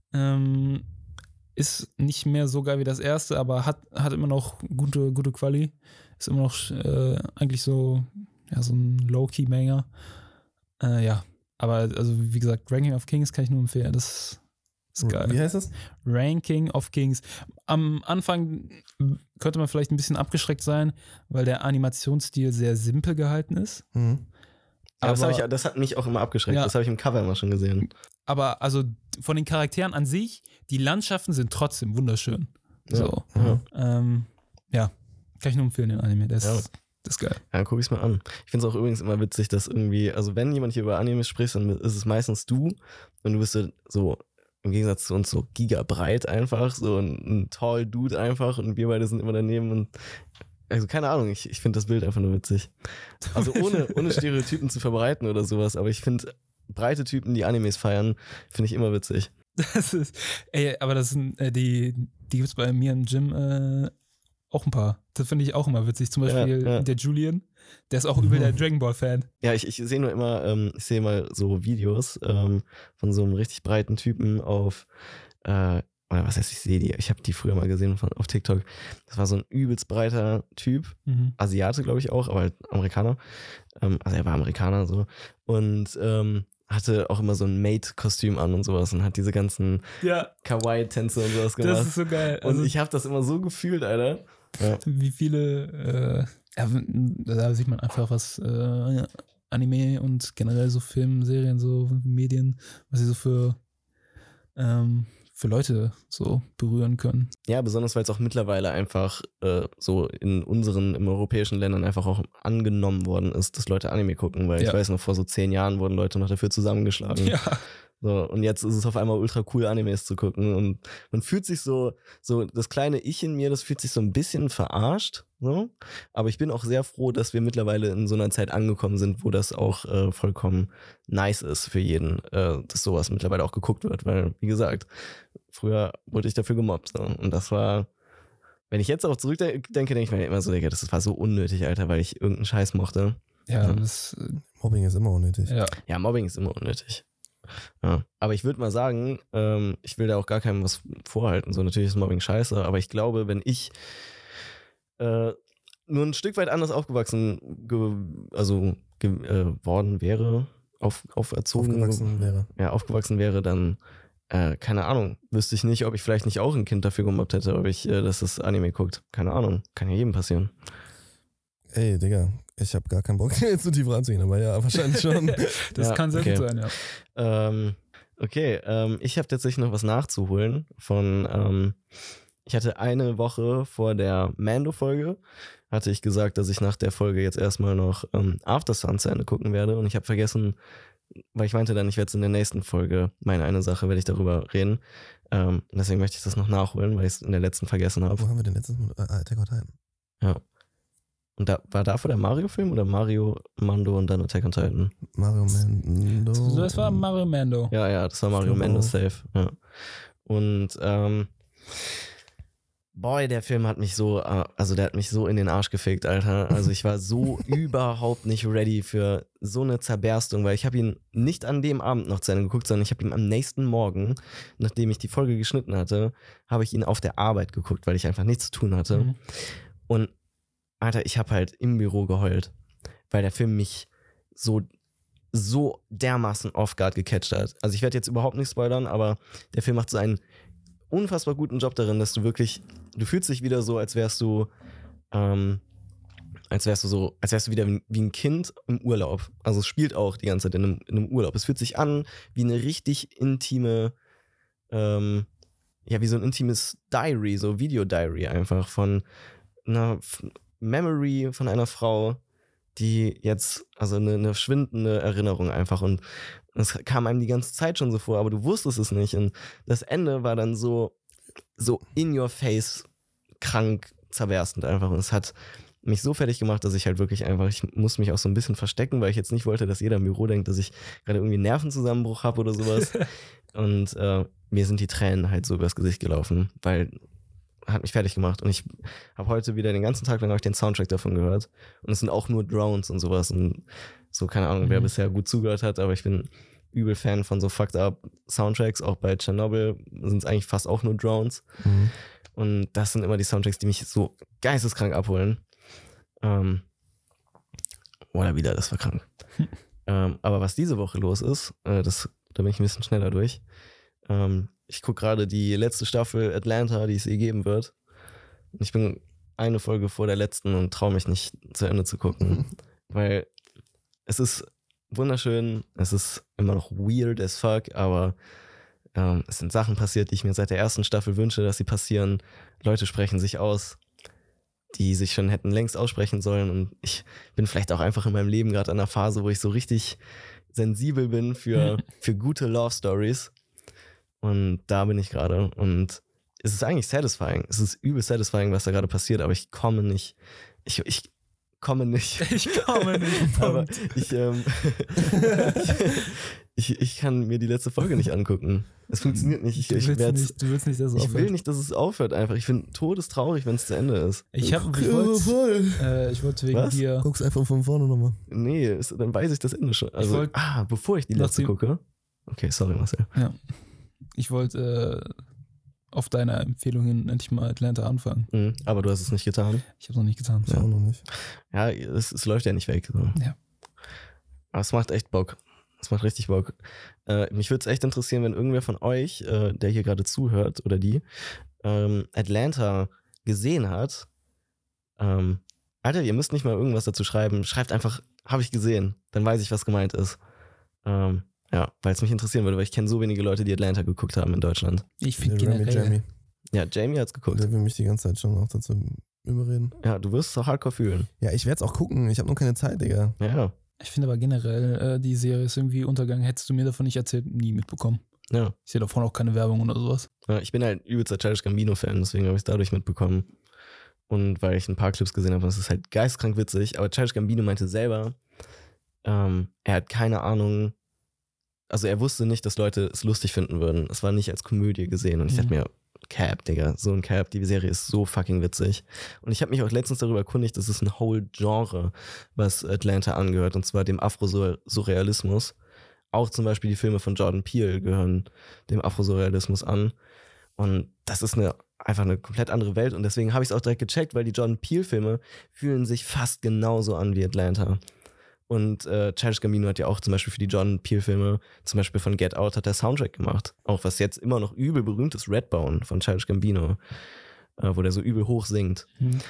Speaker 2: ist nicht mehr so geil wie das erste, aber hat immer noch gute Quali. Ist immer noch eigentlich so ein Low-Key-Banger. Ja, aber also wie gesagt, Ranking of Kings kann ich nur empfehlen. Das ist geil.
Speaker 4: Wie heißt das?
Speaker 2: Ranking of Kings. Am Anfang könnte man vielleicht ein bisschen abgeschreckt sein, weil der Animationsstil sehr simpel gehalten ist.
Speaker 4: Mhm.
Speaker 3: Ja, das hat mich auch immer abgeschreckt.
Speaker 2: Ja.
Speaker 3: Das habe ich im Cover immer schon gesehen.
Speaker 2: Aber also von den Charakteren an sich, die Landschaften sind trotzdem wunderschön.
Speaker 3: Ja.
Speaker 2: So.
Speaker 3: Ja.
Speaker 2: Ja, Kann ich nur empfehlen, den Anime. Das ist geil.
Speaker 3: Ja, dann guck ich's mal an. Ich finde es auch übrigens immer witzig, dass irgendwie, also wenn jemand hier über Animes spricht, dann ist es meistens du und du bist so im Gegensatz zu uns so gigabreit einfach, so ein tall Dude einfach und wir beide sind immer daneben und also keine Ahnung, ich finde das Bild einfach nur witzig. Also ohne Stereotypen zu verbreiten oder sowas, aber ich finde breite Typen, die Animes feiern, finde ich immer witzig.
Speaker 2: Aber das sind die gibt es bei mir im Gym auch ein paar. Das finde ich auch immer witzig. Zum Beispiel der Julian, der ist auch übel der Dragon Ball Fan.
Speaker 3: Ja, ich sehe nur immer, ich sehe mal so Videos von so einem richtig breiten Typen auf, oder was heißt, ich sehe die, ich habe die früher mal gesehen auf TikTok. Das war so ein übelst breiter Typ, Asiate glaube ich auch, aber halt Amerikaner. Also er war Amerikaner so und hatte auch immer so ein Maid-Kostüm an und sowas und hat diese ganzen Kawaii-Tänze und sowas gemacht.
Speaker 2: Das ist so geil.
Speaker 3: Also, und ich habe das immer so gefühlt, Alter. Ja.
Speaker 2: Wie viele, da sieht man einfach, was Anime und generell so Film, Serien, so Medien, was sie so für Leute so berühren können.
Speaker 3: Ja, besonders weil es auch mittlerweile einfach so im europäischen Ländern einfach auch angenommen worden ist, dass Leute Anime gucken, weil ich weiß noch, vor so 10 Jahren wurden Leute noch dafür zusammengeschlagen. Ja. So, und jetzt ist es auf einmal ultra cool, Animes zu gucken und man fühlt sich so das kleine Ich in mir, das fühlt sich so ein bisschen verarscht, so. Aber ich bin auch sehr froh, dass wir mittlerweile in so einer Zeit angekommen sind, wo das auch vollkommen nice ist für jeden, dass sowas mittlerweile auch geguckt wird, weil, wie gesagt, früher wurde ich dafür gemobbt, so. Und das war, wenn ich jetzt auch zurückdenke, denke ich mir immer so, Digga, das war so unnötig, Alter, weil ich irgendeinen Scheiß mochte.
Speaker 2: Ja,
Speaker 4: Mobbing ist immer unnötig.
Speaker 3: Ja, Mobbing ist immer unnötig. Ja, aber ich würde mal sagen, ich will da auch gar keinem was vorhalten. So, natürlich ist Mobbing scheiße, aber ich glaube, wenn ich nur ein Stück weit anders aufgewachsen worden wäre, aufgewachsen wäre, dann keine Ahnung, wüsste ich nicht, ob ich vielleicht nicht auch ein Kind dafür gemobbt hätte, dass das Anime guckt. Keine Ahnung, kann ja jedem passieren.
Speaker 4: Ey, Digga, ich habe gar keinen Bock, jetzt so tief ranzugehen, aber ja, wahrscheinlich schon.
Speaker 2: Das kann sehr gut sein, ja.
Speaker 3: Ich habe tatsächlich noch was nachzuholen ich hatte eine Woche vor der Mando-Folge, hatte ich gesagt, dass ich nach der Folge jetzt erstmal noch After Sun zu Ende gucken werde und ich habe vergessen, weil ich meinte dann, ich werde es in der nächsten Folge, meine eine Sache, werde ich darüber reden. Deswegen möchte ich das noch nachholen, weil ich es in der letzten vergessen habe.
Speaker 4: Wo haben wir den letzten? Attack on Titan.
Speaker 3: Ja. Und war davor der Mario-Film oder Mario, Mando und dann Attack on Titan?
Speaker 4: Mario Mando.
Speaker 2: Das war Mario Mando.
Speaker 3: Ja, das war Mario Mando safe. Ja. Und der Film hat mich so, der hat mich so in den Arsch gefickt, Alter. Also ich war so überhaupt nicht ready für so eine Zerberstung, weil ich habe ihn nicht an dem Abend noch zu Ende geguckt, sondern ich habe ihn am nächsten Morgen, nachdem ich die Folge geschnitten hatte, habe ich ihn auf der Arbeit geguckt, weil ich einfach nichts zu tun hatte. Und Alter, ich habe halt im Büro geheult, weil der Film mich so dermaßen off-guard gecatcht hat. Also ich werde jetzt überhaupt nicht spoilern, aber der Film macht so einen unfassbar guten Job darin, dass du fühlst dich wieder so, als wärst du wieder wie ein Kind im Urlaub. Also es spielt auch die ganze Zeit in einem Urlaub. Es fühlt sich an wie eine richtig intime, wie so ein intimes Diary, so Video-Diary einfach von einer Memory von einer Frau, die jetzt, also eine schwindende Erinnerung einfach und es kam einem die ganze Zeit schon so vor, aber du wusstest es nicht und das Ende war dann so in your face krank zerberstend einfach und es hat mich so fertig gemacht, dass ich halt wirklich einfach, ich muss mich auch so ein bisschen verstecken, weil ich jetzt nicht wollte, dass jeder im Büro denkt, dass ich gerade irgendwie einen Nervenzusammenbruch habe oder sowas und mir sind die Tränen halt so übers Gesicht gelaufen, weil hat mich fertig gemacht und ich habe heute wieder den ganzen Tag lang den Soundtrack davon gehört und es sind auch nur Drones und sowas und so, keine Ahnung, wer bisher gut zugehört hat, aber ich bin übel Fan von so fucked up Soundtracks, auch bei Chernobyl sind es eigentlich fast auch nur Drones und das sind immer die Soundtracks, die mich so geisteskrank abholen. Oder wieder, das war krank. Aber was diese Woche los ist, da bin ich ein bisschen schneller durch. Ich gucke gerade die letzte Staffel Atlanta, die es geben wird. Ich bin eine Folge vor der letzten und traue mich nicht zu Ende zu gucken, weil es ist wunderschön, es ist immer noch weird as fuck, aber es sind Sachen passiert, die ich mir seit der ersten Staffel wünsche, dass sie passieren. Leute sprechen sich aus. die sich schon hätten längst aussprechen sollen. Und ich bin vielleicht auch einfach in meinem Leben gerade in einer Phase, wo ich so richtig sensibel bin für gute Love Stories. Und da bin ich gerade. Und es ist eigentlich satisfying. Es ist übel satisfying, was da gerade passiert, aber ich komme nicht. Ich komme nicht.
Speaker 2: Ich komme nicht.
Speaker 3: Aber ich kann mir die letzte Folge nicht angucken. Es funktioniert nicht.
Speaker 2: Du willst nicht, dass es aufhört.
Speaker 3: Ich will nicht, dass es aufhört einfach. Ich finde todestraurig, wenn es zu Ende ist.
Speaker 2: Ich wollte wegen dir...
Speaker 4: Guck's einfach von vorne nochmal.
Speaker 3: Nee, dann weiß ich das Ende schon. Also, bevor ich die letzte gucke. Okay, sorry Marcel.
Speaker 2: Ja. Ich wollte auf deine Empfehlung hin endlich mal Atlanta anfangen.
Speaker 3: Aber du hast es nicht getan.
Speaker 2: Ich habe es noch nicht getan.
Speaker 4: Ja, auch noch nicht.
Speaker 3: Ja, es läuft ja nicht weg. So.
Speaker 2: Ja.
Speaker 3: Aber es macht echt Bock. Es macht richtig Bock. Mich würde es echt interessieren, wenn irgendwer von euch, der hier gerade zuhört oder die, Atlanta gesehen hat. Alter, ihr müsst nicht mal irgendwas dazu schreiben. Schreibt einfach, habe ich gesehen. Dann weiß ich, was gemeint ist. Ja, weil es mich interessieren würde, weil ich kenne so wenige Leute, die Atlanta geguckt haben in Deutschland.
Speaker 2: Ich finde generell...
Speaker 4: Jamie.
Speaker 3: Ja, Jamie hat's geguckt.
Speaker 4: Der will mich die ganze Zeit schon auch dazu überreden.
Speaker 3: Ja, du wirst es auch hardcore fühlen.
Speaker 4: Ja, ich werde es auch gucken. Ich habe nur keine Zeit, Digga.
Speaker 3: Ja.
Speaker 2: Ich finde aber generell, die Serie ist irgendwie untergegangen. Hättest du mir davon nicht erzählt, nie mitbekommen.
Speaker 3: Ja.
Speaker 2: Ich sehe davon auch keine Werbung oder sowas.
Speaker 3: Ja, ich bin halt übelster Childish Gambino-Fan, deswegen habe ich es dadurch mitbekommen. Und weil ich ein paar Clips gesehen habe, das ist halt geistkrank witzig. Aber Childish Gambino meinte selber, er hat keine Ahnung, also er wusste nicht, dass Leute es lustig finden würden. Es war nicht als Komödie gesehen. Und ich dachte mir, Cap, Digga, so ein Cap, die Serie ist so fucking witzig. Und ich habe mich auch letztens darüber erkundigt, das ist ein whole Genre, was Atlanta angehört, und zwar dem Afrosurrealismus. Auch zum Beispiel die Filme von Jordan Peele gehören dem Afrosurrealismus an. Und das ist einfach eine komplett andere Welt. Und deswegen habe ich es auch direkt gecheckt, weil die Jordan Peele-Filme fühlen sich fast genauso an wie Atlanta. Und Childish Gambino hat ja auch zum Beispiel für die Jordan Peele-Filme, zum Beispiel von Get Out, hat der Soundtrack gemacht. Auch was jetzt immer noch übel berühmt ist, Redbone von Childish Gambino, wo der so übel hoch singt.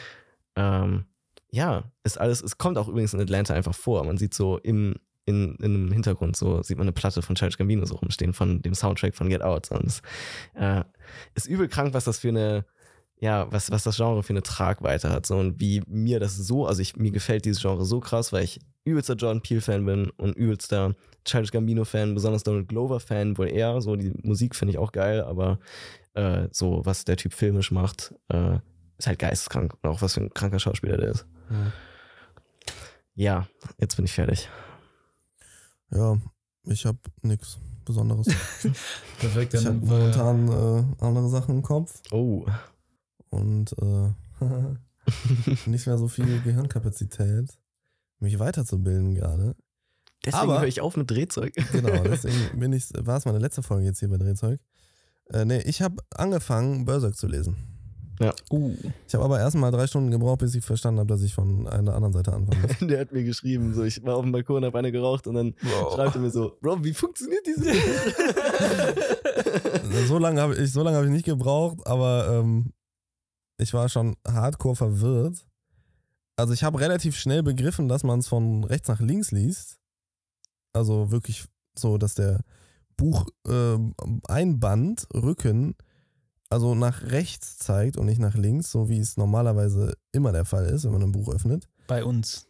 Speaker 3: Ja, ist alles, es kommt auch übrigens in Atlanta einfach vor. Man sieht so in einem Hintergrund, so sieht man eine Platte von Childish Gambino so rumstehen, von dem Soundtrack von Get Out. Und es ist übel krank, was das für eine, ja, was das Genre für eine Tragweite hat. So, und wie mir das so, also mir gefällt dieses Genre so krass, weil ich übelster Jordan Peele-Fan bin und übelster Childish Gambino-Fan, besonders Donald Glover-Fan, wohl eher. So, die Musik finde ich auch geil, aber so, was der Typ filmisch macht, ist halt geisteskrank. Und auch was für ein kranker Schauspieler der ist. Ja, jetzt bin ich fertig.
Speaker 4: Ja, ich habe nichts Besonderes.
Speaker 2: Perfekt,
Speaker 4: Ich habe momentan andere Sachen im Kopf.
Speaker 3: Oh.
Speaker 4: Und nicht mehr so viel Gehirnkapazität, mich weiterzubilden gerade.
Speaker 3: Deswegen höre ich auf mit Drehzeug.
Speaker 4: Genau, deswegen war es meine letzte Folge jetzt hier bei Drehzeug. Ich habe angefangen, Berserk zu lesen.
Speaker 3: Ja.
Speaker 4: Ich habe aber erst mal 3 Stunden gebraucht, bis ich verstanden habe, dass ich von einer anderen Seite anfangen muss.
Speaker 3: Der hat mir geschrieben, so, ich war auf dem Balkon, habe eine geraucht und dann schreibt er mir so, Bro, wie funktioniert diese?
Speaker 4: So lange habe ich nicht gebraucht, aber ich war schon hardcore verwirrt. Also ich habe relativ schnell begriffen, dass man es von rechts nach links liest. Also wirklich so, dass der Bucheinband, Rücken, also nach rechts zeigt und nicht nach links, so wie es normalerweise immer der Fall ist, wenn man ein Buch öffnet.
Speaker 2: Bei uns.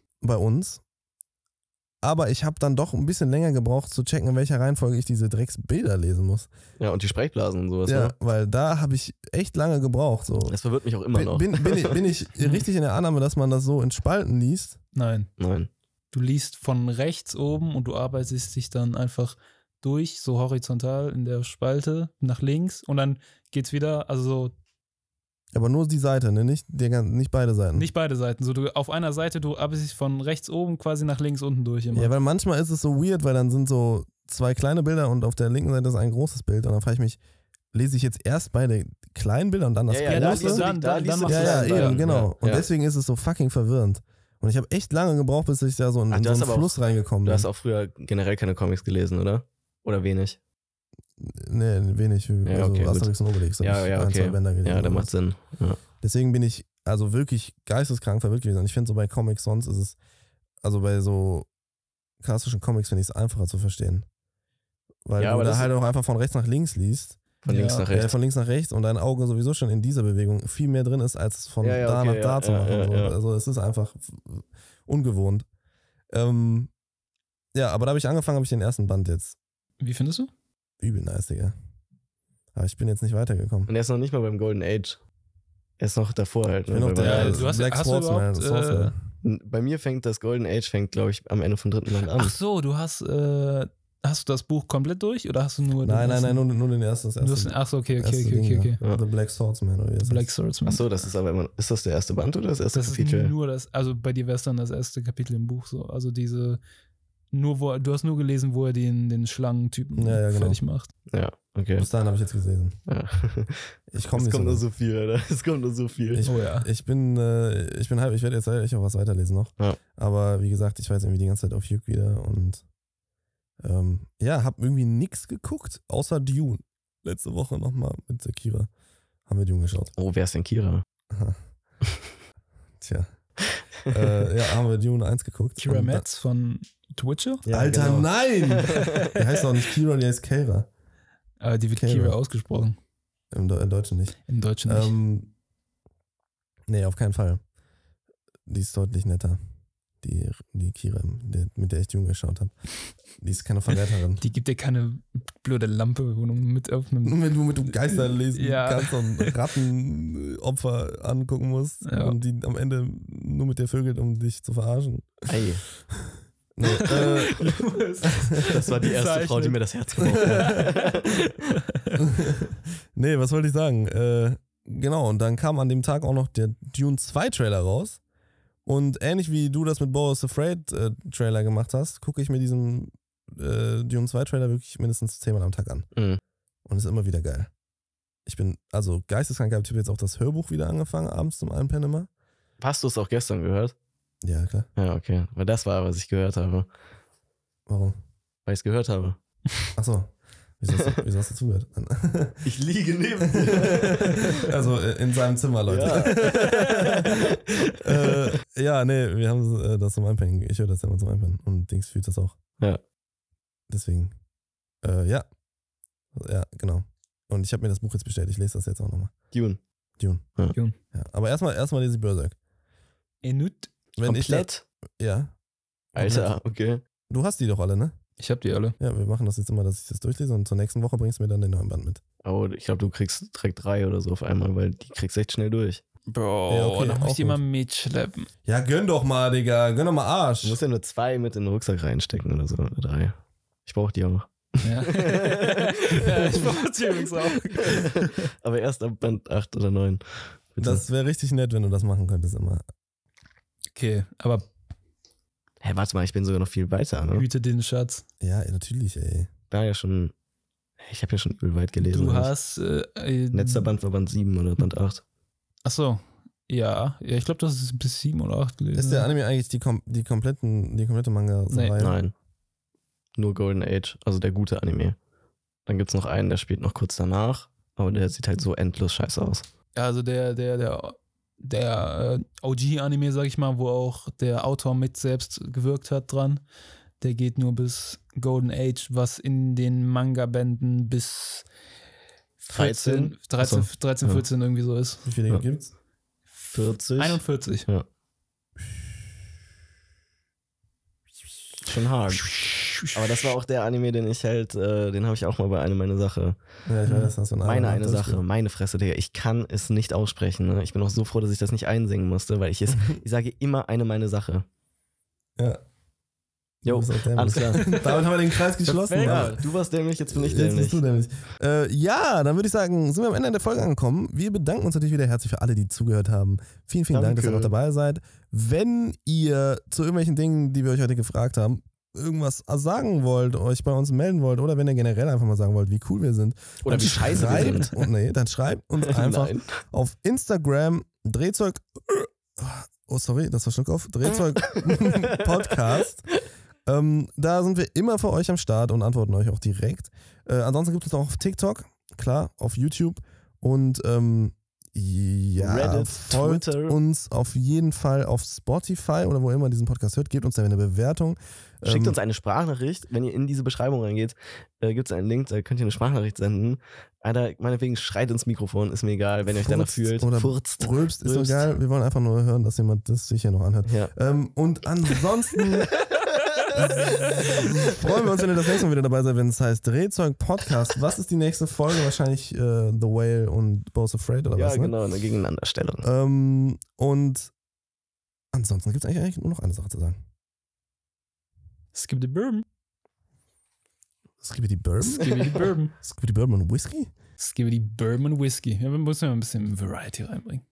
Speaker 4: Aber ich habe dann doch ein bisschen länger gebraucht zu checken, in welcher Reihenfolge ich diese Drecksbilder lesen muss.
Speaker 3: Ja, und die Sprechblasen und sowas.
Speaker 4: Ja,
Speaker 3: ne?
Speaker 4: weil da habe ich echt lange gebraucht. So.
Speaker 3: Das verwirrt mich auch immer noch.
Speaker 4: Bin ich richtig in der Annahme, dass man das so in Spalten liest?
Speaker 2: Nein.
Speaker 3: Nein.
Speaker 2: Du liest von rechts oben und du arbeitest dich dann einfach durch, so horizontal in der Spalte nach links und dann geht's wieder, also so.
Speaker 4: Aber nur die Seite, ne? Nicht beide Seiten.
Speaker 2: Nicht beide Seiten. So, du auf einer Seite, du arbeitest von rechts oben quasi nach links unten durch immer.
Speaker 4: Ja, weil manchmal ist es so weird, weil dann sind so 2 kleine Bilder und auf der linken Seite ist ein großes Bild und dann frage ich mich, lese ich jetzt erst beide kleinen Bilder und dann das große? Eben, genau. Und deswegen ist es so fucking verwirrend. Und ich habe echt lange gebraucht, bis ich da so in so einen Fluss reingekommen bin.
Speaker 3: Du hast auch früher generell keine Comics gelesen, oder? Oder wenig?
Speaker 4: Nee, wenig.
Speaker 3: Ja, okay,
Speaker 4: Asterix und Obelix.
Speaker 3: Ja, okay.
Speaker 4: 2 Bänder gelesen.
Speaker 3: Ja, das macht Sinn. Ja.
Speaker 4: Deswegen bin ich also wirklich geisteskrank verwirrt gewesen. Und ich finde so bei Comics sonst ist es, also bei so klassischen Comics finde ich es einfacher zu verstehen. Weil du da halt auch einfach von rechts nach links liest.
Speaker 3: Von links nach rechts.
Speaker 4: Von links nach rechts und dein Auge sowieso schon in dieser Bewegung viel mehr drin ist, als es von da nach da zu machen.
Speaker 3: Ja.
Speaker 4: Also es ist einfach ungewohnt. Ja, aber da habe ich angefangen, habe ich den ersten Band jetzt.
Speaker 2: Wie findest du?
Speaker 4: Übel nice, Digga. Aber ich bin jetzt nicht weitergekommen.
Speaker 3: Und er ist noch nicht mal beim Golden Age. Er ist noch davor halt.
Speaker 4: Ich bin noch der Black Swordsman.
Speaker 3: Bei mir fängt das Golden Age, glaube ich, am Ende vom 3. Band an.
Speaker 2: Ach so, du hast du das Buch komplett durch oder hast du nur
Speaker 4: Nein, nur den ersten.
Speaker 2: Ach so, okay.
Speaker 4: Ja. The Black Swordsman oder wie das
Speaker 2: Black
Speaker 4: heißt.
Speaker 2: Swordsman.
Speaker 3: Ach so, das ist aber immer, ist das der erste Band oder das erste Kapitel?
Speaker 2: Das ist nur das, also bei dir wäre es dann das erste Kapitel im Buch so. Also du hast nur gelesen, wo er den Schlangentypen
Speaker 4: genau.
Speaker 2: fertig macht.
Speaker 3: Ja, okay.
Speaker 4: Bis dahin habe ich jetzt gelesen.
Speaker 3: Ja.
Speaker 4: Ich komme
Speaker 3: Es
Speaker 4: nicht
Speaker 3: kommt
Speaker 4: so
Speaker 3: nur so viel, Alter. Es kommt nur so viel.
Speaker 4: Ich werde jetzt echt auch was weiterlesen noch.
Speaker 3: Ja.
Speaker 4: Aber wie gesagt, ich war jetzt irgendwie die ganze Zeit auf Juk wieder und habe irgendwie nichts geguckt, außer Dune. Letzte Woche nochmal mit der Kira haben wir Dune geschaut.
Speaker 3: Oh, wer ist denn Kira?
Speaker 4: Tja. Haben wir Dune 1 geguckt.
Speaker 2: Kira Metz von Twitcher?
Speaker 3: Ja,
Speaker 4: Alter,
Speaker 3: genau.
Speaker 4: nein! Die heißt auch nicht Kira, die heißt Keira.
Speaker 2: Aber die wird
Speaker 4: Kira.
Speaker 2: Kira ausgesprochen.
Speaker 4: Im Deutschen nicht.
Speaker 2: Im Deutschen nicht.
Speaker 4: Nee, auf keinen Fall. Die ist deutlich netter. Die Kira, mit der ich Dune geschaut habe. Die ist keine Verräterin.
Speaker 2: Die gibt dir keine blöde Lampe, wo du mit auf einem.
Speaker 4: Nur wenn du mit dem Geister lesen
Speaker 2: Ja.
Speaker 4: kannst und Rattenopfer angucken musst und die am Ende nur mit dir vögelt, um dich zu verarschen.
Speaker 3: Ey,
Speaker 4: Nee,
Speaker 3: das war die erste Frau, die mir das Herz gebrochen hat.
Speaker 4: nee, was wollte ich sagen? Genau, und dann kam an dem Tag auch noch der Dune 2 Trailer raus. Und ähnlich wie du das mit Boris Afraid Trailer gemacht hast, gucke ich mir diesen Dune 2 Trailer wirklich mindestens 10-mal am Tag an.
Speaker 3: Mhm.
Speaker 4: Und ist immer wieder geil. Ich bin also geisteskrank, ich habe jetzt auch das Hörbuch wieder angefangen, abends zum Einpennen immer.
Speaker 3: Hast du es auch gestern gehört?
Speaker 4: Ja, klar.
Speaker 3: Ja, okay. Weil das war, was ich gehört habe.
Speaker 4: Warum?
Speaker 3: Weil ich es gehört habe.
Speaker 4: Achso. Wieso hast du zugehört?
Speaker 3: Ich liege neben dir.
Speaker 4: Also in seinem Zimmer, Leute. Nee, wir haben das zum Einpennen. Ich höre das ja immer zum Einpennen. Und Dings fühlt das auch.
Speaker 3: Ja.
Speaker 4: Deswegen. Ja, genau. Und ich habe mir das Buch jetzt bestellt. Ich lese das jetzt auch nochmal.
Speaker 3: Dune.
Speaker 4: Dune.
Speaker 3: Ja.
Speaker 2: Dune.
Speaker 4: Ja. Aber erstmal lese ich Berserk.
Speaker 2: Enut?
Speaker 3: Komplett?
Speaker 4: Ja.
Speaker 3: Alter, okay.
Speaker 4: Du hast die doch alle, ne?
Speaker 2: Ich hab die alle.
Speaker 4: Ja, wir machen das jetzt immer, dass ich das durchlese und zur nächsten Woche bringst du mir dann den neuen Band mit.
Speaker 3: Aber ich glaube, du kriegst direkt 3 oder so auf einmal, weil die kriegst echt schnell durch.
Speaker 2: Bro,
Speaker 4: Ja, okay,
Speaker 2: dann muss
Speaker 4: auch
Speaker 2: ich die mal
Speaker 4: gut.
Speaker 2: mitschleppen.
Speaker 4: Ja, gönn doch mal, Digga. Gönn doch mal Arsch.
Speaker 3: Du musst ja nur 2 mit in den Rucksack reinstecken oder so. Oder 3. Ich brauche die auch.
Speaker 2: Ja. Ja, ich brauche die übrigens auch.
Speaker 3: Aber erst ab Band 8 oder 9. Bitte.
Speaker 4: Das wäre richtig nett, wenn du das machen könntest immer.
Speaker 2: Okay, aber
Speaker 3: Hä, warte mal, ich bin sogar noch viel weiter, ne?
Speaker 2: hüte den Schatz.
Speaker 4: Ja, natürlich, ey.
Speaker 3: Ich habe ja schon übel weit gelesen.
Speaker 2: Du hast
Speaker 3: Letzter Band war Band 7 oder Band 8.
Speaker 2: Achso. Ja, ich glaube, das ist bis 7 oder 8 gelesen.
Speaker 4: Ist der Anime eigentlich die komplette Manga-Reihe?
Speaker 3: Nein. Nur Golden Age, also der gute Anime. Dann gibt's noch einen, der spielt noch kurz danach, aber der sieht halt so endlos scheiße aus.
Speaker 2: Ja, also der OG-Anime, sag ich mal, wo auch der Autor mit selbst gewirkt hat dran, der geht nur bis Golden Age, was in den Manga-Bänden bis 13, 14 irgendwie so ist.
Speaker 4: Wie viele gibt's?
Speaker 3: 40?
Speaker 2: 41.
Speaker 3: Ja. Schon hart. Aber das war auch der Anime, den ich halt, den habe ich auch mal bei Eine Meine Sache.
Speaker 4: Ja, ich weiß, hast du
Speaker 3: Eine Sache, meine Fresse, Digga. Ich kann es nicht aussprechen. Ne? Ich bin auch so froh, dass ich das nicht einsingen musste, weil ich sage immer Eine Sache.
Speaker 4: Ja.
Speaker 3: Jo, alles klar.
Speaker 4: Damit haben wir den Kreis geschlossen.
Speaker 3: Ja, du warst dämlich, jetzt bin ich
Speaker 4: Jetzt
Speaker 3: dämlich.
Speaker 4: bist du dämlich. Ja, dann würde ich sagen, sind wir am Ende der Folge angekommen. Wir bedanken uns natürlich wieder herzlich für alle, die zugehört haben. Vielen, vielen Dank, dass ihr noch dabei seid. Wenn ihr zu irgendwelchen Dingen, die wir euch heute gefragt haben, irgendwas sagen wollt, euch bei uns melden wollt oder wenn ihr generell einfach mal sagen wollt, wie cool wir sind.
Speaker 3: Oder wie scheiße wir sind.
Speaker 4: Dann schreibt uns einfach
Speaker 3: Nein.
Speaker 4: auf Instagram Drehzeug. Oh, sorry, das war Schluckauf. Drehzeug Podcast. Da sind wir immer für euch am Start und antworten euch auch direkt. Ansonsten gibt es auch auf TikTok, klar, auf YouTube und Ja,
Speaker 3: Reddit,
Speaker 4: folgt
Speaker 3: Twitter.
Speaker 4: uns auf jeden Fall auf Spotify oder wo immer ihr diesen Podcast hört. Gebt uns da eine Bewertung.
Speaker 3: Schickt uns eine Sprachnachricht. Wenn ihr in diese Beschreibung reingeht, gibt es einen Link, da könnt ihr eine Sprachnachricht senden. Alter, meinetwegen schreit ins Mikrofon, ist mir egal, wenn ihr euch danach fühlt.
Speaker 4: Oder
Speaker 3: Furzt.
Speaker 4: rülpst, ist
Speaker 3: Rülpst.
Speaker 4: egal. Wir wollen einfach nur hören, dass jemand das sich hier noch anhört.
Speaker 3: Ja.
Speaker 4: Und ansonsten freuen wir uns, wenn ihr das nächste Mal wieder dabei seid, wenn es heißt Drehzeug Podcast. Was ist die nächste Folge? Wahrscheinlich The Whale und Both Afraid oder
Speaker 3: Ja,
Speaker 4: was? Ne?
Speaker 3: genau, eine Gegeneinanderstellung.
Speaker 4: Und ansonsten gibt es eigentlich nur noch eine Sache zu sagen.
Speaker 2: Skibidi Bourbon.
Speaker 4: Skibidi Bourbon?
Speaker 2: Skibidi Bourbon.
Speaker 4: Skibidi Bourbon und Whisky?
Speaker 2: Skibidi Bourbon und Whisky. Ja, wir müssen ja ein bisschen Variety reinbringen.